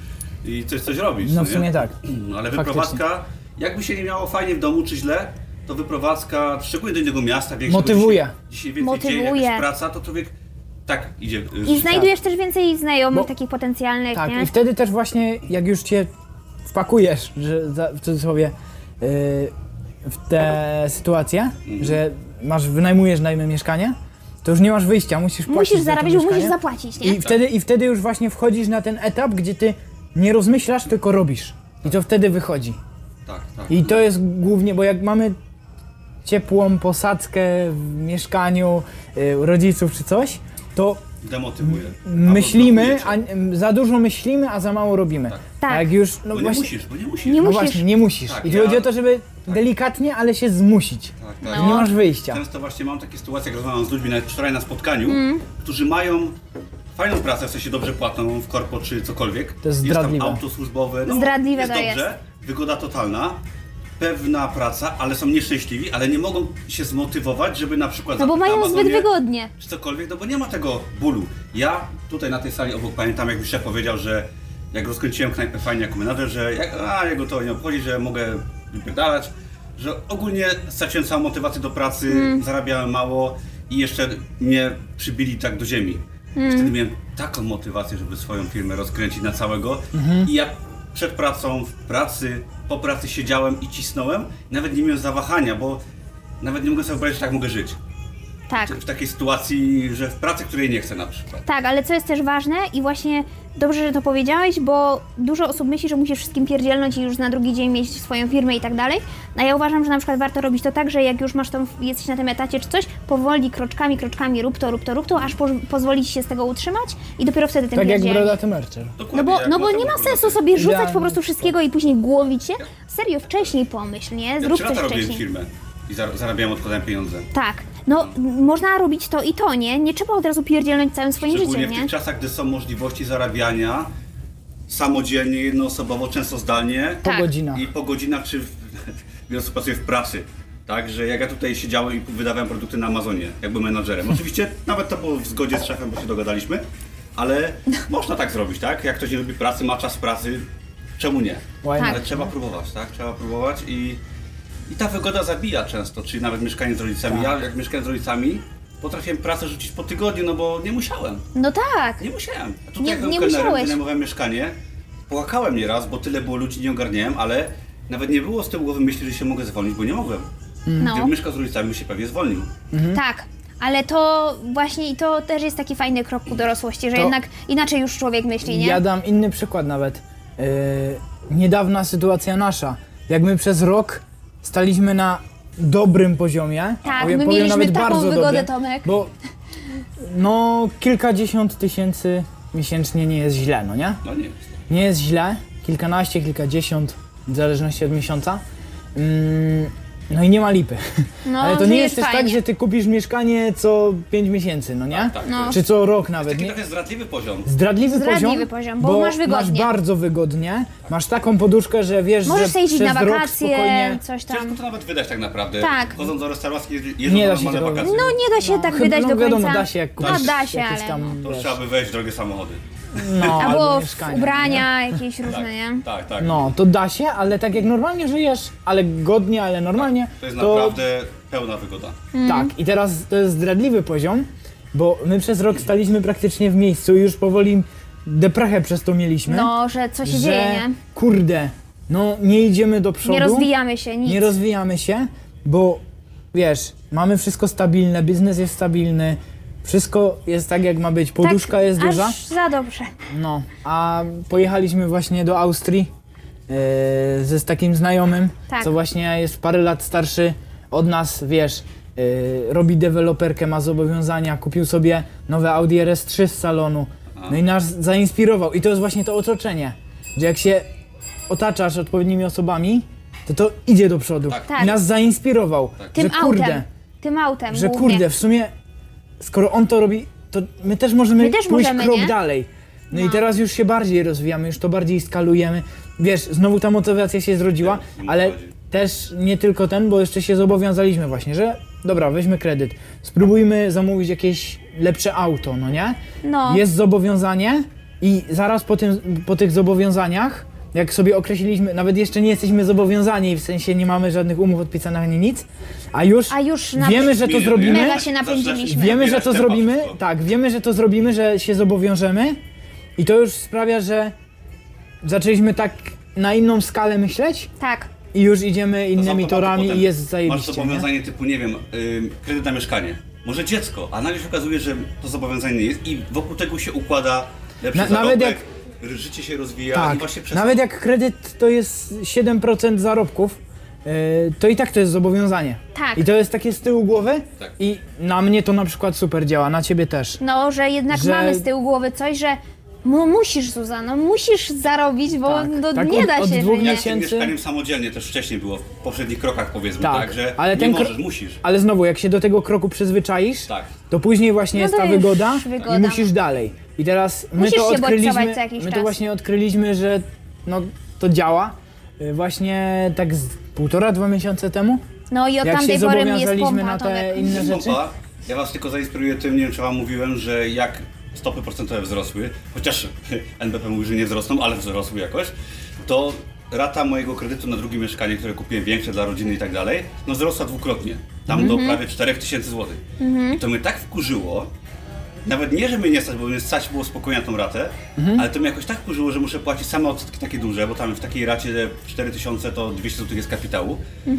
i coś robić. No no w sumie nie? tak. No, ale Faktycznie. wyprowadzka, jakby się nie miało fajnie w domu czy źle, to wyprowadzka, szczególnie do innego miasta, większego, Motywuje. Dzisiaj więcej dzieje, Motywuje. jakaś praca, to człowiek tak idzie. i znajdujesz też więcej znajomych, Bo- takich potencjalnych, Tak, nie? i wtedy też właśnie, jak już cię wpakujesz, że w cudzysłowie, w tę sytuację, że wynajmujesz mieszkanie, to już nie masz wyjścia, musisz płacić Musisz za to zarabiać, bo musisz mieszkanie. zapłacić, nie? I wtedy już właśnie wchodzisz na ten etap, gdzie ty nie rozmyślasz, tylko robisz. I to wtedy wychodzi. Tak, tak. I to jest głównie, bo jak mamy ciepłą posadzkę w mieszkaniu rodziców czy coś, to Demotywuje. myślimy, blokujecie. za dużo myślimy, a za mało robimy. Tak. A jak już, no Bo nie właśnie, musisz, bo nie musisz. Nie no musisz. właśnie, nie musisz. Tak, I tu ja- chodzi o to, żeby delikatnie, ale się zmusić. Tak, Że tak. nie masz wyjścia. Często właśnie mam takie sytuacje, jak rozmawiam z ludźmi, nawet wczoraj na spotkaniu, którzy mają fajną pracę, w sensie dobrze płatną w korpo czy cokolwiek. To jest tam zdradliwe. auto służbowe, no, Zdradliwe jest to dobrze, wygoda totalna, pewna praca, ale są nieszczęśliwi, ale nie mogą się zmotywować, żeby na przykład No bo zakupić na mają zbyt Amazonie wygodnie. czy cokolwiek, no bo nie ma tego bólu. Ja tutaj na tej sali obok pamiętam, jak mi szef powiedział, że jak rozkręciłem knajpę fajnie jako menadżer, że jego to nie obchodzi, że mogę wypierdalać, że ogólnie straciłem całą motywację do pracy, zarabiałem mało i jeszcze mnie przybili tak do ziemi. Wtedy miałem taką motywację, żeby swoją firmę rozkręcić na całego i ja przed pracą, w pracy, po pracy siedziałem i cisnąłem, nawet nie miałem zawahania, bo nawet nie mogę sobie wyobrazić, że tak mogę żyć. Tak. W takiej sytuacji, że w pracy, której nie chcę na przykład. Tak, ale co jest też ważne i właśnie dobrze, że to powiedziałeś, bo dużo osób myśli, że musisz wszystkim pierdzielnąć i już na drugi dzień mieć swoją firmę i tak dalej. A ja uważam, że na przykład warto robić to tak, że jak już masz jesteś na tym etacie czy coś, powoli, kroczkami, rób to, aż pozwoli ci się z tego utrzymać i dopiero wtedy tym Tak jak pierdzielnie. brodaty mercher. Dokładnie, No jak bo potem nie ma akurat sensu jest. sobie rzucać Idealnie. po prostu wszystkiego i później głowić się. Serio, wcześniej pomyśl, nie? Ja Zrób 3 coś lata robiłem wcześniej. firmę i zarabiałem, odkładałem pieniądze. Tak. No, można robić to i to, nie? Nie trzeba od razu pierdzielnąc całym swoim Szczególnie życiem, w nie? tych czasach, gdy są możliwości zarabiania samodzielnie, jednoosobowo, często zdalnie Tak. Po godzinach. i po godzinach, czy wiele osób pracuje w pracy. Tak, że jak ja tutaj siedziałem i wydawałem produkty na Amazonie, jakby menadżerem. Oczywiście nawet to było w zgodzie z szefem, bo się dogadaliśmy, ale można tak zrobić, tak? Jak ktoś nie lubi pracy, ma czas pracy, czemu nie? Why Tak. not? Ale trzeba próbować, tak? Trzeba próbować i ta wygoda zabija często, czyli nawet mieszkanie z rodzicami. Tak. Ja jak mieszkałem z rodzicami, potrafiłem pracę rzucić po tygodniu, no bo nie musiałem. No tak. Nie musiałem. A tutaj Nie- jak byłem nie kelnerem, musiałeś. wynajmowałem mieszkanie, płakałem nieraz, bo tyle było ludzi, nie ogarniałem, ale nawet nie było z tyłu głowy myśli, że się mogę zwolnić, bo nie mogłem. No. Gdybym mieszkał z rodzicami, bym się pewnie zwolnił. Tak, ale to właśnie i to też jest taki fajny krok ku dorosłości, że To- jednak inaczej już człowiek myśli, nie? Ja dam inny przykład nawet. Niedawna sytuacja nasza. Jak my przez rok staliśmy na dobrym poziomie. Tak, my mieliśmy nawet taką bardzo wygodę, dobrym, Tomek. Bo no kilkadziesiąt tysięcy miesięcznie nie jest źle, no nie? No nie jest. Nie jest źle, kilkanaście, kilkadziesiąt, w zależności od miesiąca. No i nie ma lipy. No, Ale to nie żyjesz jest też tak, fajnie. że ty kupisz mieszkanie co 5 miesięcy, no nie? Tak, No. Czy co rok nawet, Taki nie? trochę zdradliwy poziom. Zdradliwy poziom, bo masz wygodnie. Masz bardzo wygodnie, masz taką poduszkę, że wiesz, Możesz że sobie jeździć przez na rok wakacje, spokojnie... coś tam. Ciężko to nawet wydać tak naprawdę. Tak. Chodząc do restauracji, Nie jeżdżą da na się normalne tego- wakacje. No nie da się tak Chyba, wydać no do końca. wiadomo, da się jak No kupisz da się, jakieś ale... tam, To wiesz, trzeba by wejść w drogie samochody. no, Albo w mieszkania, ubrania jakieś różne, nie? Tak, tak. No, to da się, ale tak jak normalnie żyjesz, ale godnie, ale normalnie, To jest naprawdę pełna wygoda. Tak, i teraz to jest zdradliwy poziom, bo my przez rok staliśmy praktycznie w miejscu i już powoli deprechę przez to mieliśmy. No, że co się że dzieje, nie? kurde, no nie idziemy do przodu. Nie rozwijamy się, nic. Nie rozwijamy się, bo wiesz, mamy wszystko stabilne, biznes jest stabilny, wszystko jest tak jak ma być, poduszka tak, jest duża. aż za dobrze. No, a pojechaliśmy właśnie do Austrii z takim znajomym, Tak. co właśnie jest parę lat starszy od nas, wiesz, robi deweloperkę, ma zobowiązania, kupił sobie nowe Audi RS3 z salonu, no i nas zainspirował. I to jest właśnie to otoczenie, że jak się otaczasz odpowiednimi osobami, to idzie do przodu. Tak. I nas zainspirował, Tym że kurde, autem. Tym autem że głównie. kurde, w sumie skoro on to robi, to my też możemy My też pójść możemy, krok nie? dalej. No i No. teraz już się bardziej rozwijamy, już to bardziej skalujemy. Wiesz, znowu ta motywacja się zrodziła, Tak, ale chodzi. też nie tylko ten, bo jeszcze się zobowiązaliśmy właśnie, że dobra, weźmy kredyt, spróbujmy zamówić jakieś lepsze auto, no nie? No. Jest zobowiązanie i zaraz po tych zobowiązaniach, jak sobie określiliśmy, nawet jeszcze nie jesteśmy zobowiązani, w sensie nie mamy żadnych umów podpisanych ani nic, a już wiemy, że to Mega zrobimy. Mega się napędziliśmy. Wiemy, że Zbierać to tempo zrobimy, wszystko. tak, wiemy, że to zrobimy, że się zobowiążemy i to już sprawia, że zaczęliśmy tak na inną skalę myśleć Tak. i już idziemy To z innymi automatu torami potem i jest Masz zajebiście, nie? zobowiązanie typu, nie wiem, kredyt na mieszkanie. Może dziecko, a nagle się okazuje, że to zobowiązanie nie jest i wokół tego się układa lepszy Nawet zarobek, życie się rozwija i Tak, właśnie przez nawet jak kredyt to jest 7% zarobków, to i tak to jest zobowiązanie. Tak. I to jest takie z tyłu głowy Tak. i na mnie to na przykład super działa, na ciebie też. No, że jednak Że- mamy z tyłu głowy coś, że musisz, Zuzano, musisz zarobić, bo Tak. no, Tak nie od- da od się, dwóch że nie. Jak z tym miesięcy- mieszkaniem samodzielnie też wcześniej było, w poprzednich krokach powiedzmy, Tak, tak, że ale nie ten możesz, musisz. Ale znowu, jak się do tego kroku przyzwyczaisz, Tak. to później właśnie No jest to ta już wygoda wygoda. i musisz dalej. I teraz my Musisz to się bodźcować odkryliśmy, co jakiś my to czas. właśnie odkryliśmy, że no, to działa. Właśnie tak z 1,5–2 miesiące temu. No i od Jak tamtej się pory mi jest zobowiązaliśmy pompa, na te Tomek. inne rzeczy. Pompa, ja was tylko zainspiruję tym, nie wiem czy wam mówiłem, że jak stopy procentowe wzrosły, chociaż NBP mówi, że nie wzrosną, ale wzrosły jakoś, to rata mojego kredytu na drugie mieszkanie, które kupiłem większe dla rodziny i tak dalej, no wzrosła dwukrotnie. Tam do prawie 4000 zł. I to mnie tak wkurzyło, nawet nie, że mnie nie stać, bo mnie stać było spokojnie na tą ratę, ale to mnie jakoś tak wkurzyło, że muszę płacić same odsetki takie duże, bo tam w takiej racie 4000 to 200 zł jest kapitału.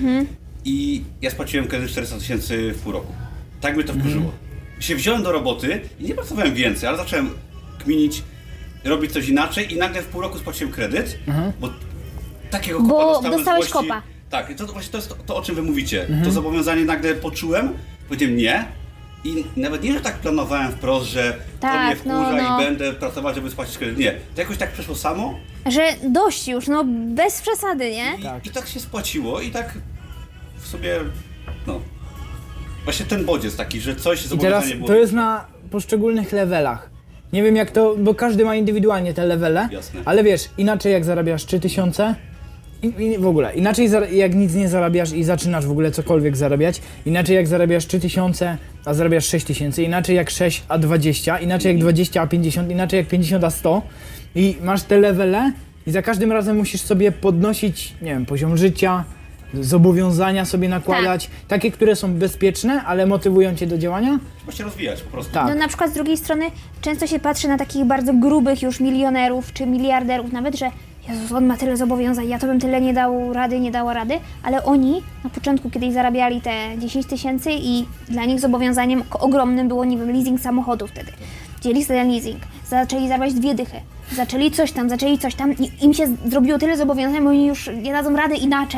I ja spłaciłem kredyt 400 000 w pół roku. Tak mnie to wkurzyło. Się wziąłem do roboty i nie pracowałem więcej, ale zacząłem kminić, robić coś inaczej i nagle w pół roku spłaciłem kredyt, bo takiego kopa Bo dostałem dostałeś z złości. kopa. Tak, i to właśnie to jest to, o czym wy mówicie. To zobowiązanie nagle poczułem, powiedziałem nie. I nawet nie, że tak planowałem wprost, że Tak, to mnie wkurza no. i będę pracować, żeby spłacić kredyt. Nie, to jakoś tak przeszło samo Że dość już, no bez przesady, nie? i tak się spłaciło i tak w sobie, no. Właśnie ten bodziec taki, że coś I teraz zobowiązanie było. to jest na poszczególnych levelach. Nie wiem jak to, bo każdy ma indywidualnie te levele, Jasne. ale wiesz, inaczej jak zarabiasz 3000 i w ogóle, inaczej jak nic nie zarabiasz i zaczynasz w ogóle cokolwiek zarabiać, inaczej jak zarabiasz 3000, a zarabiasz 6000, inaczej jak 6 a 20, inaczej jak 20 a 50, inaczej jak 50 a 100 i masz te levele i za każdym razem musisz sobie podnosić, nie wiem, poziom życia, zobowiązania sobie nakładać, takie, które są bezpieczne, ale motywują cię do działania. Trzeba się rozwijać po prostu. Tak. No na przykład z drugiej strony często się patrzy na takich bardzo grubych już milionerów czy miliarderów nawet, że Jezus, on ma tyle zobowiązań, ja to bym tyle nie dała rady, ale oni na początku kiedyś zarabiali te 10 000 i dla nich zobowiązaniem ogromnym było, nie wiem, leasing samochodu wtedy. Wzięli sobie leasing, zaczęli zarabiać 2 dychy, zaczęli coś tam i im się zrobiło tyle zobowiązań, bo oni już nie dadzą rady inaczej,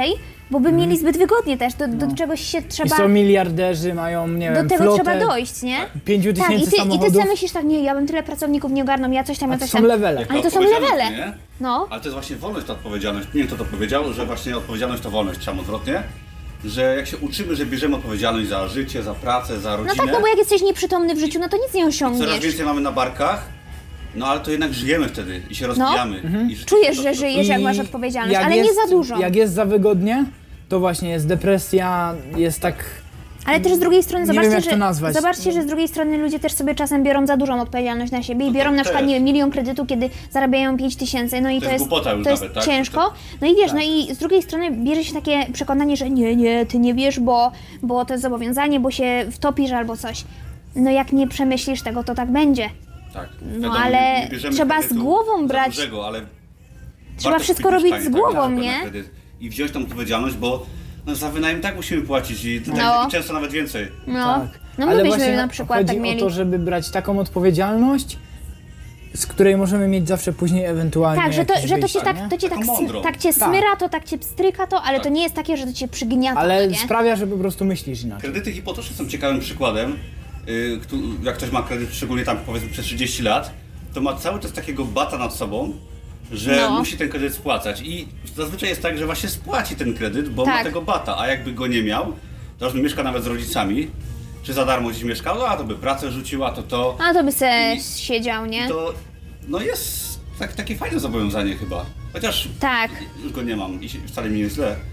bo by mieli zbyt wygodnie też, do czegoś się I trzeba... są miliarderzy, mają, nie Do wiem, tego flotę trzeba dojść, nie? 5000 Tak, i ty samochodów. sobie myślisz tak, nie, ja bym tyle pracowników nie ogarnął, ja coś tam, ja A to coś są tam. levele. Ale to są Odpowiedzialność, levele. nie? No. Ale to jest właśnie wolność, ta odpowiedzialność. Nie wiem, kto to powiedział, że właśnie odpowiedzialność to wolność, trzeba odwrotnie. Że jak się uczymy, że bierzemy odpowiedzialność za życie, za pracę, za No rodzinę, tak, no bo jak jesteś nieprzytomny w życiu, no to nic nie coraz osiągniesz. więcej mamy na barkach, no ale to jednak żyjemy wtedy i się rozwijamy. I rzeczywiście Czujesz, to- że to- żyjesz, jak I masz odpowiedzialność, jak ale jest, nie za dużo. Jak jest za wygodnie, to właśnie jest depresja, jest tak... Ale też z drugiej strony, Nie wiem, zobaczcie, jak to nazwać. zobaczcie, że z drugiej strony ludzie też sobie czasem biorą za dużą odpowiedzialność na siebie i to biorą na przykład, też. nie wiem, 1 000 000 kredytu, kiedy zarabiają 5000, no i To jest głupota już to jest nawet, tak? ciężko. No i wiesz, no i z drugiej strony bierze się takie przekonanie, że nie, ty nie wiesz, bo to jest zobowiązanie, bo się wtopisz albo coś. No jak nie przemyślisz tego, to tak będzie. Tak, No wiadomo, ale nie bierzemy trzeba z kredytu głową za brać. dużego, ale Trzeba warto wszystko kupić robić mieszkanie, z tak, głową, na przykład nie? na kredyt. I wziąć tą odpowiedzialność, bo no, za wynajem tak musimy płacić i No. tak, często nawet więcej. No, Tak. no my Ale byśmy właśnie na przykład chodzi tak mieli. o to, żeby brać taką odpowiedzialność, z której możemy mieć zawsze później ewentualnie Tak, że to jakieś ci wyjścia, tak, nie? to ci Taką tak, mądrą. tak cię Tak. smyra to, tak cię pstryka to, ale to Tak. nie jest takie, że to cię przygniata, Ale nie? sprawia, że po prostu myślisz inaczej. Kredyty hipoteczne są ciekawym przykładem. Jak ktoś ma kredyt, szczególnie tam powiedzmy przez 30 lat, to ma cały czas takiego bata nad sobą, że No. musi ten kredyt spłacać. I zazwyczaj jest tak, że właśnie spłaci ten kredyt, bo ma Tak. tego bata, a jakby go nie miał, to aż mieszka nawet z rodzicami, czy za darmo gdzieś mieszkał, no a to by pracę rzuciła, to. A to by se I- siedział, nie? To no jest takie fajne zobowiązanie chyba. Chociaż Tak, już go nie mam i wcale mi nie jest źle.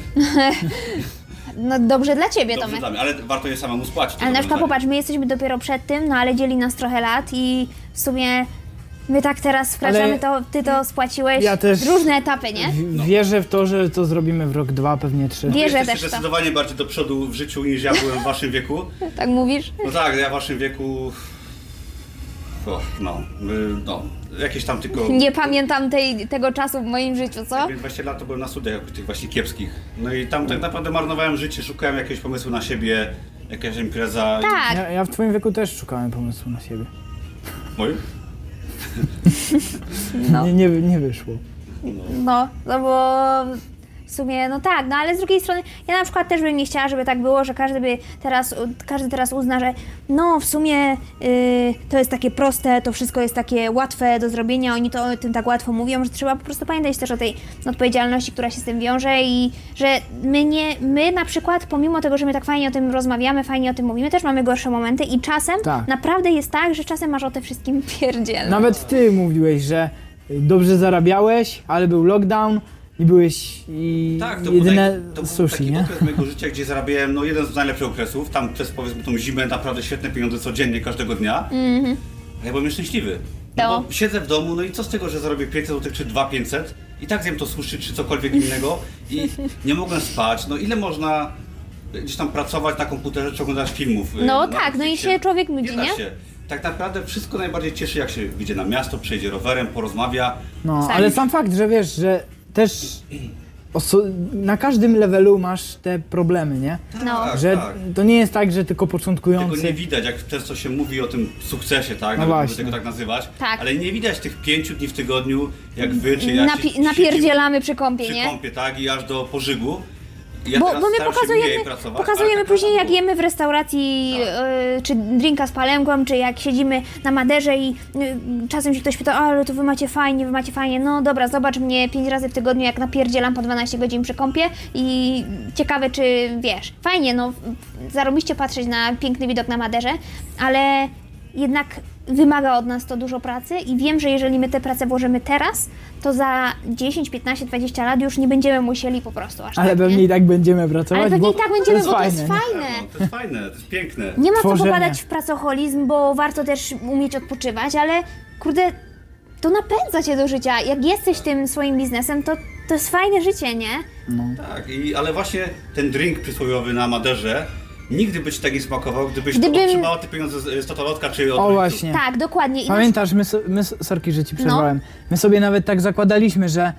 no dobrze dla ciebie, Dobrze Tomek. dla mnie, ale warto je samemu spłacić. to Ale na przykład zobowiązanie. popatrz, my jesteśmy dopiero przed tym, no ale dzieli nas trochę lat i w sumie my tak teraz wkraczamy, Ale to ty to spłaciłeś ja też- różne etapy, nie? Wierzę w to, że to zrobimy w rok, 2, pewnie 3. Wierzę Jesteście też w to. zdecydowanie bardziej do przodu w życiu niż ja byłem w waszym wieku. Tak mówisz? No tak, ja w waszym wieku. No, jakieś tam tylko. Nie pamiętam tego czasu w moim życiu, co? Jak miałem 20 lat to byłem na studiach tych właśnie kiepskich. No i tam tak naprawdę marnowałem życie, szukałem jakiegoś pomysłu na siebie, jakaś impreza. Tak, Ja w twoim wieku też szukałem pomysłu na siebie. Moim? No. Nie wyszło. no bo w sumie, no tak, no ale z drugiej strony ja na przykład też bym nie chciała, żeby tak było, że każdy teraz uzna, że no w sumie to jest takie proste, to wszystko jest takie łatwe do zrobienia, oni to o tym tak łatwo mówią, że trzeba po prostu pamiętać też o tej odpowiedzialności, która się z tym wiąże i że my na przykład, pomimo tego, że my tak fajnie o tym rozmawiamy, fajnie o tym mówimy, też mamy gorsze momenty i czasem Tak. naprawdę jest tak, że czasem masz o tym wszystkim pierdziel. Nawet ty mówiłeś, że dobrze zarabiałeś, ale był lockdown i byłeś Tak, to jedyne był sushi, taki nie? okres mojego życia, gdzie zarabiałem jeden z najlepszych okresów. Tam przez powiedzmy tą zimę naprawdę świetne pieniądze codziennie, każdego dnia. A ja byłem nieszczęśliwy. No To. bo siedzę w domu, no i co z tego, że zarobię 500 zł czy 2500 i tak zjem to sushi czy cokolwiek innego i nie mogłem spać. No ile można gdzieś tam pracować na komputerze czy oglądać filmów? No na tak, no i Netflixie? się człowiek nudzi, Nie da nie? się. Tak naprawdę wszystko najbardziej cieszy, jak się wyjdzie na miasto, przejdzie rowerem, porozmawia. No, Sami. ale sam fakt, że wiesz, że też na każdym levelu masz te problemy, nie? No. Tak, Że tak. to nie jest tak, że tylko Tego początkujący. nie widać, jak często się mówi o tym sukcesie, tak? No Nawet właśnie. tego tak nazywać. Tak. Ale nie widać tych 5 dni w tygodniu, jak wy czy ja Napierdzielamy przy kąpie, przy nie? kąpie, tak? I aż do pożygu. I ja Bo teraz my staram się pokazujemy, mniej pracować, pokazujemy ale tak później, jak było. jemy w restauracji, czy drinka z palemką, czy jak siedzimy na Maderze i czasem się ktoś pyta, ale to wy macie fajnie, no dobra, zobacz mnie 5 razy w tygodniu, jak napierdzielam po 12 godzin przy kąpie i ciekawe, czy wiesz, fajnie, no zarobiście patrzeć na piękny widok na Maderze, ale jednak wymaga od nas to dużo pracy i wiem, że jeżeli my tę pracę włożymy teraz, to za 10, 15, 20 lat już nie będziemy musieli po prostu aż Ale tak, pewnie nie? i tak będziemy pracować, Ale pewnie bo i tak będziemy, to bo to jest jest fajne. fajne. No, to jest fajne, to jest piękne. Nie ma co Tworzenie. popadać w pracoholizm, bo warto też umieć odpoczywać, ale kurde, to napędza cię do życia. Jak jesteś tym swoim biznesem, to jest fajne życie, nie? Tak, ale właśnie ten drink przysłowiowy na Maderze nigdy by ci tak nie smakował, gdybyś Gdybym- otrzymała te pieniądze z Totolotka czy od O rodziców. właśnie. Tak, dokładnie. I Pamiętasz, sorki, że ci No. przerwałem. My sobie nawet tak zakładaliśmy, że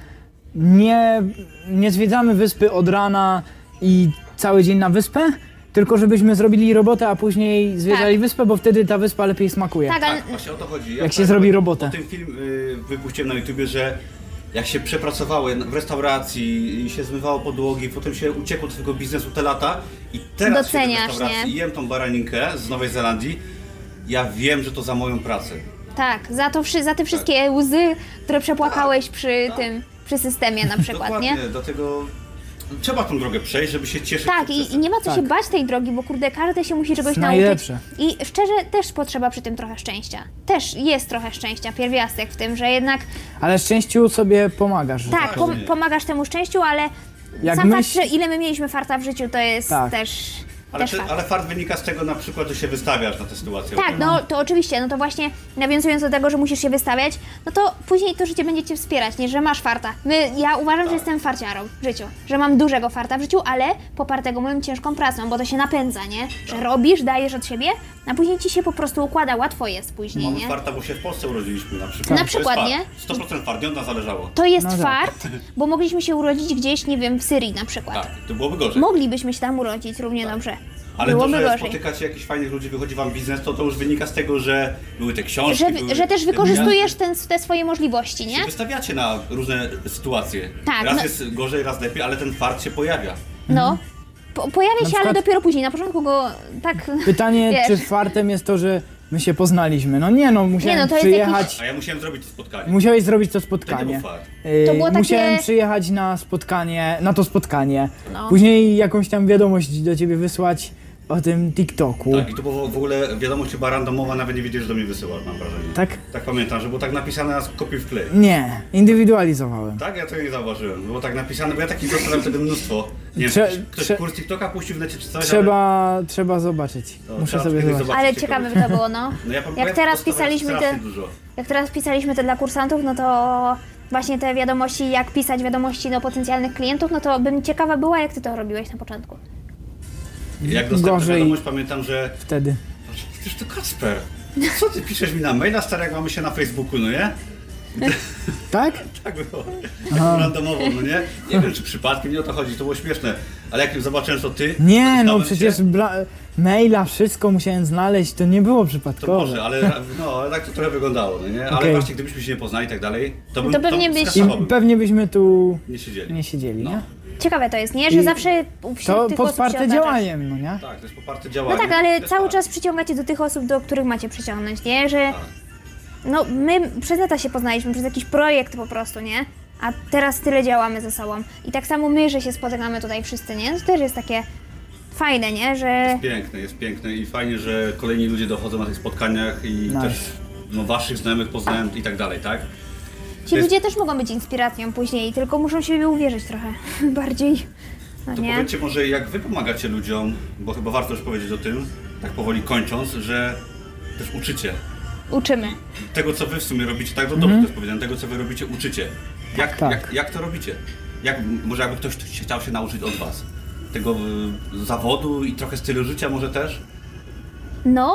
nie zwiedzamy wyspy od rana i cały dzień na wyspę, tylko żebyśmy zrobili robotę, a później zwiedzali Tak. wyspę, bo wtedy ta wyspa lepiej smakuje. tak, ale Tak, właśnie o to chodzi. Jak się zrobi robotę. O tym film wypuściłem na YouTubie, że jak się przepracowało w restauracji i się zmywało podłogi, potem się uciekło do tego biznesu te lata i teraz Doceniasz, siedzę w restauracji nie? i jem tą baraninkę z Nowej Zelandii, ja wiem, że to za moją pracę. Tak, za te wszystkie łzy, które przepłakałeś przy systemie na przykład, Dokładnie, nie? dlatego trzeba tą drogę przejść, żeby się cieszyć Tak, sukcesem. i nie ma co się Tak. bać tej drogi, bo kurde, każdy się musi czegoś jest nauczyć. najlepsze. I szczerze, też potrzeba przy tym trochę szczęścia. Też jest trochę szczęścia, pierwiastek w tym, że jednak Ale szczęściu sobie pomagasz. że tak, powiem. pomagasz temu szczęściu, ale Jak sam myśl- fakt, że ile my mieliśmy farta w życiu, to jest Tak. też Ale, fakt. ale fart wynika z tego na przykład, że się wystawiasz na tę sytuację. Tak, no to oczywiście, no to właśnie nawiązując do tego, że musisz się wystawiać, no to później to życie będzie cię wspierać, nie, że masz farta. Ja uważam, że jestem farciarą w życiu, że mam dużego farta w życiu, ale popartego moją ciężką pracą, bo to się napędza, nie? Że robisz, dajesz od siebie, a później ci się po prostu układa, łatwo jest później, Mamy nie? farta, bo się w Polsce urodziliśmy na przykład. Na przykład, to nie? jest fart. 100% fart, nie od nas zależało. To jest No tak. fart, bo mogliśmy się urodzić gdzieś, nie wiem, w Syrii na przykład. Tak, to byłoby gorzej. Moglibyśmy się tam urodzić równie dobrze. Ale Byłoby to, że gorzej. spotykacie jakichś fajnych ludzi, wychodzi wam biznes, to już wynika z tego, że były te książki, Że też te wykorzystujesz te swoje możliwości, się nie? wystawiacie na różne sytuacje. Tak, Raz no- jest gorzej, raz lepiej, ale ten fart się pojawia. No. Pojawia się, przykład- ale dopiero później. Na początku go tak... Pytanie, Wiesz. czy fartem jest to, że my się poznaliśmy? No nie no, musiałem Nie no, to jest przyjechać, A ja musiałem zrobić to spotkanie. musiałeś zrobić to To nie spotkanie. był fart. To było takie- Musiałem przyjechać na to spotkanie, No. później jakąś tam wiadomość do ciebie wysłać o tym TikToku. Tak, i to było w ogóle wiadomość chyba randomowa, nawet nie wiedziesz, że do mnie wysyłasz, mam wrażenie. Tak? Tak pamiętam, że było tak napisane na kopiuj w klej. Nie, indywidualizowałem. Tak? Ja tego nie zauważyłem. Było tak napisane, bo ja takich dostałem wtedy mnóstwo. Nie Trze- wiem, ktoś trze- kurs TikToka puścił w necie czy coś, Trzeba zobaczyć. To Muszę trzeba sobie kiedyś zobaczyć. Ale zobaczyć, ciekawe ciekawe. by to było, no. No ja Jak teraz pisaliśmy strasznie te... dużo. Jak teraz pisaliśmy to dla kursantów, no to właśnie te wiadomości, jak pisać wiadomości do potencjalnych klientów, no to bym ciekawa była, jak ty to robiłeś na początku. Jak dostałem tę Gorzej. wiadomość, pamiętam, że Wtedy. przecież to Kacper. Co ty piszesz mi na maila, stary, jak mamy się na Facebooku, no nie? Tak? Tak było. Taką randomową, no nie? Nie wiem, czy przypadkiem, nie o to chodzi, to było śmieszne. Ale jak zobaczyłem, że to ty... Nie, no dostałem przecież cię, maila, wszystko musiałem znaleźć, to nie było To przypadkowe. może, ale tak to trochę wyglądało, no nie? Ale Okej. właśnie, gdybyśmy się nie poznali i tak dalej, to bym To pewnie byś- I skasowałbym. pewnie byśmy tu Nie siedzieli. nie siedzieli, No. nie? Ciekawe to jest, nie? Że I zawsze wśród To tych osób się podparte otaczasz. działaniem, no nie? Tak, to jest poparte No działanie. tak, ale To jest cały fakt. czas przyciągacie do tych osób, do których macie przyciągnąć, nie? Że Tak. no my przez lata się poznaliśmy, przez jakiś projekt po prostu, nie? A teraz tyle działamy ze sobą. I tak samo my, że się spotykamy tutaj wszyscy, nie? To też jest takie fajne, nie? Że Jest piękne i fajnie, że kolejni ludzie dochodzą na tych spotkaniach i Nice. też no, waszych znajomych poznałem i tak dalej, tak? ci jest- ludzie też mogą być inspiracją później, tylko muszą siebie uwierzyć trochę bardziej. No To nie? powiedzcie może, jak wy pomagacie ludziom, bo chyba warto już powiedzieć o tym, tak powoli kończąc, że też uczycie. Uczymy. Tego, co wy w sumie robicie, tak dobrze to jest powiedziane, tego, co wy robicie, uczycie. Tak. Jak to robicie? Może jakby ktoś chciał się nauczyć od was? Tego zawodu i trochę stylu życia może też? No,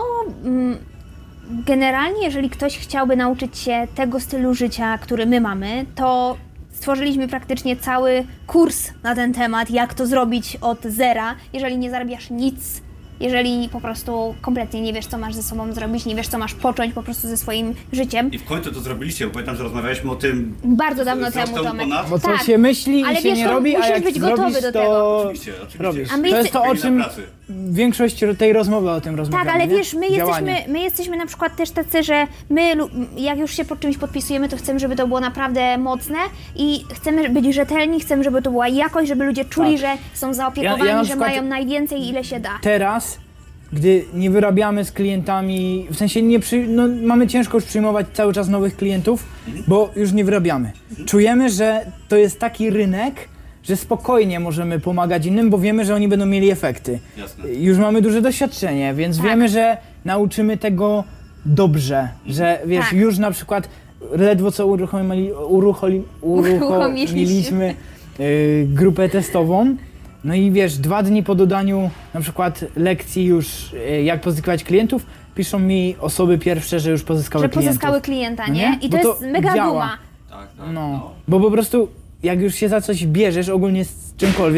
generalnie jeżeli ktoś chciałby nauczyć się tego stylu życia, który my mamy, to stworzyliśmy praktycznie cały kurs na ten temat, jak to zrobić od zera, jeżeli nie zarabiasz nic, jeżeli po prostu kompletnie nie wiesz, co masz ze sobą zrobić, nie wiesz, co masz począć po prostu ze swoim życiem. I w końcu to zrobiliście, bo pamiętam, że rozmawialiśmy o tym Bardzo dawno z rok temu, Tomek. ponad. Bo co Tak, się myśli ale i się wiesz, nie to robi, a musisz jak być gotowy zrobisz, do to tego. Oczywiście. robisz. A my To jest to, o Biegnie czym na pracy. większość tej rozmowy o tym rozmawiamy. Tak, ale nie? wiesz, Działanie. my jesteśmy na przykład też tacy, że jak już się pod czymś podpisujemy, to chcemy, żeby to było naprawdę mocne i chcemy być rzetelni, chcemy, żeby to była jakość, żeby ludzie czuli, że są zaopiekowani, Ja na że przykład- mają najwięcej, ile się da. Teraz, gdy nie wyrabiamy z klientami, w sensie mamy ciężko już przyjmować cały czas nowych klientów, bo już nie wyrabiamy. Czujemy, że to jest taki rynek, że spokojnie możemy pomagać innym, bo wiemy, że oni będą mieli efekty. Jasne. Już mamy duże doświadczenie, więc Tak. wiemy, że nauczymy tego dobrze, że wiesz, Tak. już na przykład ledwo co uruchomiliśmy grupę testową. No i wiesz, 2 dni po dodaniu na przykład lekcji już jak pozyskiwać klientów, piszą mi osoby pierwsze, że już pozyskały Że klientów. pozyskały klienta, No nie? nie? I Bo to to jest mega działa. duma. Tak, tak. No, bo po prostu jak już się za coś bierzesz ogólnie z czymkolwiek,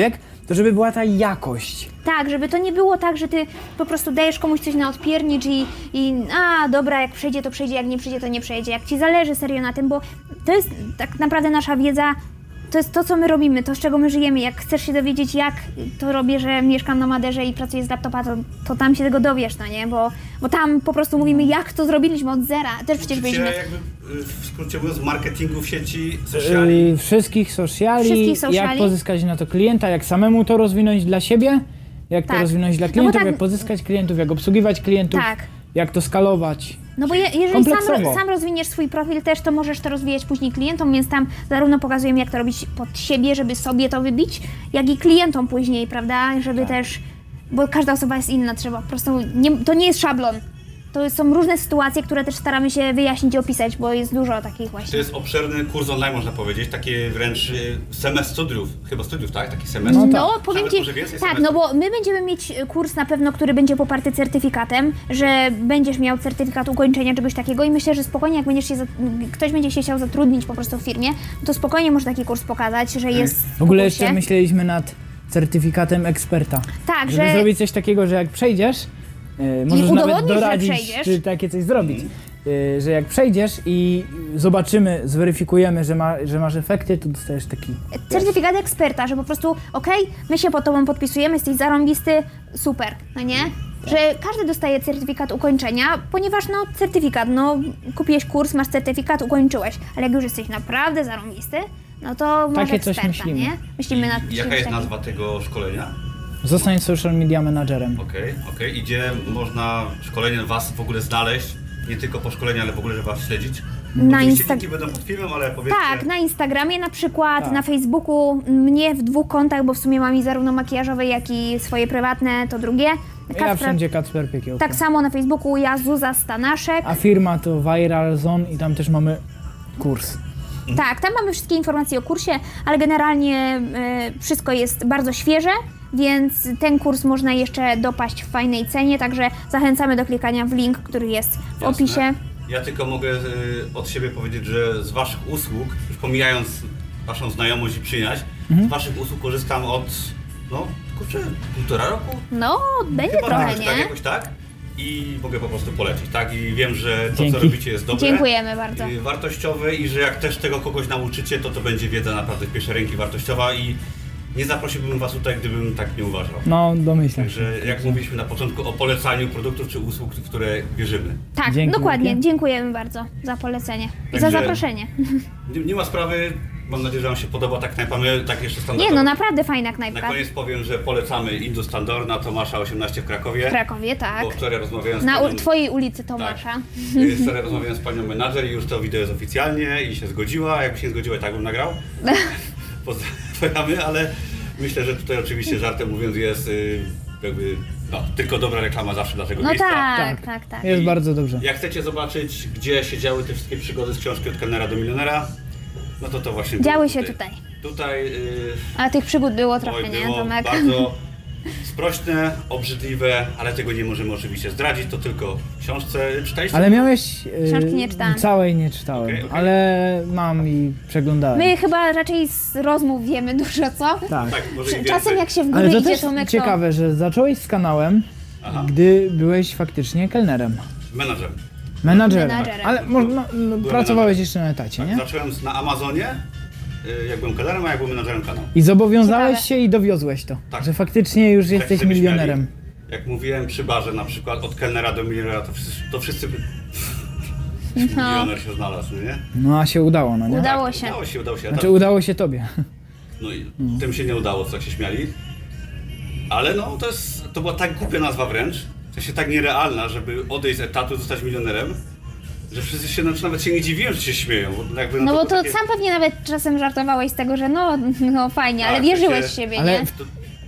to żeby była ta jakość. Tak, żeby to nie było tak, że ty po prostu dajesz komuś coś na odpiernicz i dobra, jak przejdzie to przejdzie, jak nie przejdzie to nie przejdzie. Jak ci zależy serio na tym, bo to jest tak naprawdę nasza wiedza, to jest to, co my robimy, to, z czego my żyjemy. Jak chcesz się dowiedzieć, jak to robię, że mieszkam na Maderze i pracuję z laptopa, to tam się tego dowiesz, no nie? Bo tam po prostu mówimy, jak to zrobiliśmy od zera. Też przecież byliśmy... jakby w skrócie mówiąc, marketingu w sieci, sociali. Wszystkich sociali, Wszystkich sociali. jak pozyskać na to klienta, jak samemu to rozwinąć dla siebie, jak Tak. to rozwinąć dla No bo klientów, tak- jak pozyskać klientów, jak obsługiwać klientów, Tak. jak to skalować. No bo jeżeli Kompleksowo. sam rozwiniesz swój profil też, to możesz to rozwijać później klientom, więc tam zarówno pokazujemy, jak to robić pod siebie, żeby sobie to wybić, jak i klientom później, prawda, żeby też, bo każda osoba jest inna, trzeba po prostu, to nie jest szablon. To są różne sytuacje, które też staramy się wyjaśnić i opisać, bo jest dużo takich To właśnie. jest obszerny kurs online, można powiedzieć, takie wręcz semestr studiów, chyba studiów, tak? Taki semestr. No No, tak. powiem Nawet Ci, może więcej tak, semestrów. no bo my będziemy mieć kurs na pewno, który będzie poparty certyfikatem, że będziesz miał certyfikat ukończenia czegoś takiego i myślę, że spokojnie, jak będziesz ktoś będzie się chciał zatrudnić po prostu w firmie, to spokojnie może taki kurs pokazać, że jest W ogóle kursie. jeszcze myśleliśmy nad certyfikatem eksperta. Tak, Żeby że zrobić coś takiego, że jak przejdziesz, możesz nawet udowodnisz, że doradzić, przejdziesz. czy takie coś zrobić. Że jak przejdziesz i zobaczymy, zweryfikujemy, że masz efekty, to dostajesz taki... certyfikat eksperta, że po prostu my się pod tobą podpisujemy, jesteś zarąbisty, super, no nie? Że każdy dostaje certyfikat ukończenia, ponieważ certyfikat, kupiłeś kurs, masz certyfikat, ukończyłeś, ale jak już jesteś naprawdę zarąbisty, no to może Takie coś eksperta, myślimy. nie? Myślimy nad Jaka czymś jest takim. nazwa tego szkolenia? Zostań social media managerem. Okej. I gdzie można szkolenie was w ogóle znaleźć? Nie tylko po szkoleniu, ale w ogóle, żeby was śledzić? Na Oczywiście Insta- linki będą pod filmem, ale powiedzcie... Tak, na Instagramie na przykład, Tak. na Facebooku, mnie w 2 kontach, bo w sumie mam i zarówno makijażowe, jak i swoje prywatne, to drugie. Ja Kacper- wszędzie Kacper Piekiełko. Tak samo na Facebooku, ja Zuza Stanaszek. A firma to Viral Zone i tam też mamy kurs. Tak, tam mamy wszystkie informacje o kursie, ale generalnie wszystko jest bardzo świeże, więc ten kurs można jeszcze dopaść w fajnej cenie, także zachęcamy do klikania w link, który jest w Jasne. opisie. Ja tylko mogę od siebie powiedzieć, że z waszych usług, już pomijając waszą znajomość i przyjaźń, z waszych usług korzystam od, kurczę, 1,5 roku? No, będzie Chyba trochę, tak, nie? tak, jakoś tak. I mogę po prostu polecić, tak? I wiem, że to, Dzięki. co robicie, jest dobre. Dziękujemy bardzo. Wartościowe i że jak też tego kogoś nauczycie, to będzie wiedza naprawdę z pierwszej ręki wartościowa i nie zaprosiłbym was tutaj, gdybym tak nie uważał. No, domyślam się. Także jak mówiliśmy na początku o polecaniu produktów czy usług, w które wierzymy. Tak, Dzięki dokładnie. wielkie. Dziękujemy bardzo za polecenie i za Także- zaproszenie. Nie ma sprawy, mam nadzieję, że wam się podoba ta knajpa, my tak jeszcze Nie standardowo. no, naprawdę fajna Na knajpka. koniec powiem, że polecamy Indus Standorna, Tomasza 18 w Krakowie. W Krakowie, tak. Bo wczoraj rozmawiałem z Na panią... twojej ulicy Tomasza. Wczoraj rozmawiałem z panią menadżer i już to wideo jest oficjalnie i się zgodziła. Jakby się nie zgodziła, i tak bym nagrał. Pozdrawiamy, ale myślę, że tutaj oczywiście żartem mówiąc jest jakby tylko dobra reklama zawsze dla tego No miejsca. tak. Jest bardzo dobrze. Jak chcecie zobaczyć, gdzie się działy te wszystkie przygody z książki Od kelnera do milionera, no to właśnie Działy było się tutaj. Tutaj Ale tych przygód było trochę, oj, nie, było Tomek? bardzo sprośne, obrzydliwe, ale tego nie możemy oczywiście zdradzić, to tylko w książce. Czytaliście? Ale miałeś... Książki nie czytałem. Całej nie czytałem, Okej. ale mam i przeglądałem. My chyba raczej z rozmów wiemy dużo, co? Tak. Tak, może i Czasem więcej. jak się w Ale górę to idzie, też Tomek, ciekawe, że zacząłeś z kanałem, Aha. gdy byłeś faktycznie kelnerem. Menadżer. Menadżerem. Menadżerem. Ale pracowałeś jeszcze na etacie, nie? Zacząłem na Amazonie, jak byłem kelnerem, a jak byłem menadżerem kanału. I zobowiązałeś Ciekawe. się i dowiozłeś to, Tak. że faktycznie już jesteś sobie milionerem. śmiali. Jak mówiłem przy barze na przykład od kelnera do milionera, to wszyscy by... Milioner się znalazł, no nie? No a się udało, no nie? Udało Tak, się. Udało się. Znaczy udało się tobie. No i tym się nie udało, co tak się śmiali. Ale to była tak głupia nazwa wręcz, w sensie tak nierealna, żeby odejść z etatu, zostać milionerem, że wszyscy się nawet się nie dziwiłem, że się śmieją. Bo jakby, No bo to takie- sam pewnie nawet czasem żartowałeś z tego, że no fajnie, ale Tak, wierzyłeś takie- w siebie, Ale- nie? To,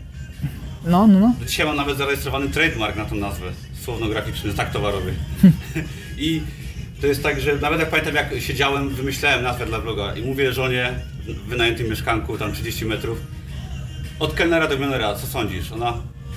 No. dzisiaj mam nawet zarejestrowany trademark na tą nazwę, słowno-graficzny, znak towarowy. I to jest tak, że nawet jak pamiętam, jak siedziałem, wymyślałem nazwę dla bloga i mówię żonie w wynajętym mieszkanku, tam 30 metrów, od kelnera do milionera, co sądzisz? Ona...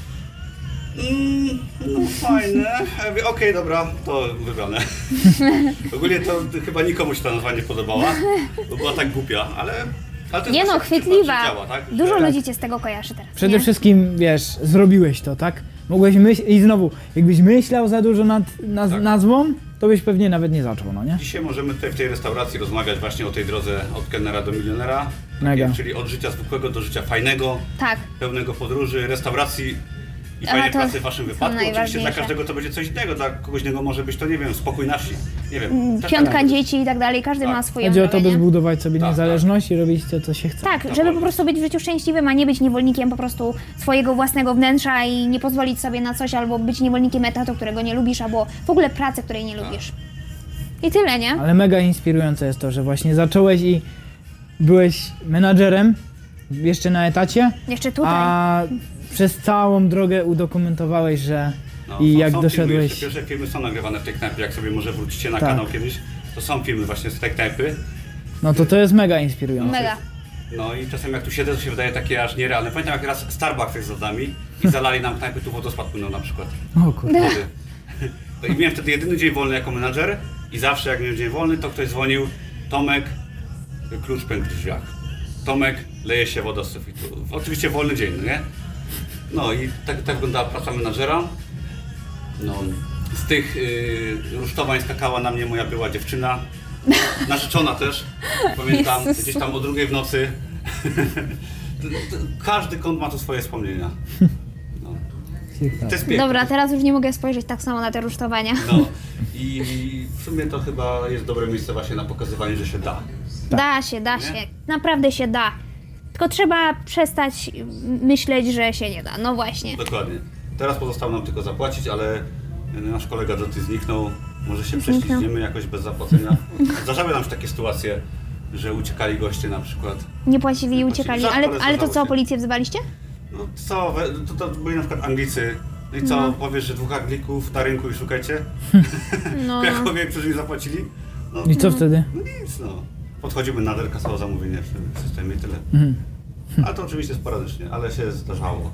no fajne. Ja mówię, okej, dobra, to wybrane. Ogólnie to chyba nikomu się ta nazwa nie podobała, bo była tak głupia, Ale to jest Nie no, właśnie chwytliwa. że działa, tak? Dużo Że- ludzi cię z tego kojarzy teraz. Przede nie? wszystkim, wiesz, zrobiłeś to, tak? Mogłeś myśleć, i znowu, jakbyś myślał za dużo nad Tak. nazwą, to byś pewnie nawet nie zaczął, no nie? Dzisiaj możemy tutaj w tej restauracji rozmawiać właśnie o tej drodze od kelnera do milionera. Mega. Czyli od życia zwykłego do życia fajnego, Tak. pełnego podróży, restauracji i A, fajnej to- pracy w waszym to wypadku. Oczywiście dla najważniejsze. każdego to będzie coś innego, dla kogoś innego może być to, nie wiem, spokój na wsi. Nie wiem. też Piątka tak. dzieci i tak dalej, każdy Tak. ma swoją Chodzi o to, drogę, by nie? zbudować sobie Tak, niezależność i robić to, co się chce. Tak, żeby Dokładnie. po prostu być w życiu szczęśliwym, a nie być niewolnikiem po prostu swojego własnego wnętrza i nie pozwolić sobie na coś, albo być niewolnikiem etatu, którego nie lubisz, albo w ogóle pracy, której nie lubisz. I tyle, nie? Ale mega inspirujące jest to, że właśnie zacząłeś i byłeś menadżerem, jeszcze na etacie, Jeszcze tutaj. a przez całą drogę udokumentowałeś, że No, i są- jak są doszedłeś... Filmy, pierwsze filmy są nagrywane w tej knajpie, jak sobie może wrócicie na Tak. kanał kiedyś, to są filmy właśnie z tej knajpy. No to jest mega inspirujące. Mega. No i czasem jak tu siedzę, to się wydaje takie aż nierealne. Pamiętam jak raz Starbucks jest z lodami i zalali nam knajpy, tu wodospad płynął na przykład. O kurde. Wody. No i miałem wtedy jedyny dzień wolny jako menadżer i zawsze jak miałem dzień wolny, to ktoś dzwonił: Tomek, klucz pękł w drzwiach. Tomek, leje się woda z sufitu. Oczywiście wolny dzień, no nie? No i tak wyglądała praca menadżera. No, z tych rusztowań skakała na mnie moja była dziewczyna, narzeczona też, pamiętam, Jezus. gdzieś tam o 2 w nocy. Każdy kąt ma tu swoje wspomnienia. No. To jest piękne. Dobra, teraz już nie mogę spojrzeć tak samo na te rusztowania. No i w sumie to chyba jest dobre miejsce właśnie na pokazywanie, że się da. Da się, da się. Naprawdę się da. Tylko trzeba przestać myśleć, że się nie da. No właśnie. Dokładnie. Teraz pozostało nam tylko zapłacić, ale nasz kolega Joty zniknął. Może się Zniknął. prześlizgniemy jakoś bez zapłacenia. Zdarzały nam się takie sytuacje, że uciekali goście na przykład. Nie płacili i uciekali. Rzadko, Ale ale to zdarzało co, się. policję wzywaliście? No co, to byli na przykład Anglicy. No i co, No. powiesz, że 2 Anglików na rynku i szukajcie? No. W Krakowie, którzy nie zapłacili? No, I co wtedy? no nic, no. Podchodziłby nader, kasował zamówienie w tym systemie i tyle. Mhm. Ale to oczywiście sporadycznie, ale się zdarzało.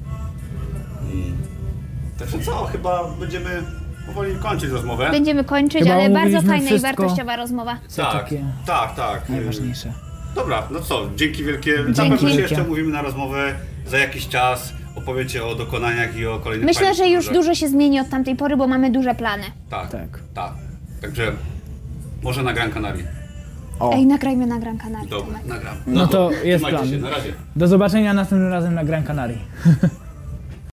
Także co, chyba będziemy powoli kończyć rozmowę. Będziemy kończyć, Chyba ale bardzo omówiliśmy fajna wszystko. i wartościowa rozmowa. Tak, takie tak. Najważniejsze. Dobra, no co, dzięki wielkie. Na Dzięki pewno się wielkie. jeszcze umówimy na rozmowę za jakiś czas. Opowiecie o dokonaniach i o kolejnych Myślę, fajnych że już podróżach. dużo się zmieni od tamtej pory, bo mamy duże plany. Tak. Tak. Także może na Gran Canaria. O, Ej, nagrajmy na Gran Canaria. Dobra, Tomek. nagram. No to jest trzymajcie plan. się, na razie. do zobaczenia następnym razem na Gran Canaria.